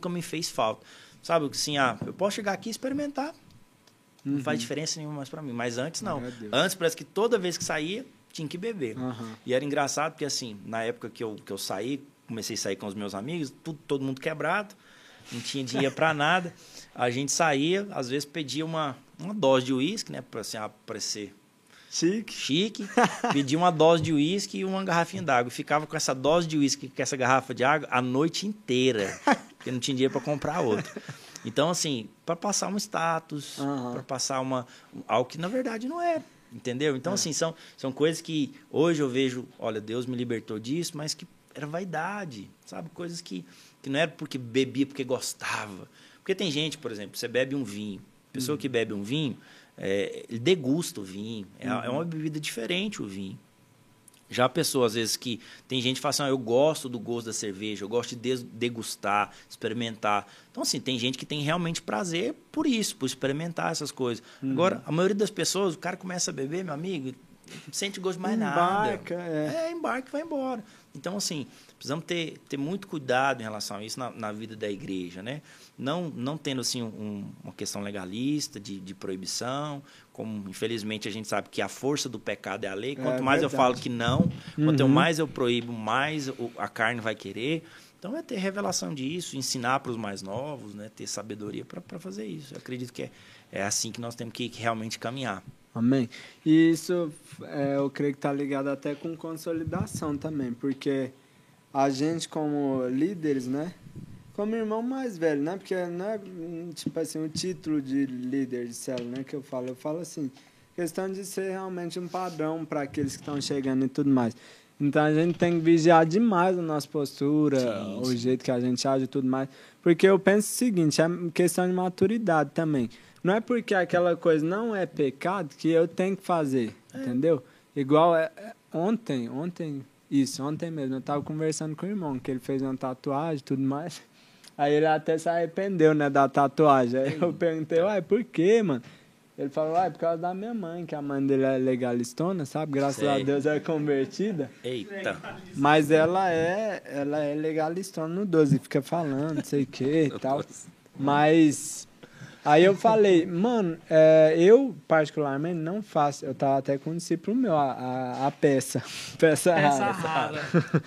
Sabe, assim, eu posso chegar aqui e experimentar. Não faz diferença nenhuma mais para mim. Mas antes, não. Antes, parece que toda vez que saía, tinha que beber. E era engraçado porque, assim, na época que eu saí, comecei a sair com os meus amigos, todo mundo quebrado, não tinha dinheiro para nada. A gente saía, às vezes pedia uma dose de uísque, né, para assim, parecer chique. Pedia uma dose de uísque e uma garrafinha d'água. Ficava com essa dose de uísque, com essa garrafa de água, a noite inteira, porque não tinha dinheiro para comprar outra. Então, assim, para passar um status, para passar algo que, na verdade, não é. Entendeu? Então, assim, são coisas que hoje eu vejo, olha, Deus me libertou disso, mas que era vaidade, sabe? Coisas que não era porque bebia, porque gostava. Porque tem gente, por exemplo, você bebe um vinho. Pessoa que bebe um vinho, ele degusta o vinho. É uma bebida diferente o vinho. Já a pessoa, às vezes, que tem gente que fala assim, eu gosto do gosto da cerveja, eu gosto de degustar, experimentar. Então, assim, tem gente que tem realmente prazer por isso, por experimentar essas coisas. Agora, a maioria das pessoas, o cara começa a beber, meu amigo, não sente gosto de mais nada. Embarca e vai embora. Então, assim, precisamos ter muito cuidado em relação a isso na vida da igreja, né? Não tendo, assim, uma questão legalista de proibição, como, infelizmente, a gente sabe que a força do pecado é a lei. Quanto mais eu falo que não, quanto mais eu proíbo, mais a carne vai querer. Então, é ter revelação disso, ensinar para os mais novos, né? Ter sabedoria para fazer isso. Eu acredito que é assim que nós temos que realmente caminhar. Amém. E isso, eu creio que está ligado até com consolidação também, porque a gente como líderes, né? Como irmão mais velho, né? Porque não é, tipo assim, o título de líder de célula, né? Que eu falo assim, questão de ser realmente um padrão para aqueles que estão chegando e tudo mais. Então, a gente tem que vigiar demais a nossa postura, o jeito que a gente age e tudo mais. Porque eu penso o seguinte, é questão de maturidade também. Não é porque aquela coisa não é pecado que eu tenho que fazer, entendeu? Igual ontem mesmo, eu estava conversando com o irmão, que ele fez uma tatuagem e tudo mais. Aí ele até se arrependeu, né, da tatuagem. Aí eu perguntei, por quê, mano? Ele falou, por causa da minha mãe, que a mãe dele é legalistona, sabe? Graças a Deus é convertida. Eita. Mas ela é legalistona no 12, fica falando, não sei o que e tal. Mas aí eu falei, mano, eu particularmente não faço. Eu tava até com um discípulo meu, a peça rara.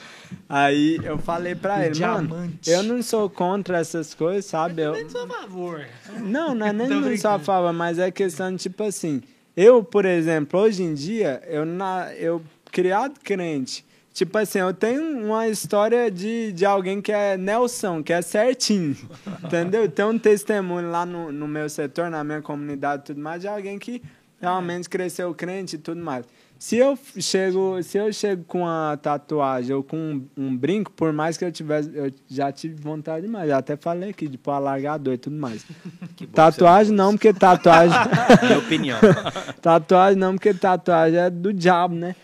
Aí eu falei pra ele, mano, eu não sou contra essas coisas, sabe? Eu nem sou a favor. Não é nem não sou a favor, mas é questão de, tipo assim, eu, por exemplo, hoje em dia, eu criado crente, tipo assim, eu tenho uma história de alguém que é Nelson, que é certinho, entendeu? Tem um testemunho lá no meu setor, na minha comunidade e tudo mais, de alguém que realmente cresceu crente e tudo mais. Se eu chego com uma tatuagem ou com um brinco, por mais que eu já tive vontade demais, já até falei aqui, de pôr alargador e tudo mais. Tatuagem não, porque tatuagem... Minha opinião. Tatuagem não, porque tatuagem é do diabo, né?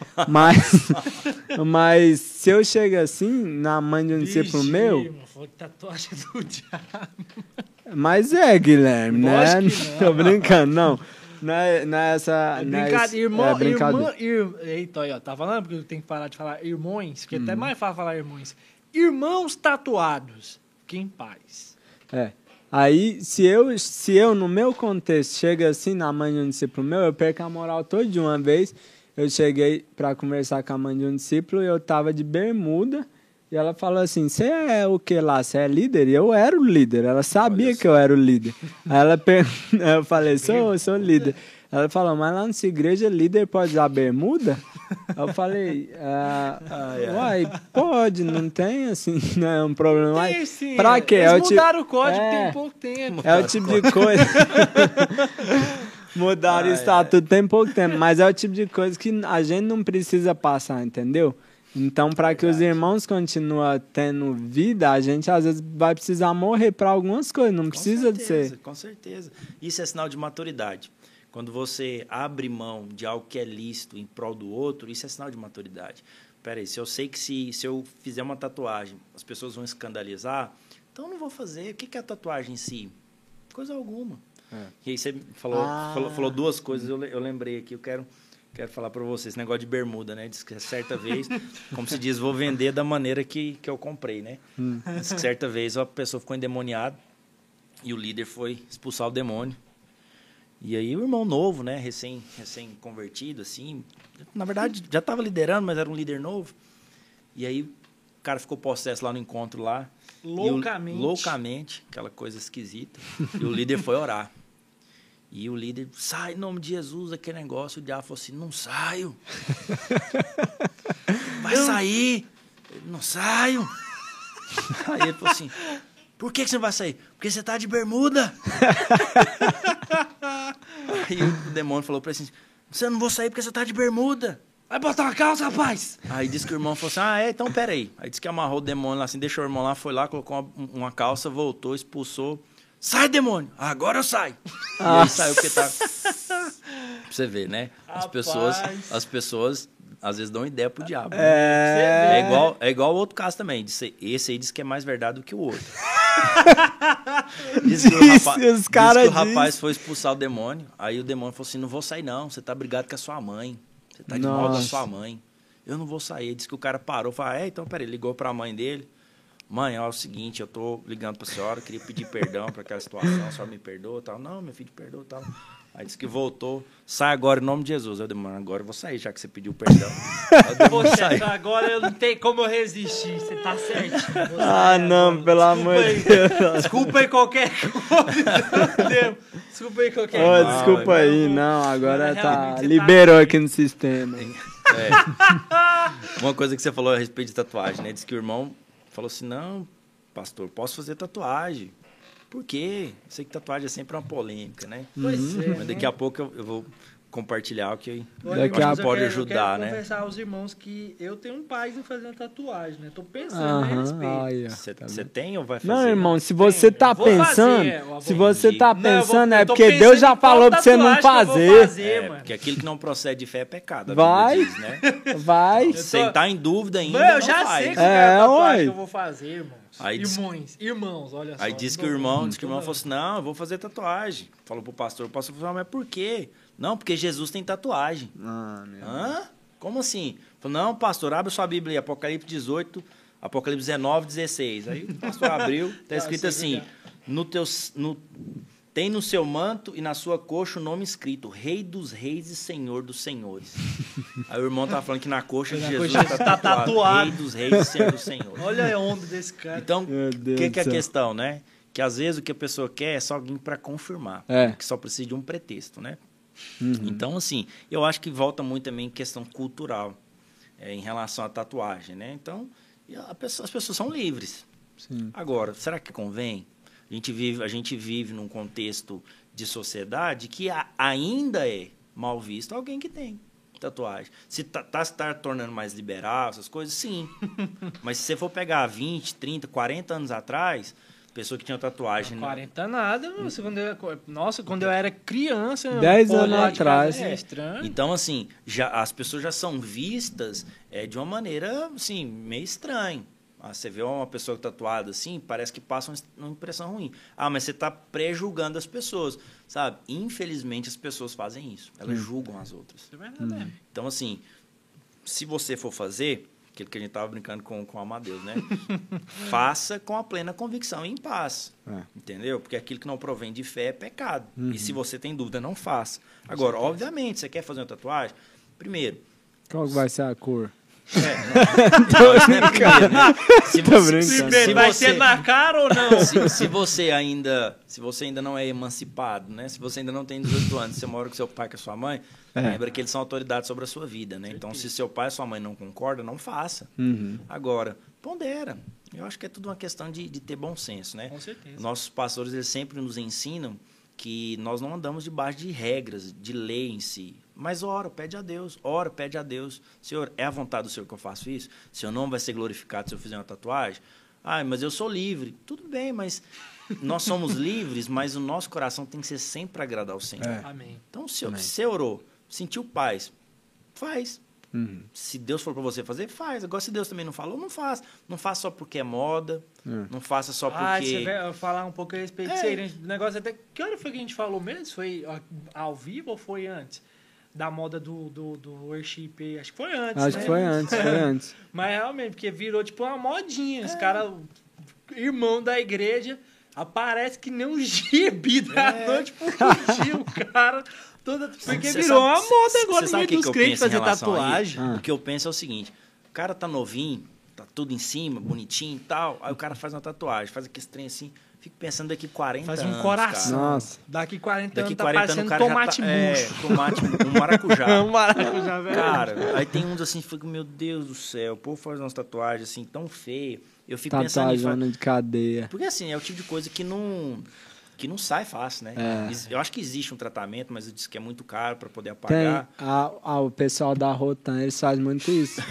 Mas se eu chego assim, na mãe de um discípulo meu... Tatuagem do diabo. Mas é, Guilherme, né? Lógico que não. Tô brincando, não. Não é essa... não é Brincadeira, esse- irmão, é brincadeira. Eita, ó, tá falando porque eu tenho que parar de falar irmãos, que é até mais fácil falar irmãos. Irmãos tatuados, fiquem em paz. É. Aí, se eu, no meu contexto, chega assim na mãe de um discípulo meu, eu perco a moral toda de uma vez. Eu cheguei pra conversar com a mãe de um discípulo e eu tava de bermuda. E ela falou assim, você é o que lá? Você é líder? E eu era o líder. Ela sabia que eu era o líder. Aí eu falei, sou líder. Ela falou, mas lá nessa igreja, líder pode usar bermuda? Aí eu falei, uai, pode, não tem, assim, não é um problema. Mas sim, pra quê? eles mudaram o código é, tem pouco tempo. É o tipo de coisa... Mudaram o estatuto tem pouco tempo, mas é o tipo de coisa que a gente não precisa passar, entendeu? Então, para que os irmãos continuem tendo vida, a gente às vezes vai precisar morrer para algumas coisas, não precisa de ser. Com certeza. Isso é sinal de maturidade. Quando você abre mão de algo que é lícito em prol do outro, isso é sinal de maturidade. Peraí, se eu sei que se eu fizer uma tatuagem, as pessoas vão escandalizar, então eu não vou fazer. O que é a tatuagem em si? Coisa alguma. E aí você falou duas coisas, eu lembrei aqui, eu quero falar para vocês, esse negócio de bermuda, né? Diz que certa vez, como se diz, vou vender da maneira que eu comprei, né? Diz que certa vez a pessoa ficou endemoniada e o líder foi expulsar o demônio. E aí o irmão novo, né? Recém-convertido, assim, na verdade já estava liderando, mas era um líder novo. E aí o cara ficou possesso lá no encontro lá. Loucamente, aquela coisa esquisita. E o líder foi orar. E o líder, sai em nome de Jesus, aquele negócio. O diabo falou assim, não saio. Vai sair. Ele, não saio. Aí ele falou assim, por que você não vai sair? Porque você tá de bermuda. Aí o demônio falou pra ele assim, você não vou sair porque você tá de bermuda. Vai botar uma calça, rapaz! Aí disse que o irmão falou assim, então peraí. Aí disse que amarrou o demônio lá assim, deixou o irmão lá, foi lá, colocou uma calça, voltou, expulsou. Sai, demônio! Agora eu saio! E aí saiu porque tá... Pra você ver, né? As pessoas às vezes dão ideia pro diabo. Né? É igual o outro caso também. Esse aí diz que é mais verdade do que o outro. Diz que o rapaz foi expulsar o demônio. Aí o demônio falou assim, não vou sair não, você tá brigado com a sua mãe. Você tá de mal da sua mãe. Eu não vou sair. Diz que o cara parou, falou, então peraí, ligou pra mãe dele. Mãe, é o seguinte, eu tô ligando pra senhora, queria pedir perdão por aquela situação, a senhora me perdoa e tal. Não, meu filho, perdoa e tal. Aí disse que voltou, sai agora em nome de Jesus. Eu disse, mano, agora eu vou sair, já que você pediu perdão. Poxa, agora eu não tenho como eu resistir, você tá certo. Não, pelo amor de Deus. Desculpa aí qualquer coisa. Desculpa aí qualquer coisa. Desculpa aí, não, agora liberou aqui no sistema. Uma coisa que você falou a respeito de tatuagem, né? Diz que o irmão falou assim, não, pastor, posso fazer tatuagem. Por quê? Eu sei que tatuagem é sempre uma polêmica, né? Pois é. Mas daqui a pouco eu vou compartilhar o que pode ajudar, né? Eu quero né? conversar aos irmãos que eu tenho paz em fazer uma tatuagem, né? Tô pensando a respeito. Você tem ou vai fazer? Não, irmão, se você tá pensando, é tô porque Deus já falou pra você não fazer. Porque aquilo que não procede de fé é pecado. Vai, diz, né? vai. Você tá em dúvida ainda, eu já sei que é a tatuagem que eu vou fazer, irmão. Irmãos, olha só. Aí disse que o irmão falou assim, não, eu vou fazer tatuagem. Falou pro pastor, o pastor falou, mas por quê? Não, porque Jesus tem tatuagem. Hã? Como assim? Falou, não, pastor, abre sua Bíblia aí, Apocalipse 18, Apocalipse 19, 16. Aí o pastor abriu, tá escrito assim, tem no seu manto e na sua coxa o nome escrito, Rei dos Reis e Senhor dos Senhores. Aí o irmão tava falando que na coxa de Jesus tá tatuado. Rei dos Reis e Senhor dos Senhores. Olha a onda desse cara. Então, o que é a questão, né? Que às vezes o que a pessoa quer é só alguém para confirmar. Que só precisa de um pretexto, né? Então, assim, eu acho que volta muito também em questão cultural em relação à tatuagem, né? Então, as pessoas são livres. Sim. Agora, será que convém? A gente vive num contexto de sociedade que ainda é mal visto alguém que tem tatuagem. Se tá tornando mais liberal, essas coisas, sim. Mas se você for pegar 20, 30, 40 anos atrás, pessoa que tinha tatuagem... 40 nada, quando eu era criança... 10 anos atrás. Estranho. Então, assim, as pessoas já são vistas de uma maneira, assim, meio estranha. Você vê uma pessoa tatuada assim, parece que passa uma impressão ruim. Mas você está pré-julgando as pessoas, sabe? Infelizmente, as pessoas fazem isso. Elas julgam as outras. É verdade mesmo. Então, assim, se você for fazer, aquilo que a gente estava brincando com o Amadeus, né? Faça com a plena convicção e em paz. Entendeu? Porque aquilo que não provém de fé é pecado. E se você tem dúvida, não faça. Agora, obviamente, você quer fazer uma tatuagem? Primeiro... Qual vai ser a cor? Não, isso não é primeiro, né? Primeiro, vai ser na cara ou não? Se você ainda não é emancipado, né? Se você ainda não tem 18 anos, você mora com seu pai e com a sua mãe, lembra que eles são autoridades sobre a sua vida, né? Então, se seu pai e sua mãe não concordam, não faça. Agora, pondera. Eu acho que é tudo uma questão de ter bom senso, né? Com certeza. Nossos pastores, eles sempre nos ensinam que nós não andamos debaixo de regras, de lei em si. Mas pede a Deus. Pede a Deus. Senhor, é a vontade do Senhor que eu faço isso? Seu nome vai ser glorificado se eu fizer uma tatuagem? Mas eu sou livre. Tudo bem, mas nós somos livres, mas o nosso coração tem que ser sempre para agradar ao Senhor. Amém. Então, se você orou, sentiu paz, faz. Se Deus falou para você fazer, faz. Agora, se Deus também não falou, não faz. Não faça só porque é moda. Não faça só porque... Você vai falar um pouco a respeito disso aí. O negócio até... Que hora foi que a gente falou mesmo? Foi ao vivo ou foi antes? Da moda do worship, acho que foi antes, Acho que foi antes. Mas realmente, porque virou tipo uma modinha. Os caras, irmão da igreja, aparece que nem um gibi da noite pro dia, o cara... Porque virou uma moda agora no meio dos crentes fazer tatuagem. O que eu penso é o seguinte, o cara tá novinho, tá tudo em cima, bonitinho e tal, aí o cara faz uma tatuagem, faz aquele trem assim... Fico pensando daqui 40 anos. Faz um coração. Cara. Nossa. Daqui 40 anos tá parecendo tomate murcho. Um maracujá. Um maracujá, velho. Cara, aí tem uns assim, fico, meu Deus do céu, o povo faz umas tatuagens assim tão feias. Eu fico pensando de cadeia. Porque assim, é o tipo de coisa que não sai fácil, né? Eu acho que existe um tratamento, mas eu disse que é muito caro para poder apagar. O pessoal da Rotan, eles fazem muito isso.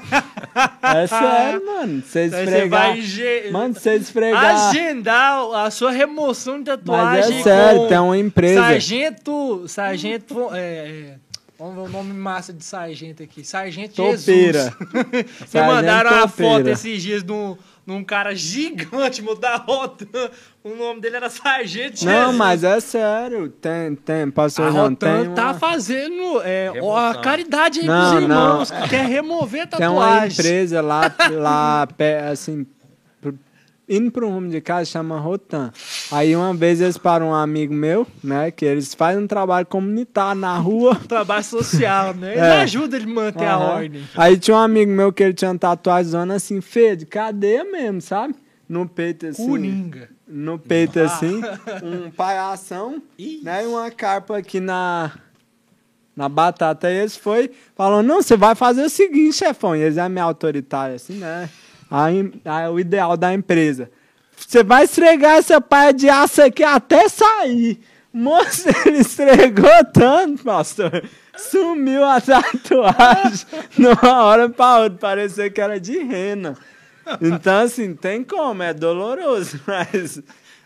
É sério, mano. Você esfregar. Mano, você esfregar. Agendar a sua remoção de tatuagem. Mas é sério, tem uma empresa. Sargento. Vamos ver o nome massa de sargento aqui. Sargento Topeira. Jesus. Você mandaram uma foto esses dias num cara gigante, da Rotan. O nome dele era Sargento Jesus. Não, mas é sério. Tem, pastor João. Rotan tá fazendo a caridade aí pros irmãos que quer remover a tatuagem. Tem uma empresa lá assim, indo para um rumo de casa, chama Rotan. Aí uma vez eles param um amigo meu, né, que eles fazem um trabalho comunitário na rua. Trabalho social, né? Ele ajuda ele a manter a ordem. Aí tinha um amigo meu que ele tinha uma tatuagem zona assim, feia, de cadeia mesmo, sabe? No peito assim. Coringa. No peito assim, um palhação, né, e uma carpa aqui na batata. Aí eles falou, não, você vai fazer o seguinte, chefão. E eles é meio autoritário assim, né? Aí o ideal da empresa. Você vai esfregar essa paia de aço aqui até sair. Moço, ele esfregou tanto, pastor. Sumiu a tatuagem numa hora pra outra. Parecia que era de rena. Então, assim, tem como. É doloroso, mas...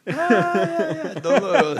É doloroso.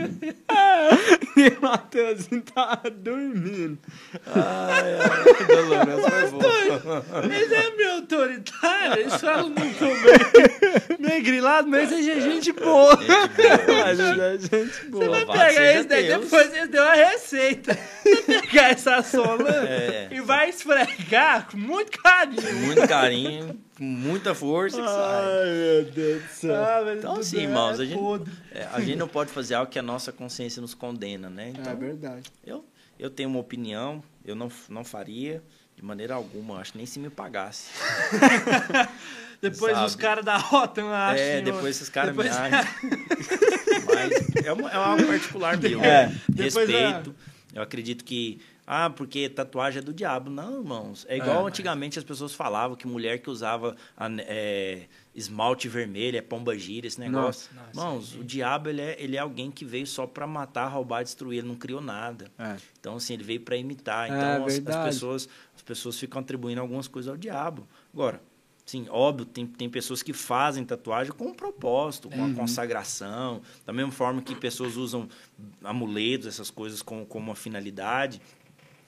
E o Matheusinho tava dormindo. Doloroso foi bom. Eles é meio autoritário, eles falam muito meio grilado, mas é gente boa. Mas é gente boa. Você vai pegar esse daí, depois eles deu a receita. Você vai pegar essa sola e vai esfregar com muito carinho. Muito carinho, com muita força que sai. Ai, meu Deus do céu. Então, assim, irmãos, a gente não pode fazer algo que a nossa consciência nos condena, né? Então, é verdade. Eu tenho uma opinião, eu não faria de maneira alguma, acho que nem se me pagasse. Depois os caras da Rotan acham. Depois esses caras me acham. Mas é algo particular meu. Respeito. Eu acredito que... porque tatuagem é do diabo. Não, irmãos. É igual antigamente as pessoas falavam que mulher que usava esmalte vermelho é pomba-gira, esse negócio. Nossa, irmãos, o diabo ele é alguém que veio só para matar, roubar, destruir. Ele não criou nada. Então, assim, ele veio para imitar. Então, as pessoas ficam atribuindo algumas coisas ao diabo. Agora, sim, óbvio, tem pessoas que fazem tatuagem com um propósito, com uma consagração. Da mesma forma que pessoas usam amuletos, essas coisas com uma finalidade.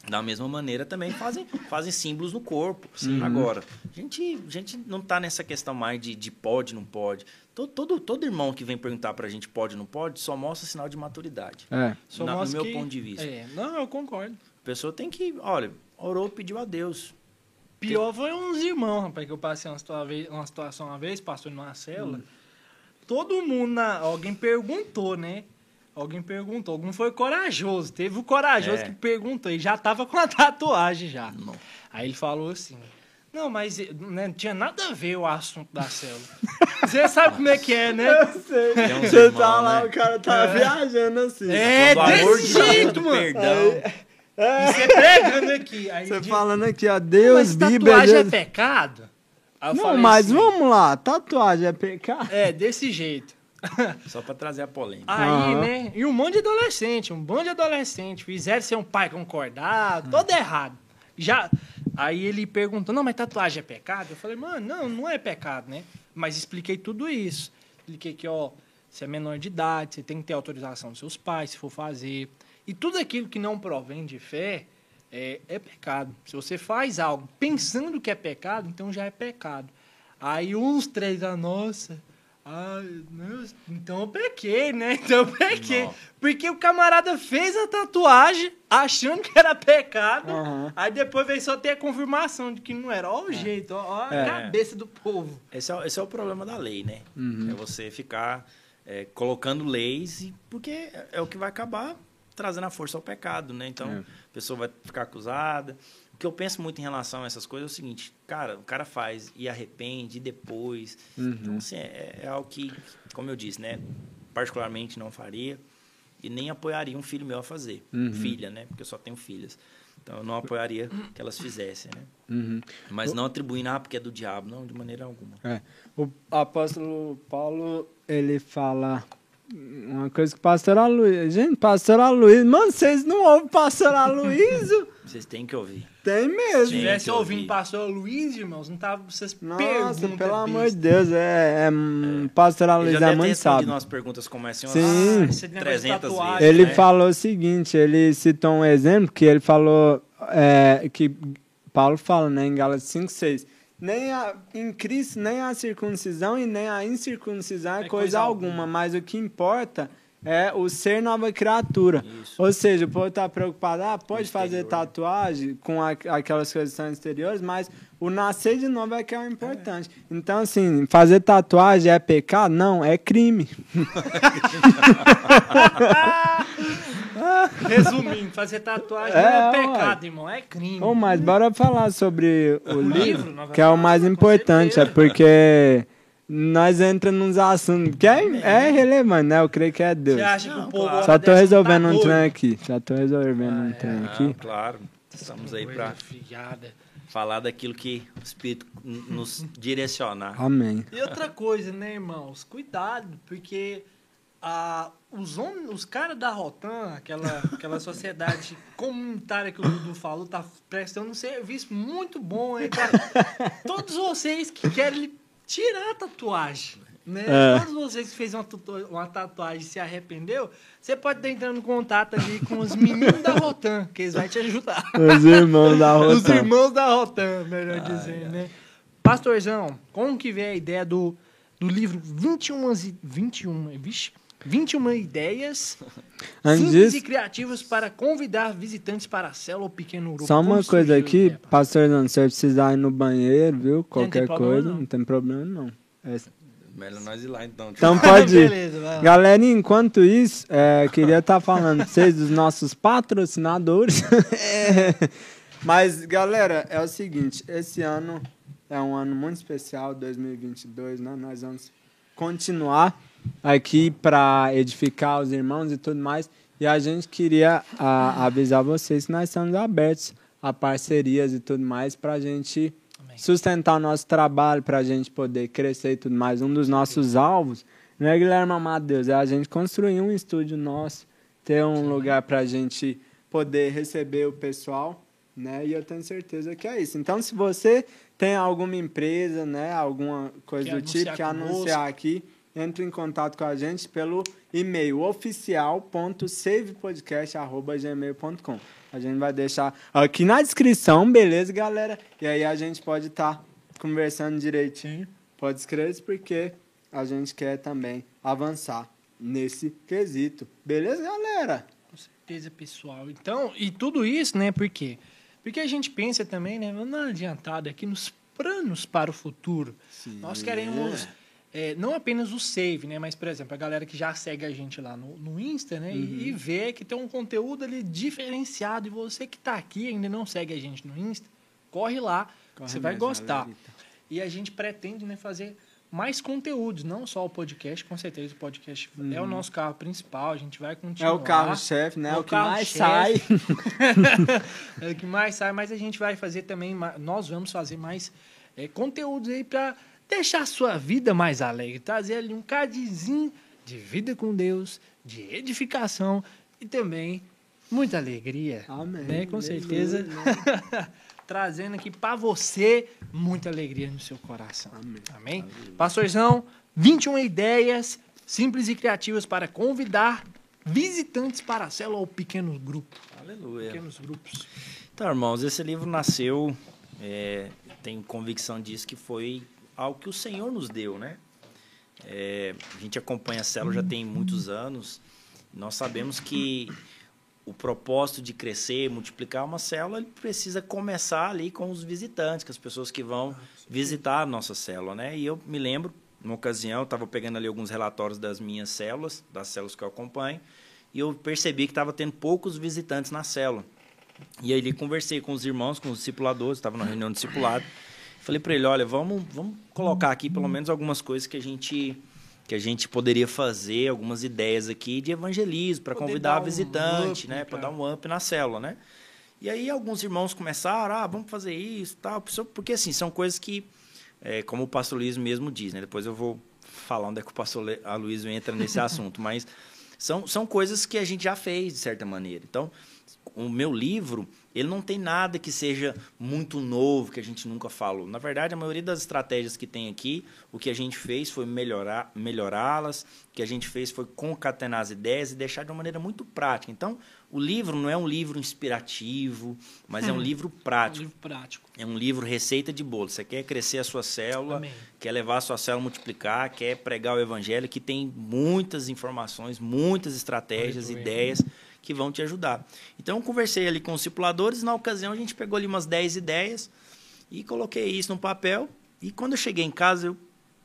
Da mesma maneira também fazem símbolos no corpo. Agora, a gente não está nessa questão mais de pode, não pode. Todo irmão que vem perguntar pra gente pode, não pode, só mostra sinal de maturidade. No meu ponto de vista. Não, eu concordo. A pessoa tem que, olha, orou, pediu a Deus. Pior foi uns irmãos, rapaz, que eu passei uma situação uma vez, pastor numa célula. Todo mundo, alguém perguntou, né? Algum foi corajoso. Teve o corajoso que perguntou e já tava com a tatuagem já. Não. Aí ele falou assim, não, mas não tinha nada a ver o assunto da célula. Você sabe como é que é, né? Eu sei. Você irmãos, tá lá, né? o cara tá viajando assim. Desse jeito, mano. Perdão. E você pregando aqui. Aí Você falando aqui, ó, Deus, mas Bíblia... tatuagem Deus... é pecado? Aí eu Não, falei mas assim, vamos lá, tatuagem é pecado? desse jeito. Só pra trazer a polêmica. Aí, né? E um monte de adolescente, fizeram ser um pai concordado, todo errado. Aí ele perguntou, não, mas tatuagem é pecado? Eu falei, mano, não é pecado, né? Mas expliquei tudo isso. Expliquei que, você é menor de idade, você tem que ter autorização dos seus pais, se for fazer. E tudo aquilo que não provém de fé é pecado. Se você faz algo pensando que é pecado, então já é pecado. Aí uns 3, nossa... então eu pequei, né? Não. Porque o camarada fez a tatuagem achando que era pecado. Aí depois veio só ter a confirmação de que não era. Ó o jeito, ó a cabeça do povo. Esse é o problema da lei, né? É você ficar colocando leis, porque é o que vai acabar trazendo a força ao pecado, né? Então, a pessoa vai ficar acusada. O que eu penso muito em relação a essas coisas é o seguinte, o cara faz e arrepende e depois. Então, assim, é algo que, como eu disse, né? Particularmente não faria e nem apoiaria um filho meu a fazer. Filha, né? Porque eu só tenho filhas. Então, eu não apoiaria que elas fizessem, né? Mas não atribuindo, porque é do diabo. Não, de maneira alguma. O apóstolo Paulo, ele fala... Uma coisa que o pastor Aloysio... Gente, pastor Aloysio... Mano, vocês não ouvem pastor Aloysio? Vocês têm que ouvir. Tem mesmo. Se tivesse ouvindo pastor Luiz, irmãos, não tava vocês Nossa, pelo amor de Deus. Pastor Aloysio é muito sábio. Nossas perguntas começam Sim. 300 vezes. Ele né? falou o seguinte, ele citou um exemplo que ele falou... que Paulo fala, né, em Gálatas 5:6. Em Cristo, nem a circuncisão e nem a incircuncisão é coisa alguma, mas o que importa é o ser nova criatura. Isso. Ou seja, o povo está preocupado, pode fazer tatuagem com aquelas coisas que são exteriores, mas o nascer de novo é que é o importante. Então, assim, fazer tatuagem é pecado? Não, é crime. Resumindo, fazer tatuagem não é pecado, irmão, é crime. Mas bora falar sobre o livro, que é o mais importante, porque nós entramos nos assuntos que é relevante, né? Eu creio que é Deus. Você acha que o povo... Só tô resolvendo um trem aqui. Claro, estamos aí para falar daquilo que o Espírito nos direcionar. Amém. E outra coisa, né, irmãos? Cuidado, porque... os caras da Rotan, aquela sociedade comunitária que o Dudu falou, tá prestando um serviço muito bom, hein, cara? Todos vocês que querem tirar a tatuagem, né? Todos vocês que fez uma tatuagem e se arrependeu, você pode estar entrando em contato ali com os meninos da Rotan, que eles vão te ajudar. Os irmãos da Rotan. Os irmãos da Rotan, melhor dizendo, né? Pastorzão, como que vem a ideia do livro 21 ideias simples e criativas para convidar visitantes para a célula ou pequeno grupo. Só uma coisa aqui, pastor, não, se você precisar ir no banheiro, viu? Qualquer coisa, não tem problema não. Melhor nós ir lá então. Então pode ir. Beleza, vai lá. Galera, enquanto isso, queria estar falando para vocês dos nossos patrocinadores. Mas, galera, é o seguinte, esse ano é um ano muito especial, 2022, né? Nós vamos continuar aqui para edificar os irmãos e tudo mais. E a gente queria avisar vocês que nós estamos abertos a parcerias e tudo mais para a gente sustentar o nosso trabalho, para a gente poder crescer e tudo mais. Um dos nossos alvos, né, Guilherme Amado Deus, é a gente construir um estúdio nosso, ter um lugar para a gente poder receber o pessoal, né? E eu tenho certeza que é isso. Então, se você tem alguma empresa, né, alguma coisa do tipo, que anunciar aqui, entre em contato com a gente pelo e-mail oficial.savepodcast@gmail.com. A gente vai deixar aqui na descrição, beleza, galera? E aí a gente pode estar conversando direitinho. Pode escrever, porque a gente quer também avançar nesse quesito. Beleza, galera? Com certeza, pessoal. Então, e tudo isso, né? Por quê? Porque a gente pensa também, né? Não adiantado aqui nos planos para o futuro. Sim. Nós queremos não apenas o save, né? Mas, por exemplo, a galera que já segue a gente lá no Insta, né? E vê que tem um conteúdo ali diferenciado. E você que está aqui e ainda não segue a gente no Insta, corre lá, você vai gostar. Galerita. E a gente pretende, né, fazer mais conteúdos, não só o podcast, com certeza o podcast é o nosso carro principal, a gente vai continuar. É o carro-chefe, né? É o que mais sai. É o que mais sai, mas a gente vai fazer também, nós vamos fazer mais conteúdos aí para deixar a sua vida mais alegre, trazer ali um cadinho de vida com Deus, de edificação e também muita alegria. Amém. Né? Com certeza. Trazendo aqui para você muita alegria no seu coração. Amém. Amém? Pastorzão, 21 ideias simples e criativas para convidar visitantes para a célula ou pequenos grupos. Aleluia. Pequenos grupos. Então, irmãos, esse livro nasceu, tenho convicção disso, que foi algo que o Senhor nos deu, né? A gente acompanha a célula já tem muitos anos. Nós sabemos que o propósito de crescer, multiplicar uma célula, ele precisa começar ali com os visitantes, com as pessoas que vão visitar a nossa célula, né? E eu me lembro, numa ocasião, eu estava pegando ali alguns relatórios das minhas células, das células que eu acompanho, e eu percebi que estava tendo poucos visitantes na célula. E aí conversei com os irmãos, com os discipuladores, estava numa reunião de discipulado, falei para ele, olha, vamos colocar aqui pelo menos algumas coisas que a gente poderia fazer, algumas ideias aqui de evangelismo, para convidar visitante, né? Para dar um up na célula, né? E aí alguns irmãos começaram, vamos fazer isso, tal, porque assim, são coisas que, como o pastor Luiz mesmo diz, né? Depois eu vou falar onde é que o pastor Aloysio entra nesse assunto, mas são coisas que a gente já fez, de certa maneira. Então, o meu livro, ele não tem nada que seja muito novo, que a gente nunca falou. Na verdade, a maioria das estratégias que tem aqui, o que a gente fez foi melhorá-las, o que a gente fez foi concatenar as ideias e deixar de uma maneira muito prática. Então, o livro não é um livro inspirativo, mas é um livro prático. Um livro prático. É um livro receita de bolo. Você quer crescer a sua célula, quer levar a sua célula a multiplicar, quer pregar o evangelho, que tem muitas informações, muitas estratégias, ideias que vão te ajudar. Então, eu conversei ali com os discipuladores, na ocasião a gente pegou ali umas 10 ideias e coloquei isso no papel. E quando eu cheguei em casa,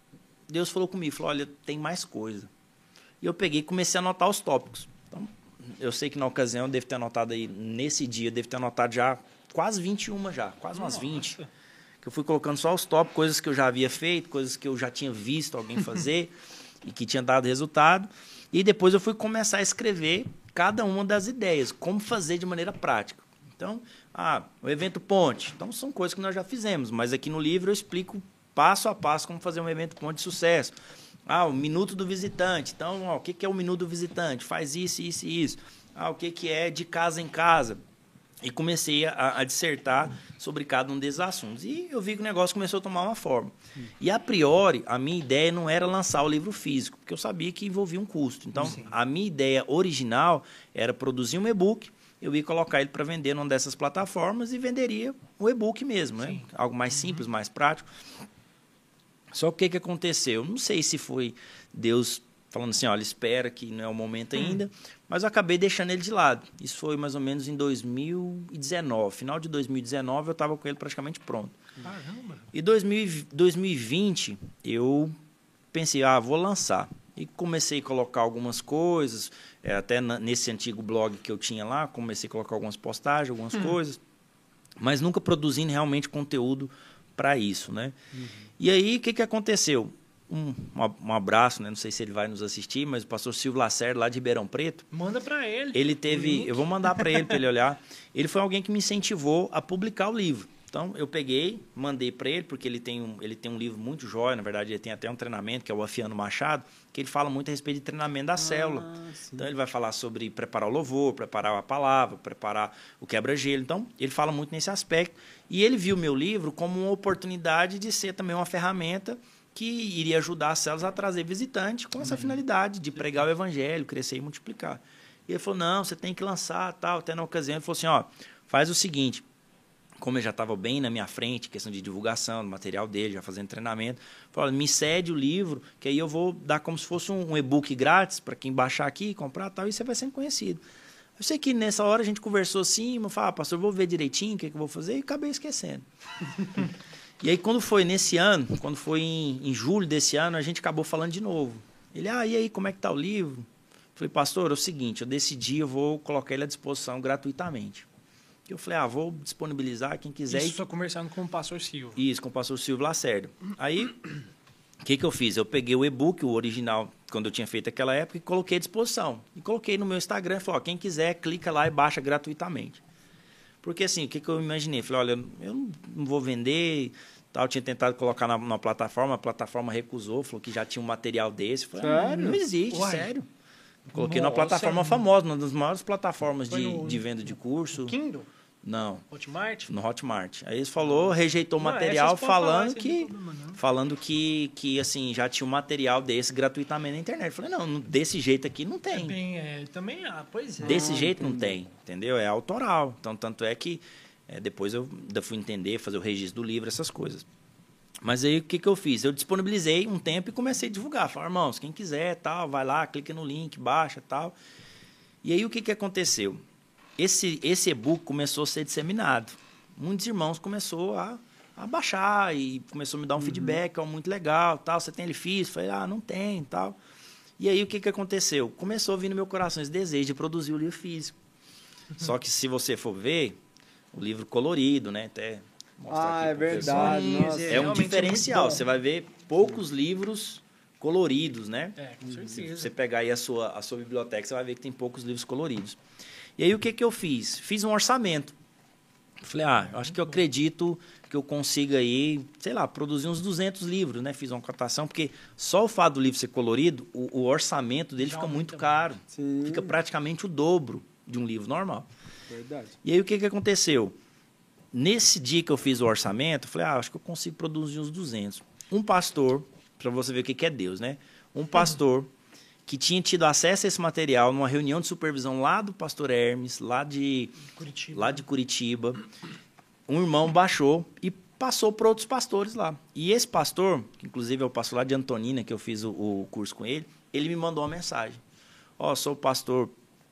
Deus falou comigo, falou, olha, tem mais coisa. E eu peguei e comecei a anotar os tópicos. Então, eu sei que na ocasião eu devo ter anotado aí, nesse dia, eu devo ter anotado já quase 21 já, quase umas 20. Que eu fui colocando só os tópicos, coisas que eu já havia feito, coisas que eu já tinha visto alguém fazer e que tinha dado resultado. E depois eu fui começar a escrever cada uma das ideias, como fazer de maneira prática. Então, o evento ponte. Então, são coisas que nós já fizemos, mas aqui no livro eu explico passo a passo como fazer um evento ponte de sucesso. O minuto do visitante. Então, o que é o minuto do visitante? Faz isso, isso e isso. O que é de casa em casa? E comecei a dissertar sobre cada um desses assuntos. E eu vi que o negócio começou a tomar uma forma. E, a priori, a minha ideia não era lançar o livro físico, porque eu sabia que envolvia um custo. Então, a minha ideia original era produzir um e-book, eu ia colocar ele para vender numa dessas plataformas e venderia o e-book mesmo, né? Algo mais simples, mais prático. Só que o que aconteceu? Não sei se foi Deus falando assim, olha, espera que não é o momento ainda, mas eu acabei deixando ele de lado. Isso foi mais ou menos em 2019. Final de 2019 eu estava com ele praticamente pronto. Caramba! E 2020 eu pensei, vou lançar. E comecei a colocar algumas coisas, até nesse antigo blog que eu tinha lá, comecei a colocar algumas postagens, algumas coisas, mas nunca produzindo realmente conteúdo para isso, né? E aí, o que aconteceu? Um abraço, né? Não sei se ele vai nos assistir, mas o pastor Silvio Lacerda, lá de Ribeirão Preto. Manda para ele. Ele teve... Eu vou mandar para ele olhar. Ele foi alguém que me incentivou a publicar o livro. Então, eu peguei, mandei para ele, porque ele tem um livro muito jóia, na verdade, ele tem até um treinamento, que é o Afiano Machado, que ele fala muito a respeito de treinamento da célula. Sim. Então, ele vai falar sobre preparar o louvor, preparar a palavra, preparar o quebra-gelo. Então, ele fala muito nesse aspecto. E ele viu o meu livro como uma oportunidade de ser também uma ferramenta que iria ajudar as células a trazer visitante com essa finalidade de pregar o evangelho, crescer e multiplicar. E ele falou, não, você tem que lançar, tal. Até na ocasião ele falou assim, ó, faz o seguinte, como ele já estava bem na minha frente, questão de divulgação do material dele, já fazendo treinamento, falou, me cede o livro, que aí eu vou dar como se fosse um e-book grátis para quem baixar aqui, comprar tal, e você vai sendo conhecido. Eu sei que nessa hora a gente conversou assim, eu falei, pastor, vou ver direitinho o que eu vou fazer, e acabei esquecendo. E aí, quando foi nesse ano, quando foi em julho desse ano, a gente acabou falando de novo. Ele, e aí, como é que tá o livro? Eu falei, pastor, é o seguinte, eu decidi, eu vou colocar ele à disposição gratuitamente. Eu falei, vou disponibilizar quem quiser. Isso, só conversando com o pastor Silvio. Isso, com o pastor Silvio Lacerda. Aí, o que eu fiz? Eu peguei o e-book, o original, quando eu tinha feito aquela época, e coloquei à disposição. E coloquei no meu Instagram e falei, quem quiser, clica lá e baixa gratuitamente. Porque assim, o que eu imaginei? Falei, olha, eu não vou vender, tal. Eu tinha tentado colocar na plataforma, a plataforma recusou, falou que já tinha um material desse. Falei, sério? Não existe, Uai. sério. Coloquei na Nossa, plataforma famosa, uma das maiores plataformas Foi no- de venda de curso. Kindle? Não, Hotmart? no Hotmart. Aí eles falou, rejeitou o Não, material essas pode falar, falando isso aí não que tem problema, não. falando que assim, já tinha um material desse gratuitamente na internet. Eu falei, não, desse jeito aqui não tem. Também, pois é. Desse jeito não tem, entendeu? É autoral. Então, tanto é que depois eu ainda fui entender, fazer o registro do livro, essas coisas. Mas aí, o que eu fiz? Eu disponibilizei um tempo e comecei a divulgar. Falei, irmãos, quem quiser, tal, vai lá, clica no link, baixa, tal. E aí, o que aconteceu? Esse e-book começou a ser disseminado. Muitos irmãos começaram a baixar e começou a me dar um feedback, muito legal, tal. Você tem ele físico? Falei, não tem, tal. E aí, o que aconteceu? Começou a vir no meu coração esse desejo de produzir o livro físico. Só que, se você for ver, o livro colorido, né? Até mostrar aqui é pro verdade. Sim, Nossa. é um realmente diferencial. muito bom. Você vai ver poucos livros coloridos, né? Com Se certeza. você pegar aí a sua biblioteca, você vai ver que tem poucos livros coloridos. E aí, o que eu fiz? Fiz um orçamento. Falei, eu acho que eu acredito que eu consiga aí, sei lá, produzir uns 200 livros, né? Fiz uma cotação, porque só o fato do livro ser colorido, o orçamento dele Já fica muito aumenta caro. Sim. Fica praticamente o dobro de um livro normal. Verdade. E aí, o que aconteceu? Nesse dia que eu fiz o orçamento, eu falei, acho que eu consigo produzir uns 200. Um pastor, para você ver o que é Deus, né? Um pastor que tinha tido acesso a esse material numa reunião de supervisão lá do pastor Hermes, lá de Curitiba. Um irmão baixou e passou para outros pastores lá. E esse pastor, que inclusive é o pastor lá de Antonina, que eu fiz o curso com ele, ele me mandou uma mensagem. Sou o pastor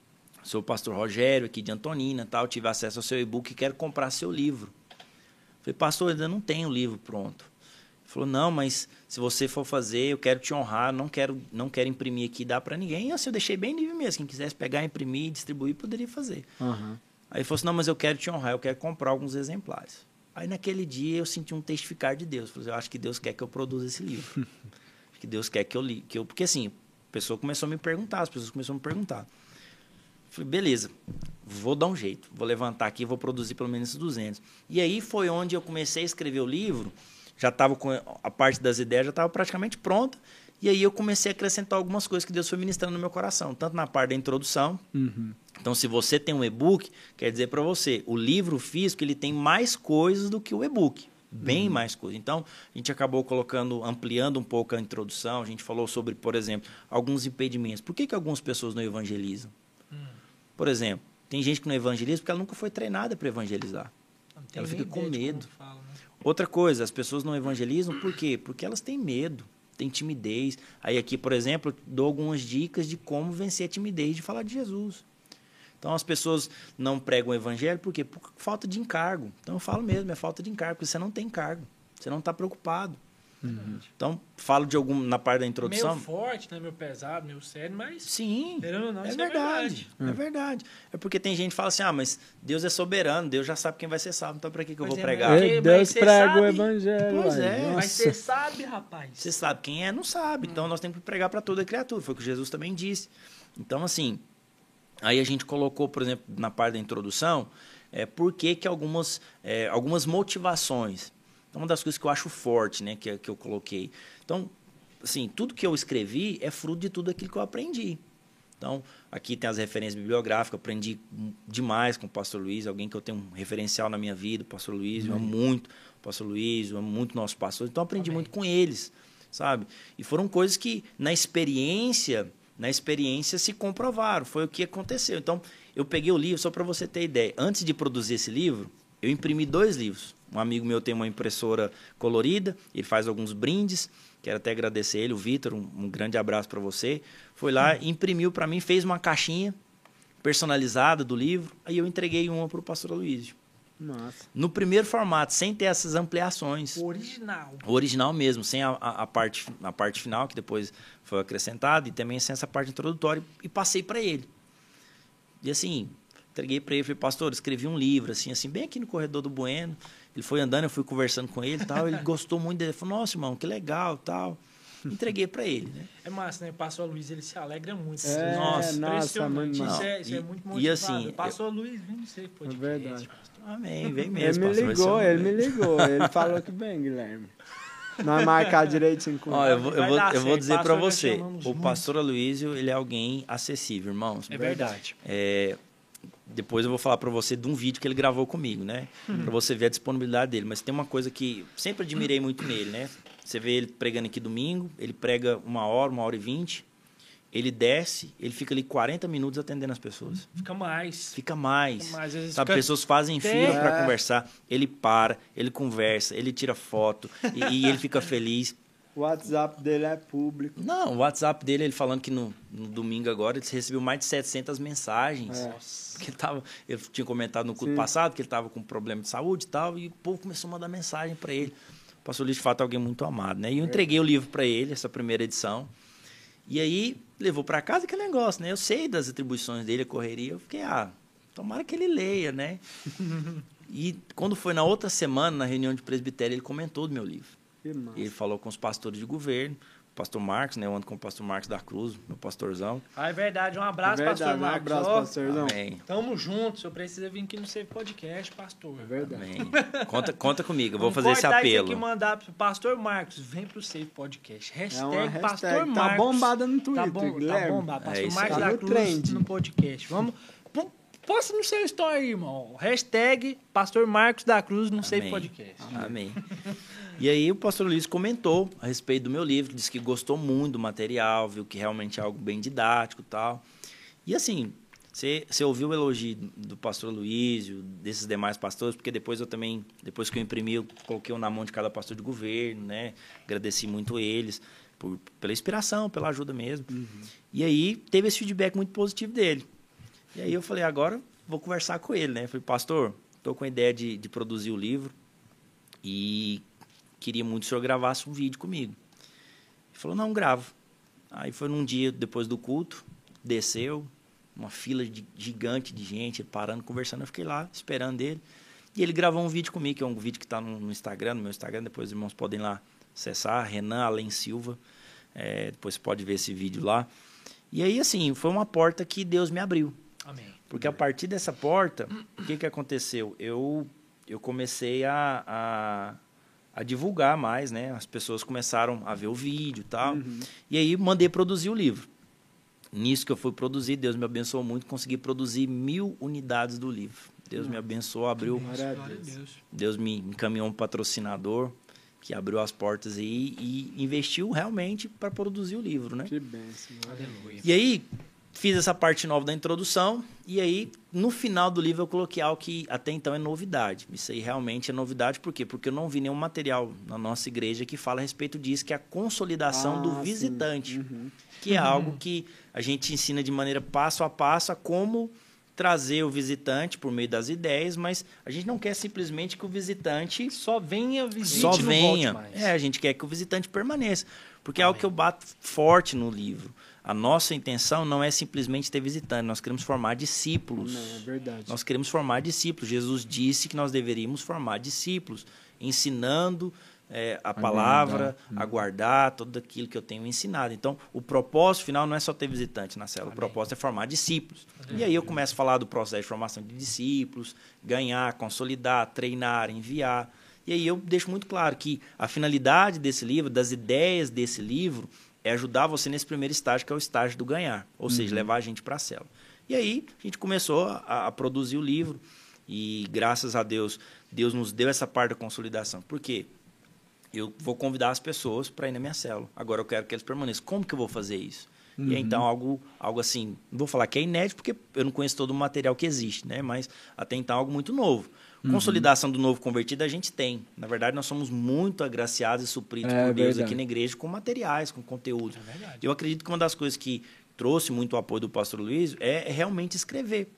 Rogério aqui de Antonina, tal, tive acesso ao seu e-book e quero comprar seu livro. Falei, pastor, ainda não tenho o livro pronto. Ele falou, não, mas se você for fazer, eu quero te honrar, não quero imprimir aqui e dar para ninguém. E assim, eu deixei bem livre mesmo, quem quisesse pegar, imprimir e distribuir, poderia fazer. Uhum. Aí ele falou assim, não, mas eu quero te honrar, eu quero comprar alguns exemplares. Aí naquele dia eu senti um testificar de Deus. Eu falei, eu acho que Deus quer que eu produza esse livro. Acho que Deus quer que eu li. Porque assim, a pessoa começou a me perguntar, as pessoas começaram a me perguntar. Falei, beleza, vou dar um jeito, vou levantar aqui, vou produzir pelo menos esses 200. E aí foi onde eu comecei a escrever o livro, já estava com a parte das ideias, já estava praticamente pronta, e aí eu comecei a acrescentar algumas coisas que Deus foi ministrando no meu coração, tanto na parte da introdução. Então, se você tem um e-book, quer dizer para você, o livro físico ele tem mais coisas do que o e-book. Bem mais coisas. Então, a gente acabou ampliando um pouco a introdução, a gente falou sobre, por exemplo, alguns impedimentos. Por que algumas pessoas não evangelizam? Por exemplo, tem gente que não evangeliza porque ela nunca foi treinada para evangelizar. Ela fica com medo. Outra coisa, as pessoas não evangelizam por quê? Porque elas têm medo, têm timidez. Aí aqui, por exemplo, eu dou algumas dicas de como vencer a timidez de falar de Jesus. Então, as pessoas não pregam o evangelho por quê? Por falta de encargo. Então, eu falo mesmo, é falta de encargo, porque você não tem encargo, você não está preocupado. Então, falo na parte da introdução. Meio forte, né? Meio pesado, meio sério, mas... Sim, Não, é isso verdade. É verdade. É porque tem gente que fala assim, mas Deus é soberano, Deus já sabe quem vai ser salvo, então para que eu vou pregar? Porque- Deus mas você prega o sabe? evangelho. Pois uai. é. Nossa. Mas você sabe, rapaz. Você sabe quem é, não sabe. Então, nós temos que pregar para toda criatura. Foi o que Jesus também disse. Então, assim, aí a gente colocou, por exemplo, na parte da introdução, por que algumas motivações. Uma das coisas que eu acho forte, né, que eu coloquei. Então, assim, tudo que eu escrevi é fruto de tudo aquilo que eu aprendi. Então, aqui tem as referências bibliográficas, eu aprendi demais com o pastor Luiz, alguém que eu tenho um referencial na minha vida, o pastor Luiz, eu amo muito o pastor Luiz, eu amo muito o nosso pastor, então eu aprendi muito com eles. sabe? E foram coisas que, na experiência se comprovaram. Foi o que aconteceu. Então, eu peguei o livro, só para você ter ideia. Antes de produzir esse livro, eu imprimi 2 livros. Um amigo meu tem uma impressora colorida, ele faz alguns brindes. Quero até agradecer ele, o Vitor, um grande abraço para você. Foi lá, imprimiu para mim, fez uma caixinha personalizada do livro, aí eu entreguei uma para o pastor Aloysio. Nossa. No primeiro formato, sem ter essas ampliações. O original. O original mesmo, sem a parte final, que depois foi acrescentada, e também sem essa parte introdutória, e passei para ele. E assim, entreguei para ele, falei, pastor, escrevi um livro, assim, bem aqui no corredor do Bueno. Ele foi andando, eu fui conversando com ele e tal, ele gostou muito dele, falou, nossa, irmão, que legal, tal. Entreguei para ele, né? É massa, né? O pastor Luiz, ele se alegra muito. Nossa, impressionante. não, Isso é muito motivado. E assim, pastor Luiz, vem no Safe Podcast. É verdade. Amém, vem mesmo. Ele me ligou, ele falou que vem, Guilherme. Nós marcar direitinho com ele. Eu vou dizer para você, o pastor Aloysio, ele é alguém acessível, irmãos. É verdade. Depois eu vou falar para você de um vídeo que ele gravou comigo, né? Para você ver a disponibilidade dele. Mas tem uma coisa que sempre admirei muito nele, né? Você vê ele pregando aqui domingo, ele prega 1h e 20. Ele desce, ele fica ali 40 minutos atendendo as pessoas. Fica mais. Às vezes sabe, pessoas fazem fila para conversar. Ele para, ele conversa, ele tira foto e ele fica feliz. O WhatsApp dele é público. Não, o WhatsApp dele, ele falando que no domingo agora, ele recebeu mais de 700 mensagens. Porque ele tinha comentado no culto passado que ele estava com problema de saúde e tal, e o povo começou a mandar mensagem para ele. O pastor Luiz, de fato, é alguém muito amado, né? E eu entreguei o livro para ele, essa primeira edição. E aí, levou para casa aquele negócio, né? Eu sei das atribuições dele, a correria. Eu fiquei, tomara que ele leia, né? E quando foi na outra semana, na reunião de presbitério, ele comentou do meu livro. Ele falou com os pastores de governo, o pastor Marcos, né? Eu ando com o pastor Marcos da Cruz, meu pastorzão. É verdade. Um abraço, pastor Marcos. Um abraço, pastorzão. Amém. Tamo junto. O senhor precisa vir aqui no Safe Podcast, pastor. É verdade. Amém. Conta comigo, eu vou fazer esse apelo. Tem que mandar pro pastor Marcos, vem pro Safe Podcast. Hashtag pastor Marcos. Tá bombada no Twitter, Tá bombado. Pastor Marcos da Cruz trend. no podcast. Vamos... Posta no seu story, irmão. Hashtag pastor Marcos da Cruz no Safe Podcast. Amém. E aí o pastor Luiz comentou a respeito do meu livro, disse que gostou muito do material, viu que realmente é algo bem didático e tal. E assim, você ouviu o elogio do pastor Luiz, desses demais pastores, porque depois que eu imprimi, eu coloquei na mão de cada pastor de governo, né? Agradeci muito eles pela inspiração, pela ajuda mesmo. E aí teve esse feedback muito positivo dele. E aí eu falei, agora vou conversar com ele, né? Eu falei, pastor, estou com a ideia de produzir o livro e queria muito que o senhor gravasse um vídeo comigo. Ele falou, não, gravo. Aí foi num dia depois do culto, desceu, uma fila gigante de gente, ele parando, conversando, eu fiquei lá esperando ele. E ele gravou um vídeo comigo, que é um vídeo que está no Instagram, no meu Instagram, depois os irmãos podem lá acessar, Renan Além Silva, depois você pode ver esse vídeo lá. E aí, assim, foi uma porta que Deus me abriu. Amém. Porque a partir dessa porta, o que aconteceu? Eu comecei a divulgar mais, né? As pessoas começaram a ver o vídeo e tal. E aí mandei produzir o livro. Nisso que eu fui produzir, Deus me abençoou muito, consegui produzir 1000 unidades do livro. Deus me abençoou, abriu. Deus me encaminhou um patrocinador que abriu as portas aí e investiu realmente para produzir o livro, né? Que bênção. Aleluia. E aí fiz essa parte nova da introdução e aí no final do livro eu coloquei algo que até então é novidade. Isso aí realmente é novidade, por quê? Porque eu não vi nenhum material na nossa igreja que fala a respeito disso, que é a consolidação do visitante, que é algo que a gente ensina de maneira passo a passo a como trazer o visitante por meio das ideias, mas a gente não quer simplesmente que o visitante só venha, visite, só não venha. volte mais. A gente quer que o visitante permaneça, porque é algo que eu bato forte no livro. A nossa intenção não é simplesmente ter visitante, nós queremos formar discípulos. Não, é verdade. Nós queremos formar discípulos. Jesus disse que nós deveríamos formar discípulos, ensinando a palavra, a guardar tudo aquilo que eu tenho ensinado. Então, o propósito final não é só ter visitante na célula, o propósito é formar discípulos. E aí eu começo a falar do processo de formação de discípulos, ganhar, consolidar, treinar, enviar. E aí eu deixo muito claro que a finalidade desse livro, das ideias desse livro, é ajudar você nesse primeiro estágio, que é o estágio do ganhar, ou seja, levar a gente para a célula. E aí a gente começou a produzir o livro e, graças a Deus, Deus nos deu essa parte da consolidação. Por quê? eu vou convidar as pessoas para ir na minha célula. Agora eu quero que eles permaneçam. Como que eu vou fazer isso? E aí, então, algo assim, não vou falar que é inédito, porque eu não conheço todo o material que existe, né? Mas até então algo muito novo. Consolidação do novo convertido a gente tem. Na verdade, nós somos muito agraciados e supridos por Deus aqui na igreja com materiais, com conteúdo. Eu acredito que uma das coisas que trouxe muito o apoio do pastor Luiz é realmente escrever.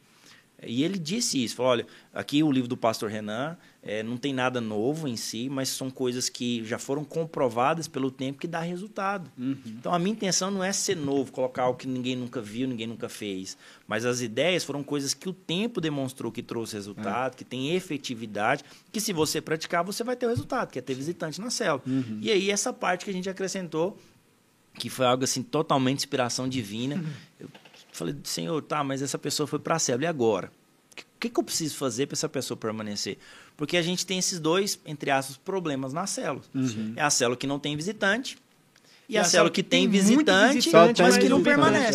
E ele disse isso, falou, olha, aqui o livro do pastor Renan não tem nada novo em si, mas são coisas que já foram comprovadas pelo tempo que dá resultado. Então, a minha intenção não é ser novo, colocar algo que ninguém nunca viu, ninguém nunca fez. Mas as ideias foram coisas que o tempo demonstrou que trouxe resultado, que tem efetividade, que se você praticar, você vai ter o resultado, que é ter visitante na célula. E aí, essa parte que a gente acrescentou, que foi algo assim, totalmente inspiração divina. Eu falei, Senhor, tá, mas essa pessoa foi para a célula, e agora? O que eu preciso fazer para essa pessoa permanecer? Porque a gente tem esses dois, entre aspas, problemas na célula. É a célula que não tem visitante e a célula que tem visitante, mas que não permanece.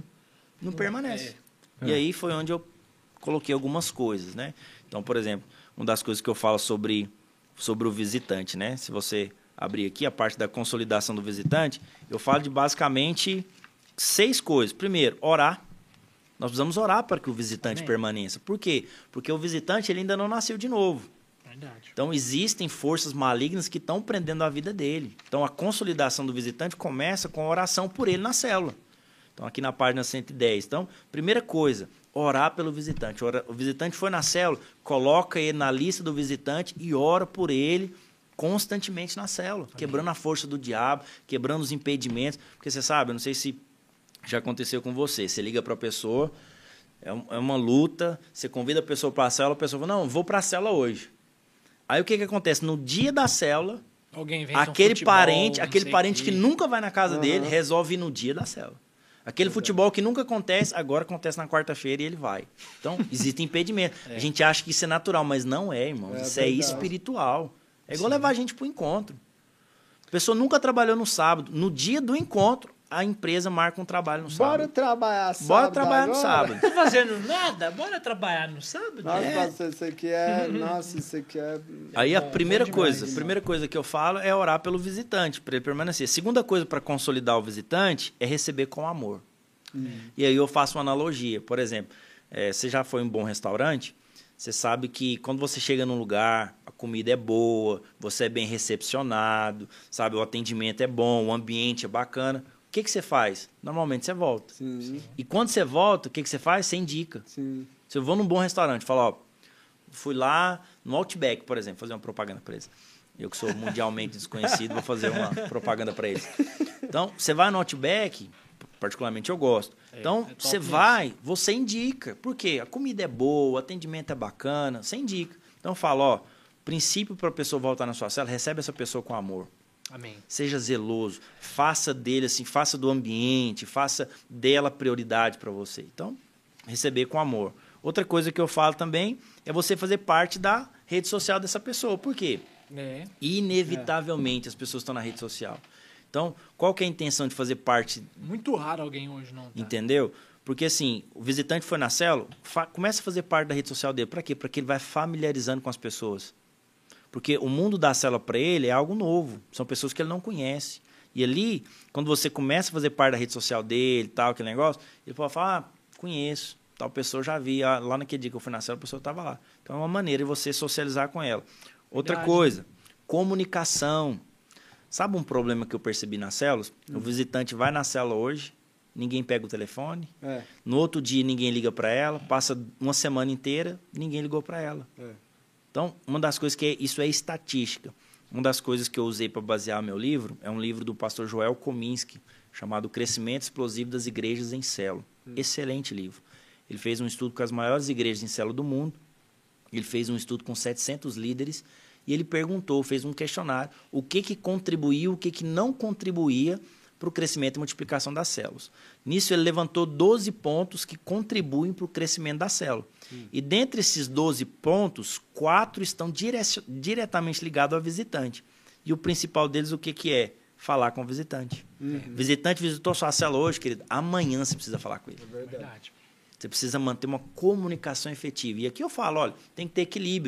Não permanece. E aí foi onde eu coloquei algumas coisas, né? Então, por exemplo, uma das coisas que eu falo sobre o visitante, né? Se você abrir aqui a parte da consolidação do visitante, eu falo de basicamente 6 coisas. Primeiro, orar. Nós precisamos orar para que o visitante permaneça. Por quê? Porque o visitante ele ainda não nasceu de novo. Verdade. Então, existem forças malignas que estão prendendo a vida dele. Então, a consolidação do visitante começa com a oração por ele na célula. Então, aqui na página 110. Então, primeira coisa, orar pelo visitante. O visitante foi na célula, coloca ele na lista do visitante e ora por ele constantemente na célula, quebrando a força do diabo, quebrando os impedimentos. Porque você sabe, eu não sei se já aconteceu com você. Você liga para a pessoa, é uma luta, você convida a pessoa para a célula, a pessoa fala, não, vou para a célula hoje. Aí o que acontece? No dia da célula, aquele parente que nunca vai na casa dele, resolve ir no dia da célula. Aquele futebol que nunca acontece, agora acontece na quarta-feira e ele vai. Então, existe impedimento. A gente acha que isso é natural, mas não é, irmão. Isso é espiritual. É igual levar a gente para o encontro. A pessoa nunca trabalhou no sábado. No dia do encontro, a empresa marca um trabalho no sábado. Bora trabalhar sábado. Bora trabalhar no agora? sábado. Não tô fazendo nada? Bora trabalhar no sábado? Nossa, pastor, isso aqui é... Nossa, isso aqui é... Aí a bom, primeira bom coisa, demais, a primeira coisa que eu falo é orar pelo visitante, para ele permanecer. A segunda coisa para consolidar o visitante é receber com amor. E aí eu faço uma analogia. Por exemplo, você já foi em um bom restaurante? Você sabe que quando você chega num lugar, a comida é boa, você é bem recepcionado, sabe, o atendimento é bom, o ambiente é bacana. O que você faz? Normalmente você volta. Sim. E quando você volta, o que você faz? Você indica. Sim. Se eu vou num bom restaurante, falo, ó, fui lá no Outback, por exemplo, fazer uma propaganda para eles. Eu que sou mundialmente desconhecido, vou fazer uma propaganda para eles. Então, você vai no Outback, particularmente eu gosto. Então, você vai, você indica. Por quê? A comida é boa, o atendimento é bacana, você indica. Então, eu falo, ó, princípio para a pessoa voltar na sua cela, recebe essa pessoa com amor. Amém. Seja zeloso, faça dele assim, faça do ambiente, faça dela prioridade para você. Então, receber com amor. Outra coisa que eu falo também é você fazer parte da rede social dessa pessoa. Por quê? Inevitavelmente as pessoas estão na rede social. Então, qual que é a intenção de fazer parte? Muito raro alguém hoje não tá. Entendeu? Porque assim, o visitante foi na célula, começa a fazer parte da rede social dele. Para quê? Para que ele vai familiarizando com as pessoas. Porque o mundo da célula para ele é algo novo. São pessoas que ele não conhece. E ali, quando você começa a fazer parte da rede social dele, tal, aquele negócio, ele pode falar, conheço, tal pessoa já vi. Lá naquele dia que eu fui na célula, a pessoa estava lá. Então é uma maneira de você socializar com ela. Outra coisa, comunicação. Sabe um problema que eu percebi nas células? O visitante vai na célula hoje, ninguém pega o telefone. No outro dia, ninguém liga para ela. Passa uma semana inteira, ninguém ligou para ela. Então, uma das coisas que isso é estatística. Uma das coisas que eu usei para basear meu livro é um livro do pastor Joel Kominski, chamado Crescimento Explosivo das Igrejas em Célula. Excelente livro. Ele fez um estudo com as maiores igrejas em célula do mundo. Ele fez um estudo com 700 líderes e ele perguntou, fez um questionário, o que contribuía, o que não contribuía para o crescimento e multiplicação das células. Nisso, ele levantou 12 pontos que contribuem para o crescimento da célula. E dentre esses 12 pontos, 4 estão diretamente ligados ao visitante. E o principal deles, o que é? Falar com o visitante. Visitante visitou sua célula hoje, querido. Amanhã você precisa falar com ele. É verdade. Você precisa manter uma comunicação efetiva. E aqui eu falo, olha, tem que ter equilíbrio.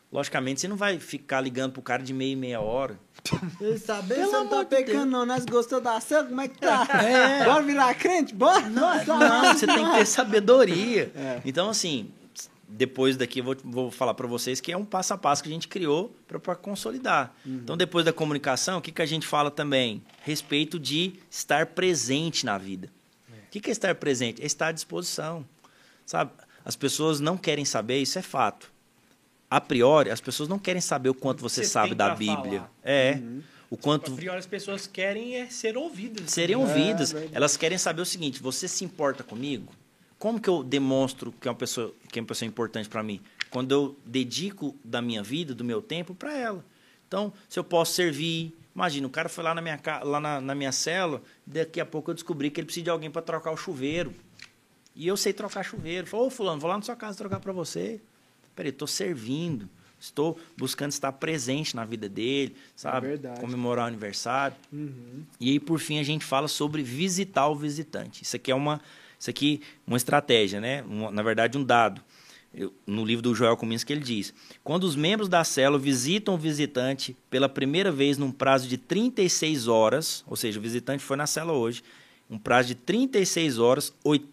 Logicamente, você não vai ficar ligando pro cara de meia e meia hora. Ele sabe, Pelo você não amor tá de pecando, Deus. não. Nós gostamos da céu, como é que tá? Bora virar crente? Bora? Não, você tem que ter sabedoria. Então, assim, depois daqui eu vou falar para vocês que é um passo a passo que a gente criou para consolidar. Então, depois da comunicação, o que a gente fala também? Respeito de estar presente na vida. O que é estar presente? É estar à disposição. Sabe? As pessoas não querem saber, isso é fato. A priori, as pessoas não querem saber o quanto você sabe da Bíblia. Falar. O quanto... A priori, as pessoas querem ser ouvidas. Serem ouvidas. Elas querem saber o seguinte: você se importa comigo? Como que eu demonstro que é uma pessoa importante para mim? Quando eu dedico da minha vida, do meu tempo para ela. Então, se eu posso servir... Imagina, o cara foi lá na minha célula, daqui a pouco eu descobri que ele precisa de alguém para trocar o chuveiro. E eu sei trocar chuveiro. Falei, ô fulano, vou lá na sua casa trocar para você. Peraí, estou servindo. Estou buscando estar presente na vida dele, sabe? É verdade. Comemorar o aniversário. E aí, por fim, a gente fala sobre visitar o visitante. Isso aqui é uma estratégia, né? Na verdade, um dado. No livro do Joel Kominski, ele diz: quando os membros da célula visitam o visitante pela primeira vez num prazo de 36 horas, ou seja, o visitante foi na célula hoje, um prazo de 36 horas,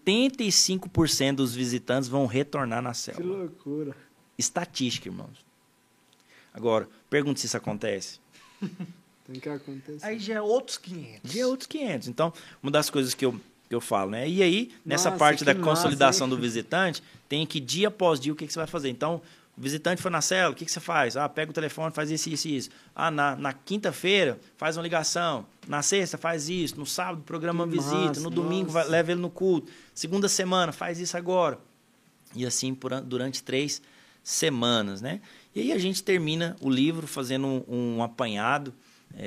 85% dos visitantes vão retornar na célula. Que loucura. Estatística, irmãos. Agora, pergunte se isso acontece. Tem que acontecer. Aí já é outros 500. Já é outros 500. Então, uma das coisas que eu falo, né? E aí, nessa Nossa, parte que da massa, consolidação hein? do visitante, tem que dia após dia o que você vai fazer. Então, o visitante foi na célula, o que você faz? Ah, pega o telefone, faz isso, isso e isso. Ah, na quinta-feira, faz uma ligação. Na sexta, faz isso. No sábado, programa uma Que visita. massa, No domingo, nossa. leva ele no culto. Segunda semana, faz isso agora. E assim durante 3 semanas, né? E aí a gente termina o livro fazendo um apanhado,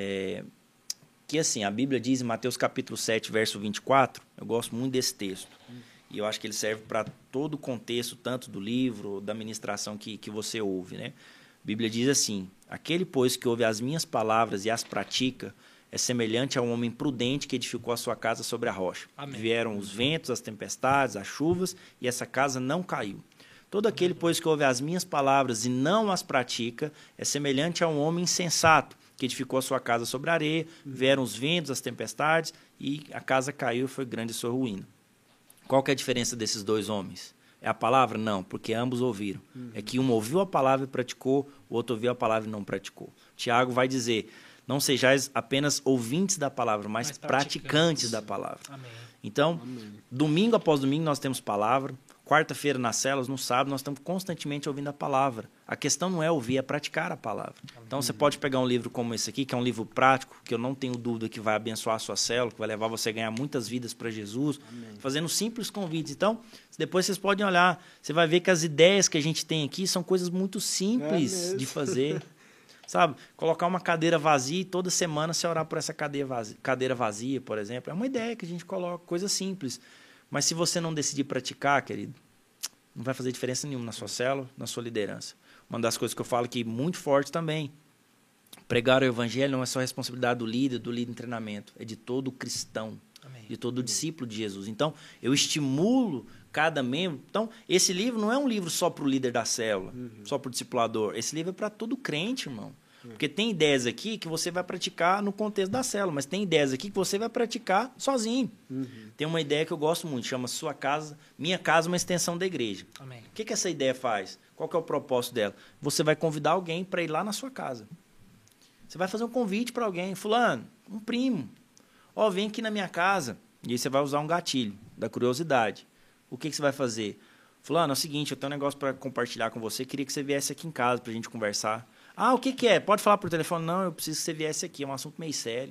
que assim, a Bíblia diz em Mateus capítulo 7, verso 24, eu gosto muito desse texto, e eu acho que ele serve para todo o contexto, tanto do livro, da ministração que você ouve, né? A Bíblia diz assim: aquele, pois, que ouve as minhas palavras e as pratica, é semelhante a um homem prudente que edificou a sua casa sobre a rocha. Amém. Vieram os ventos, as tempestades, as chuvas, e essa casa não caiu. Todo aquele, pois, que ouve as minhas palavras e não as pratica, é semelhante a um homem insensato, que edificou a sua casa sobre a areia, vieram os ventos, as tempestades, e a casa caiu e foi grande a sua ruína. Qual que é a diferença desses dois homens? É a palavra? Não, porque ambos ouviram. É que um ouviu a palavra e praticou, o outro ouviu a palavra e não praticou. Tiago vai dizer: não sejais apenas ouvintes da palavra, mas praticantes da palavra. Amém. Então, domingo após domingo nós temos palavra. Quarta-feira nas células, no sábado, nós estamos constantemente ouvindo a palavra. A questão não é ouvir, é praticar a palavra. Então, você pode pegar um livro como esse aqui, que é um livro prático, que eu não tenho dúvida que vai abençoar a sua célula, que vai levar você a ganhar muitas vidas para Jesus, fazendo simples convites. Então, depois vocês podem olhar, você vai ver que as ideias que a gente tem aqui são coisas muito simples de fazer. Sabe? Colocar uma cadeira vazia e toda semana você orar por essa cadeira vazia, por exemplo. É uma ideia que a gente coloca, coisa simples. Mas se você não decidir praticar, querido, não vai fazer diferença nenhuma na sua célula, na sua liderança. Uma das coisas que eu falo aqui muito forte também: pregar o evangelho não é só responsabilidade do líder em treinamento, é de todo cristão, de todo discípulo de Jesus. Então, eu estimulo cada membro. Então, esse livro não é um livro só para o líder da célula, só para o discipulador. Esse livro é para todo crente, irmão. Porque tem ideias aqui que você vai praticar no contexto da célula, mas tem ideias aqui que você vai praticar sozinho. Tem uma ideia que eu gosto muito, chama Sua Casa, Minha Casa, uma extensão da igreja. Amém. O que essa ideia faz? Qual que é o propósito dela? Você vai convidar alguém para ir lá na sua casa. Você vai fazer um convite para alguém: fulano, um primo, vem aqui na minha casa. E aí você vai usar um gatilho da curiosidade. O que você vai fazer? Fulano, é o seguinte, eu tenho um negócio para compartilhar com você, queria que você viesse aqui em casa para a gente conversar. Ah, o que é? Pode falar por telefone? Não, eu preciso que você viesse aqui, é um assunto meio sério.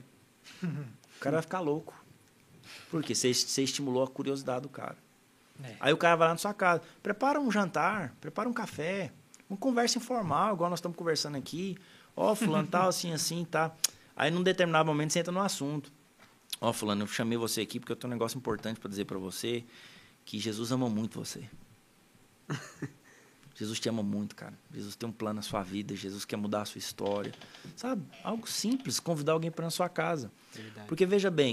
O cara vai ficar louco. Por quê? Você estimulou a curiosidade do cara. Aí o cara vai lá na sua casa, prepara um jantar, prepara um café, uma conversa informal, igual nós estamos conversando aqui. Fulano, tal, assim, tá. Aí, num determinado momento, você entra no assunto. Fulano, eu chamei você aqui porque eu tenho um negócio importante para dizer para você, que Jesus ama muito você. Jesus te ama muito, cara. Jesus tem um plano na sua vida. Jesus quer mudar a sua história. Sabe? Algo simples, convidar alguém para na sua casa. Verdade. Porque, veja bem,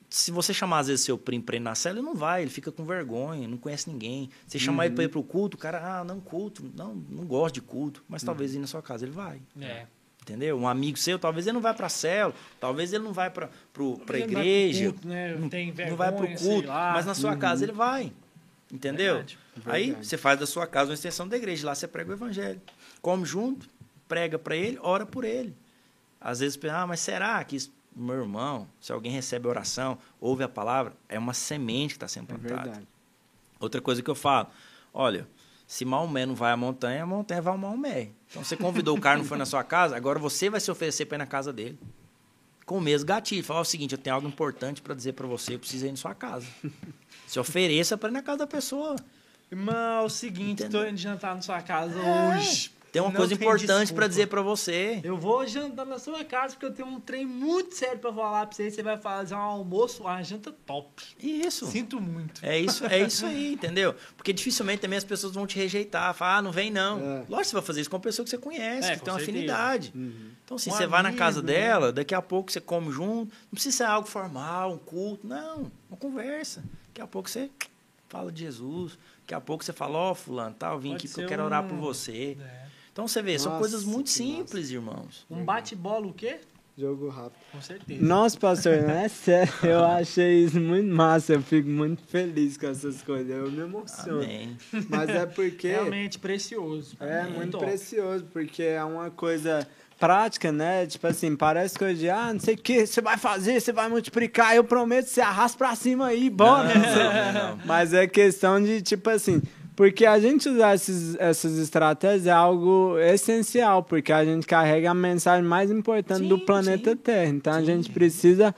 Se você chamar, às vezes, seu primo para ir na cela, ele não vai, ele fica com vergonha, não conhece ninguém. Você chamar ele para ir para o culto, o cara, não, culto, não gosto de culto, mas talvez ir na sua casa ele vai. Entendeu? Um amigo seu, talvez ele não vai para a cela, talvez ele não vai para a igreja, culto, né? não vai para o culto, mas na sua casa ele vai. Entendeu? Verdade. Aí você faz da sua casa uma extensão da igreja, lá você prega o evangelho. Come junto, prega para ele, ora por ele. Às vezes, mas será que isso, meu irmão, se alguém recebe a oração, ouve a palavra, é uma semente que está sendo plantada. verdade. Outra coisa que eu falo, olha, se Maomé não vai à montanha, a montanha vai ao Maomé. Então você convidou o cara, não foi na sua casa, agora você vai se oferecer para ir na casa dele. Com o mesmo gatilho. Falar o seguinte, eu tenho algo importante para dizer para você, eu preciso ir na sua casa. Se ofereça para ir na casa da pessoa. Irmão, é o seguinte, Entendeu? tô indo jantar na sua casa hoje. Tem uma Não coisa tem importante desculpa. para dizer para você. Eu vou jantar na sua casa porque eu tenho um trem muito sério pra falar pra você. Você vai fazer um almoço, uma janta top. Isso. Sinto muito. É isso aí, entendeu? Porque dificilmente também as pessoas vão te rejeitar, falar, não vem não. Lógico que você vai fazer isso com uma pessoa que você conhece, que com tem uma certeza. afinidade. Então, assim, Um você vai na casa amigo, né? dela, daqui a pouco você come junto, não precisa ser algo formal, um culto, não, uma conversa. Daqui a pouco você fala de Jesus, daqui a pouco você fala, fulano, eu vim Pode aqui porque eu ser quero orar por você. Então, você vê, são Nossa, coisas muito que simples, irmãos. Um bate-bola o quê? Jogo rápido. Com certeza. Nossa, pastor, não é sério. Eu achei isso muito massa. Eu fico muito feliz com essas coisas. Eu me emociono. Amém. Mas é porque... Realmente precioso. É muito top. precioso, porque é uma coisa prática, né? Tipo assim, parece coisa de, não sei o que, você vai fazer, você vai multiplicar, eu prometo, você arrasta pra cima aí, bora. Não. Mas é questão de, tipo assim, porque a gente usar essas estratégias é algo essencial, porque a gente carrega a mensagem mais importante do planeta Terra. Então a gente precisa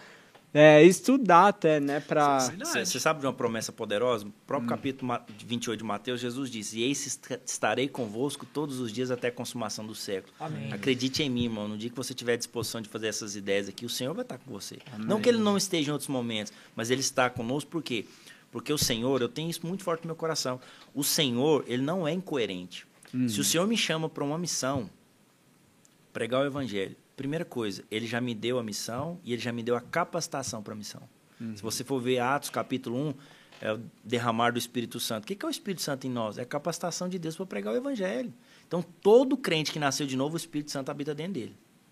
estudar até, né? Você sabe de uma promessa poderosa? No próprio capítulo 28 de Mateus, Jesus disse, eis estarei convosco todos os dias até a consumação do século. Amém. Acredite em mim, irmão. No dia que você tiver à disposição de fazer essas ideias aqui, o Senhor vai estar com você. Amém. Não que Ele não esteja em outros momentos, mas Ele está conosco. Por quê? Porque o Senhor, eu tenho isso muito forte no meu coração, o Senhor, Ele não é incoerente. Se o Senhor me chama para uma missão, pregar o Evangelho, primeira coisa, Ele já me deu a missão e Ele já me deu a capacitação para a missão. Se você for ver Atos, capítulo 1, é o derramar do Espírito Santo. O que é o Espírito Santo em nós? É a capacitação de Deus para pregar o Evangelho. Então, todo crente que nasceu de novo, o Espírito Santo habita dentro dele.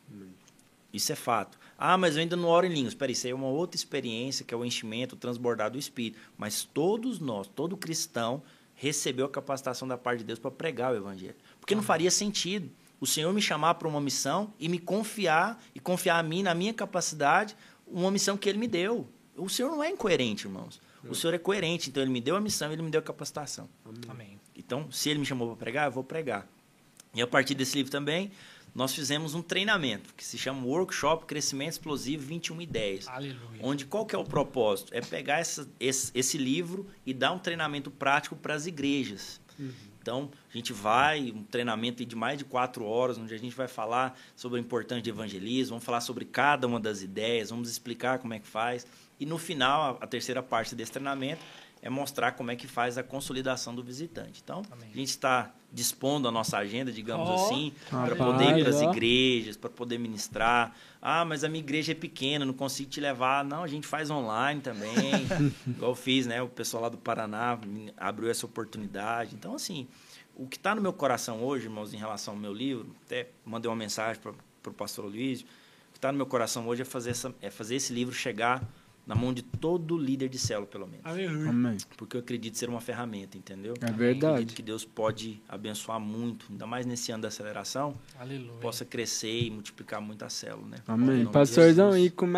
Isso é fato. Mas eu ainda não oro em línguas. Espera, isso aí é uma outra experiência, que é o enchimento, o transbordar do Espírito. Mas todos nós, todo cristão, recebeu a capacitação da parte de Deus para pregar o Evangelho. Porque não faria sentido o Senhor me chamar para uma missão e me confiar, e confiar a mim, na minha capacidade, uma missão que Ele me deu. O Senhor não é incoerente, irmãos. O Senhor é coerente, então Ele me deu a missão e Ele me deu a capacitação. Amém. Então, se Ele me chamou para pregar, eu vou pregar. E a partir desse livro também, nós fizemos um treinamento, que se chama Workshop Crescimento Explosivo 21 Ideias. Aleluia. Onde qual que é o propósito? É pegar esse livro e dar um treinamento prático para as igrejas. Então, a gente vai, um treinamento de mais de 4 horas, onde a gente vai falar sobre a importância de evangelismo, vamos falar sobre cada uma das ideias, vamos explicar como é que faz. E no final, a terceira parte desse treinamento é mostrar como é que faz a consolidação do visitante. Então, Amém. a gente está dispondo a nossa agenda, digamos assim, para rapaz, poder ir para as ó. igrejas, para poder ministrar. Mas a minha igreja é pequena, não consigo te levar. Não, a gente faz online também, igual eu fiz, né? O pessoal lá do Paraná abriu essa oportunidade. Então, assim, o que está no meu coração hoje, irmãos, em relação ao meu livro, até mandei uma mensagem para o pastor Luiz, o que está no meu coração hoje é fazer esse livro chegar na mão de todo líder de célula, pelo menos. Aleluia. Amém. Porque eu acredito ser uma ferramenta, entendeu? É Eu verdade. acredito que Deus pode abençoar muito, ainda mais nesse ano da aceleração, Aleluia. possa crescer e multiplicar muito a célula, né? Em Amém. nome de Pastorzão, Jesus. e como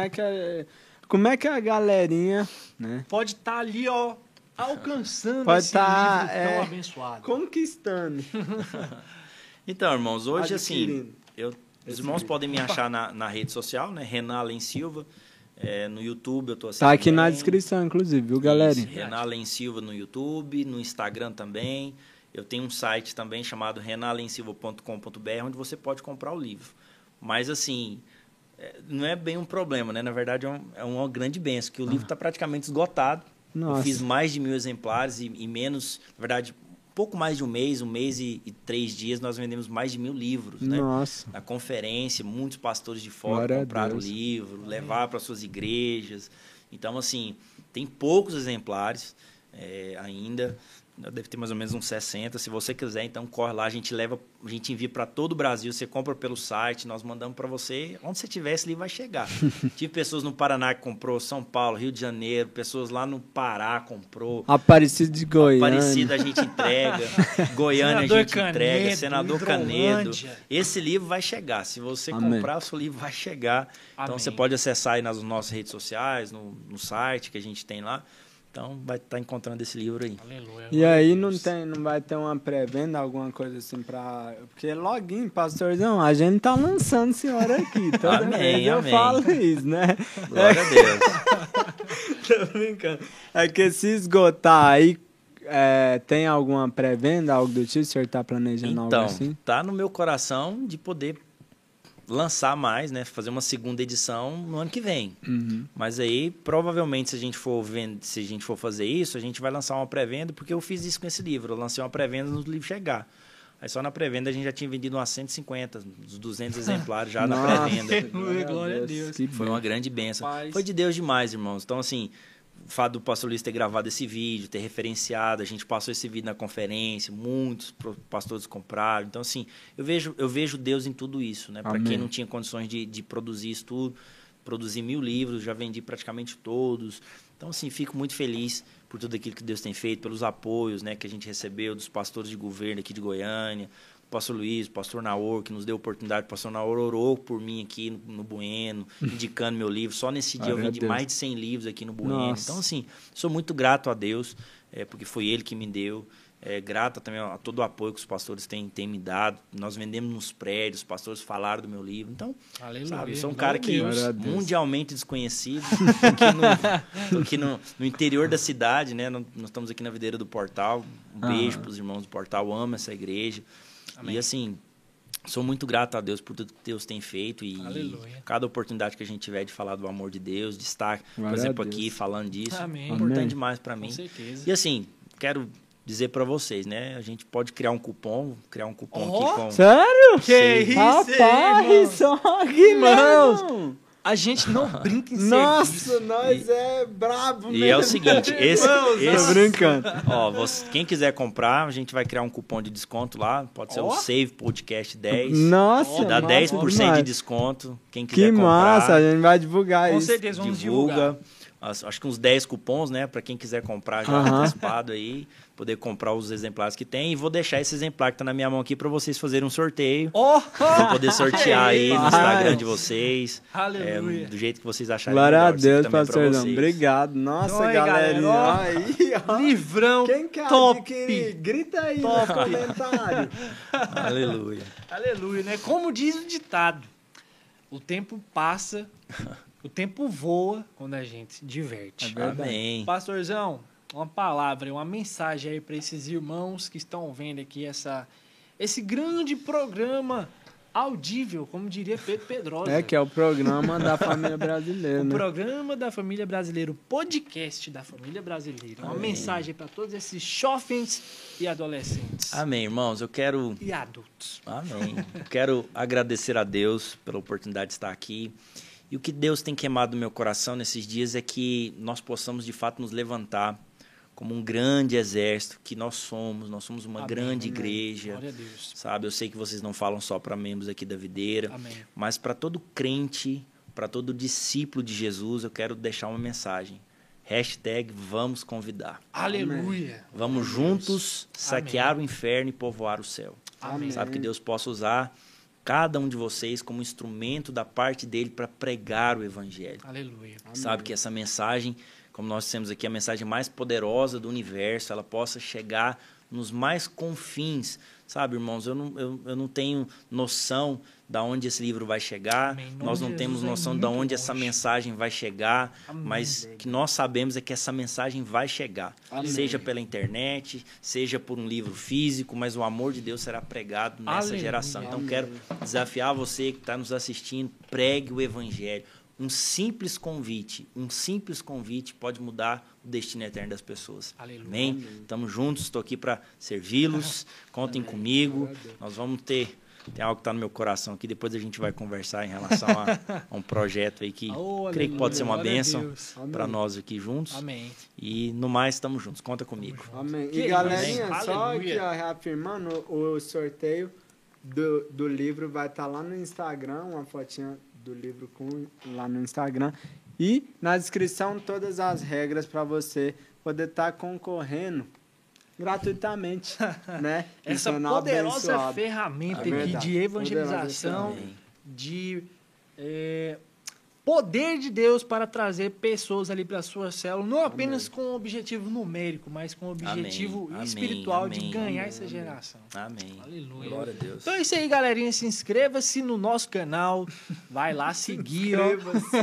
é que a galerinha, né? Pode estar ali, ó, alcançando Pode esse tá, livro tão abençoado. Conquistando. Então, irmãos, hoje, assim, Adquirindo. os irmãos podem me achar na rede social, né? Renan Allen Silva. No YouTube eu tô assim. Tá aqui na também. descrição, inclusive, viu, galerinha? Renan Allen Silva no YouTube, no Instagram também. Eu tenho um site também chamado renalensilva.com.br, onde você pode comprar o livro. Mas, assim, não é bem um problema, né? Na verdade, é uma grande bênção, que o livro está praticamente esgotado. Nossa. Eu fiz mais de 1.000 exemplares e menos, na verdade, pouco mais de um mês e 3 dias, nós vendemos mais de 1.000 livros, né? Nossa. Na conferência, muitos pastores de fora Glória a compraram o Deus. livro, levaram para suas igrejas. Então, assim, tem poucos exemplares ainda. Deve ter mais ou menos uns 60. Se você quiser, então corre lá. A gente envia para todo o Brasil. Você compra pelo site, nós mandamos para você. Onde você tiver, esse livro vai chegar. Tive pessoas no Paraná que comprou, São Paulo, Rio de Janeiro, pessoas lá no Pará comprou. Aparecido de Goiânia. Aparecido a gente entrega. Goiânia a gente entrega. Senador Canedo. Esse livro vai chegar. Se você comprar, o seu livro vai chegar. Então você pode acessar aí nas nossas redes sociais, no site que a gente tem lá. Então, vai estar encontrando esse livro aí. Aleluia. E aí não vai ter uma pré-venda, alguma coisa assim porque login, pastorzão, a gente tá lançando senhora aqui. Toda vez eu falo isso, né? Glória a Deus. Tô brincando. É que se esgotar aí, tem alguma pré-venda, algo do tipo? O senhor tá planejando algo assim? Então, tá no meu coração de poder lançar mais, né? Fazer uma segunda edição no ano que vem. Uhum. Mas aí, provavelmente, se a gente for fazer isso, a gente vai lançar uma pré-venda, porque eu fiz isso com esse livro. Eu lancei uma pré-venda no livro chegar. Aí só na pré-venda a gente já tinha vendido umas 150, uns 200 exemplares já na pré-venda. Glória a Deus. Foi uma grande bênção. Paz. Foi de Deus demais, irmãos. Então, assim, o fato do pastor Luiz ter gravado esse vídeo, ter referenciado, a gente passou esse vídeo na conferência, muitos pastores compraram. Então, assim, eu vejo Deus em tudo isso, né? Para quem não tinha condições de produzir isso tudo, produzi 1000 livros, já vendi praticamente todos. Então, assim, fico muito feliz por tudo aquilo que Deus tem feito, pelos apoios, né, que a gente recebeu dos pastores de governo aqui de Goiânia, o pastor Luiz, o pastor Naor, que nos deu a oportunidade, o pastor Naor orou por mim aqui no Bueno, indicando meu livro. Só nesse dia eu vendi mais de 100 livros aqui no Bueno. Nossa. Então, assim, sou muito grato a Deus, porque foi Ele que me deu. Grato também a todo o apoio que os pastores têm me dado. Nós vendemos nos prédios, os pastores falaram do meu livro. Então, sabe, eu sou um cara que mundialmente desconhecido. Estou aqui no interior da cidade, né? Nós estamos aqui na Videira do Portal. Um beijo para os irmãos do Portal, amo essa igreja. Amém. E assim, sou muito grato a Deus por tudo que Deus tem feito. E cada oportunidade que a gente tiver de falar do amor de Deus, de estar, por exemplo, aqui falando disso, é importante demais para mim. Com certeza. E assim, quero dizer para vocês, né? A gente pode criar um cupom aqui com... Sério? Que isso, rapaz, só que não. A gente não brinca em Nossa, nós é brabo mesmo. E é o seguinte, Tô brincando. Ó, quem quiser comprar, a gente vai criar um cupom de desconto lá. Pode ser o Save Podcast 10. Nossa, que dá 10% demais. de desconto. Quem quiser comprar. Que massa, a gente vai divulgar com isso. Com certeza, vamos divulgar. Acho que uns 10 cupons, né? Para quem quiser comprar já antecipado aí, poder comprar os exemplares que tem. E vou deixar esse exemplar que tá na minha mão aqui para vocês fazerem um sorteio. Vou poder sortear aí no Instagram de vocês. Aleluia. Do jeito que vocês acharem melhor. Glória a Deus, pastorzão. Obrigado. Nossa, galerinha. Aí, ó. Livrão quem quer top. Adquirir? Grita aí no comentário. Aleluia. Aleluia, né? Como diz o ditado, o tempo passa... O tempo voa quando a gente se diverte. Amém. Pastorzão, uma palavra, uma mensagem aí para esses irmãos que estão vendo aqui esse grande programa audível, como diria Pedro Pedrosa. Que é o programa da família brasileira. O programa da família brasileira, o podcast da família brasileira. Uma mensagem para todos esses jovens e adolescentes. Amém, irmãos. E adultos. Amém. Eu quero agradecer a Deus pela oportunidade de estar aqui. E o que Deus tem queimado no meu coração nesses dias é que nós possamos, de fato, nos levantar como um grande exército que nós somos uma grande igreja. Glória a Deus. Sabe, eu sei que vocês não falam só para membros aqui da Videira, mas para todo crente, para todo discípulo de Jesus, eu quero deixar uma mensagem. #vamos convidar. Aleluia. Vamos juntos saquear o inferno e povoar o céu. Amém. Sabe, que Deus possa usar cada um de vocês como instrumento da parte dele para pregar o evangelho. Aleluia. Sabe, que essa mensagem, como nós temos aqui, a mensagem mais poderosa do universo, ela possa chegar nos mais confins. Sabe, irmãos, eu não tenho noção de onde esse livro vai chegar, nós não temos noção de onde essa mensagem vai chegar, mas o que nós sabemos é que essa mensagem vai chegar, seja pela internet, seja por um livro físico, mas o amor de Deus será pregado nessa geração. Então, quero desafiar você que está nos assistindo, pregue o evangelho. Um simples convite pode mudar o destino eterno das pessoas. Aleluia. Amém? Estamos juntos, estou aqui para servi-los, contem comigo. Nós vamos ter tem algo que está no meu coração aqui. Depois a gente vai conversar em relação a um projeto aí que creio que pode ser uma bênção para nós aqui juntos. Amém. E no mais, estamos juntos. Conta comigo. Amém. Que E galerinha, isso? só Aleluia. aqui, ó, reafirmando, o sorteio do livro vai estar lá no Instagram, uma fotinha do livro lá no Instagram. E na descrição todas as regras para você poder estar concorrendo gratuitamente, né? E Essa sendo poderosa abençoado. ferramenta É aqui verdade. de evangelização, Amém. de poder de Deus para trazer pessoas ali para a sua célula, não apenas com objetivo numérico, mas com objetivo Amém. espiritual de Amém. ganhar Amém. essa geração. Amém. Aleluia. Glória a Deus. Então é isso aí, galerinha. Se inscreva-se no nosso canal. Vai lá seguir, ó.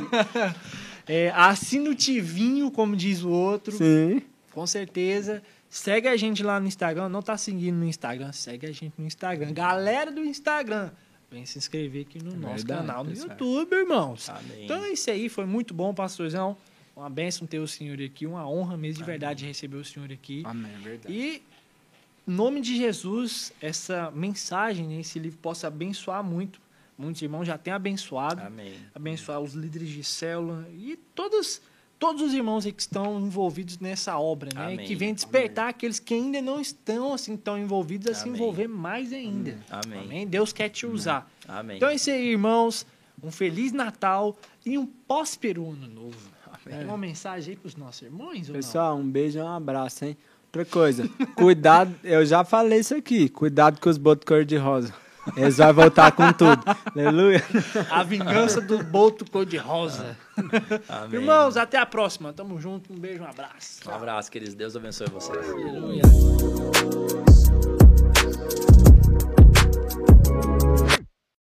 Assina o tivinho, como diz o outro. Sim. Com certeza. Segue a gente lá no Instagram. Não tá seguindo no Instagram? Segue a gente no Instagram. Galera do Instagram, vem se inscrever aqui no nosso Verdade, canal no pessoal. YouTube, irmãos. Amém. Então é isso aí. Foi muito bom, pastorzão. Uma bênção ter o senhor aqui. Uma honra mesmo de verdade receber o senhor aqui. Amém, verdade. E, em nome de Jesus, essa mensagem, né, esse livro possa abençoar muito. Muitos irmãos já têm abençoado. Amém. Abençoar os líderes de célula e todos os irmãos aí que estão envolvidos nessa obra, né? Amém. Que vem despertar aqueles que ainda não estão assim tão envolvidos a se Amém. envolver mais ainda. Amém. Deus quer te usar. Amém. Então é isso aí, irmãos. Um Feliz Natal e um próspero Ano Novo. Tem uma mensagem aí para os nossos irmãos? Ou Pessoal, um beijo e um abraço, hein? Outra coisa, cuidado, eu já falei isso aqui, cuidado com os botos cor-de-rosa. Eles vão voltar com tudo. Aleluia. não? A vingança do boto cor-de-rosa. Amém. Irmãos, até a próxima. Tamo junto. Um beijo, um abraço. Um abraço, queridos. Deus abençoe vocês. Aleluia.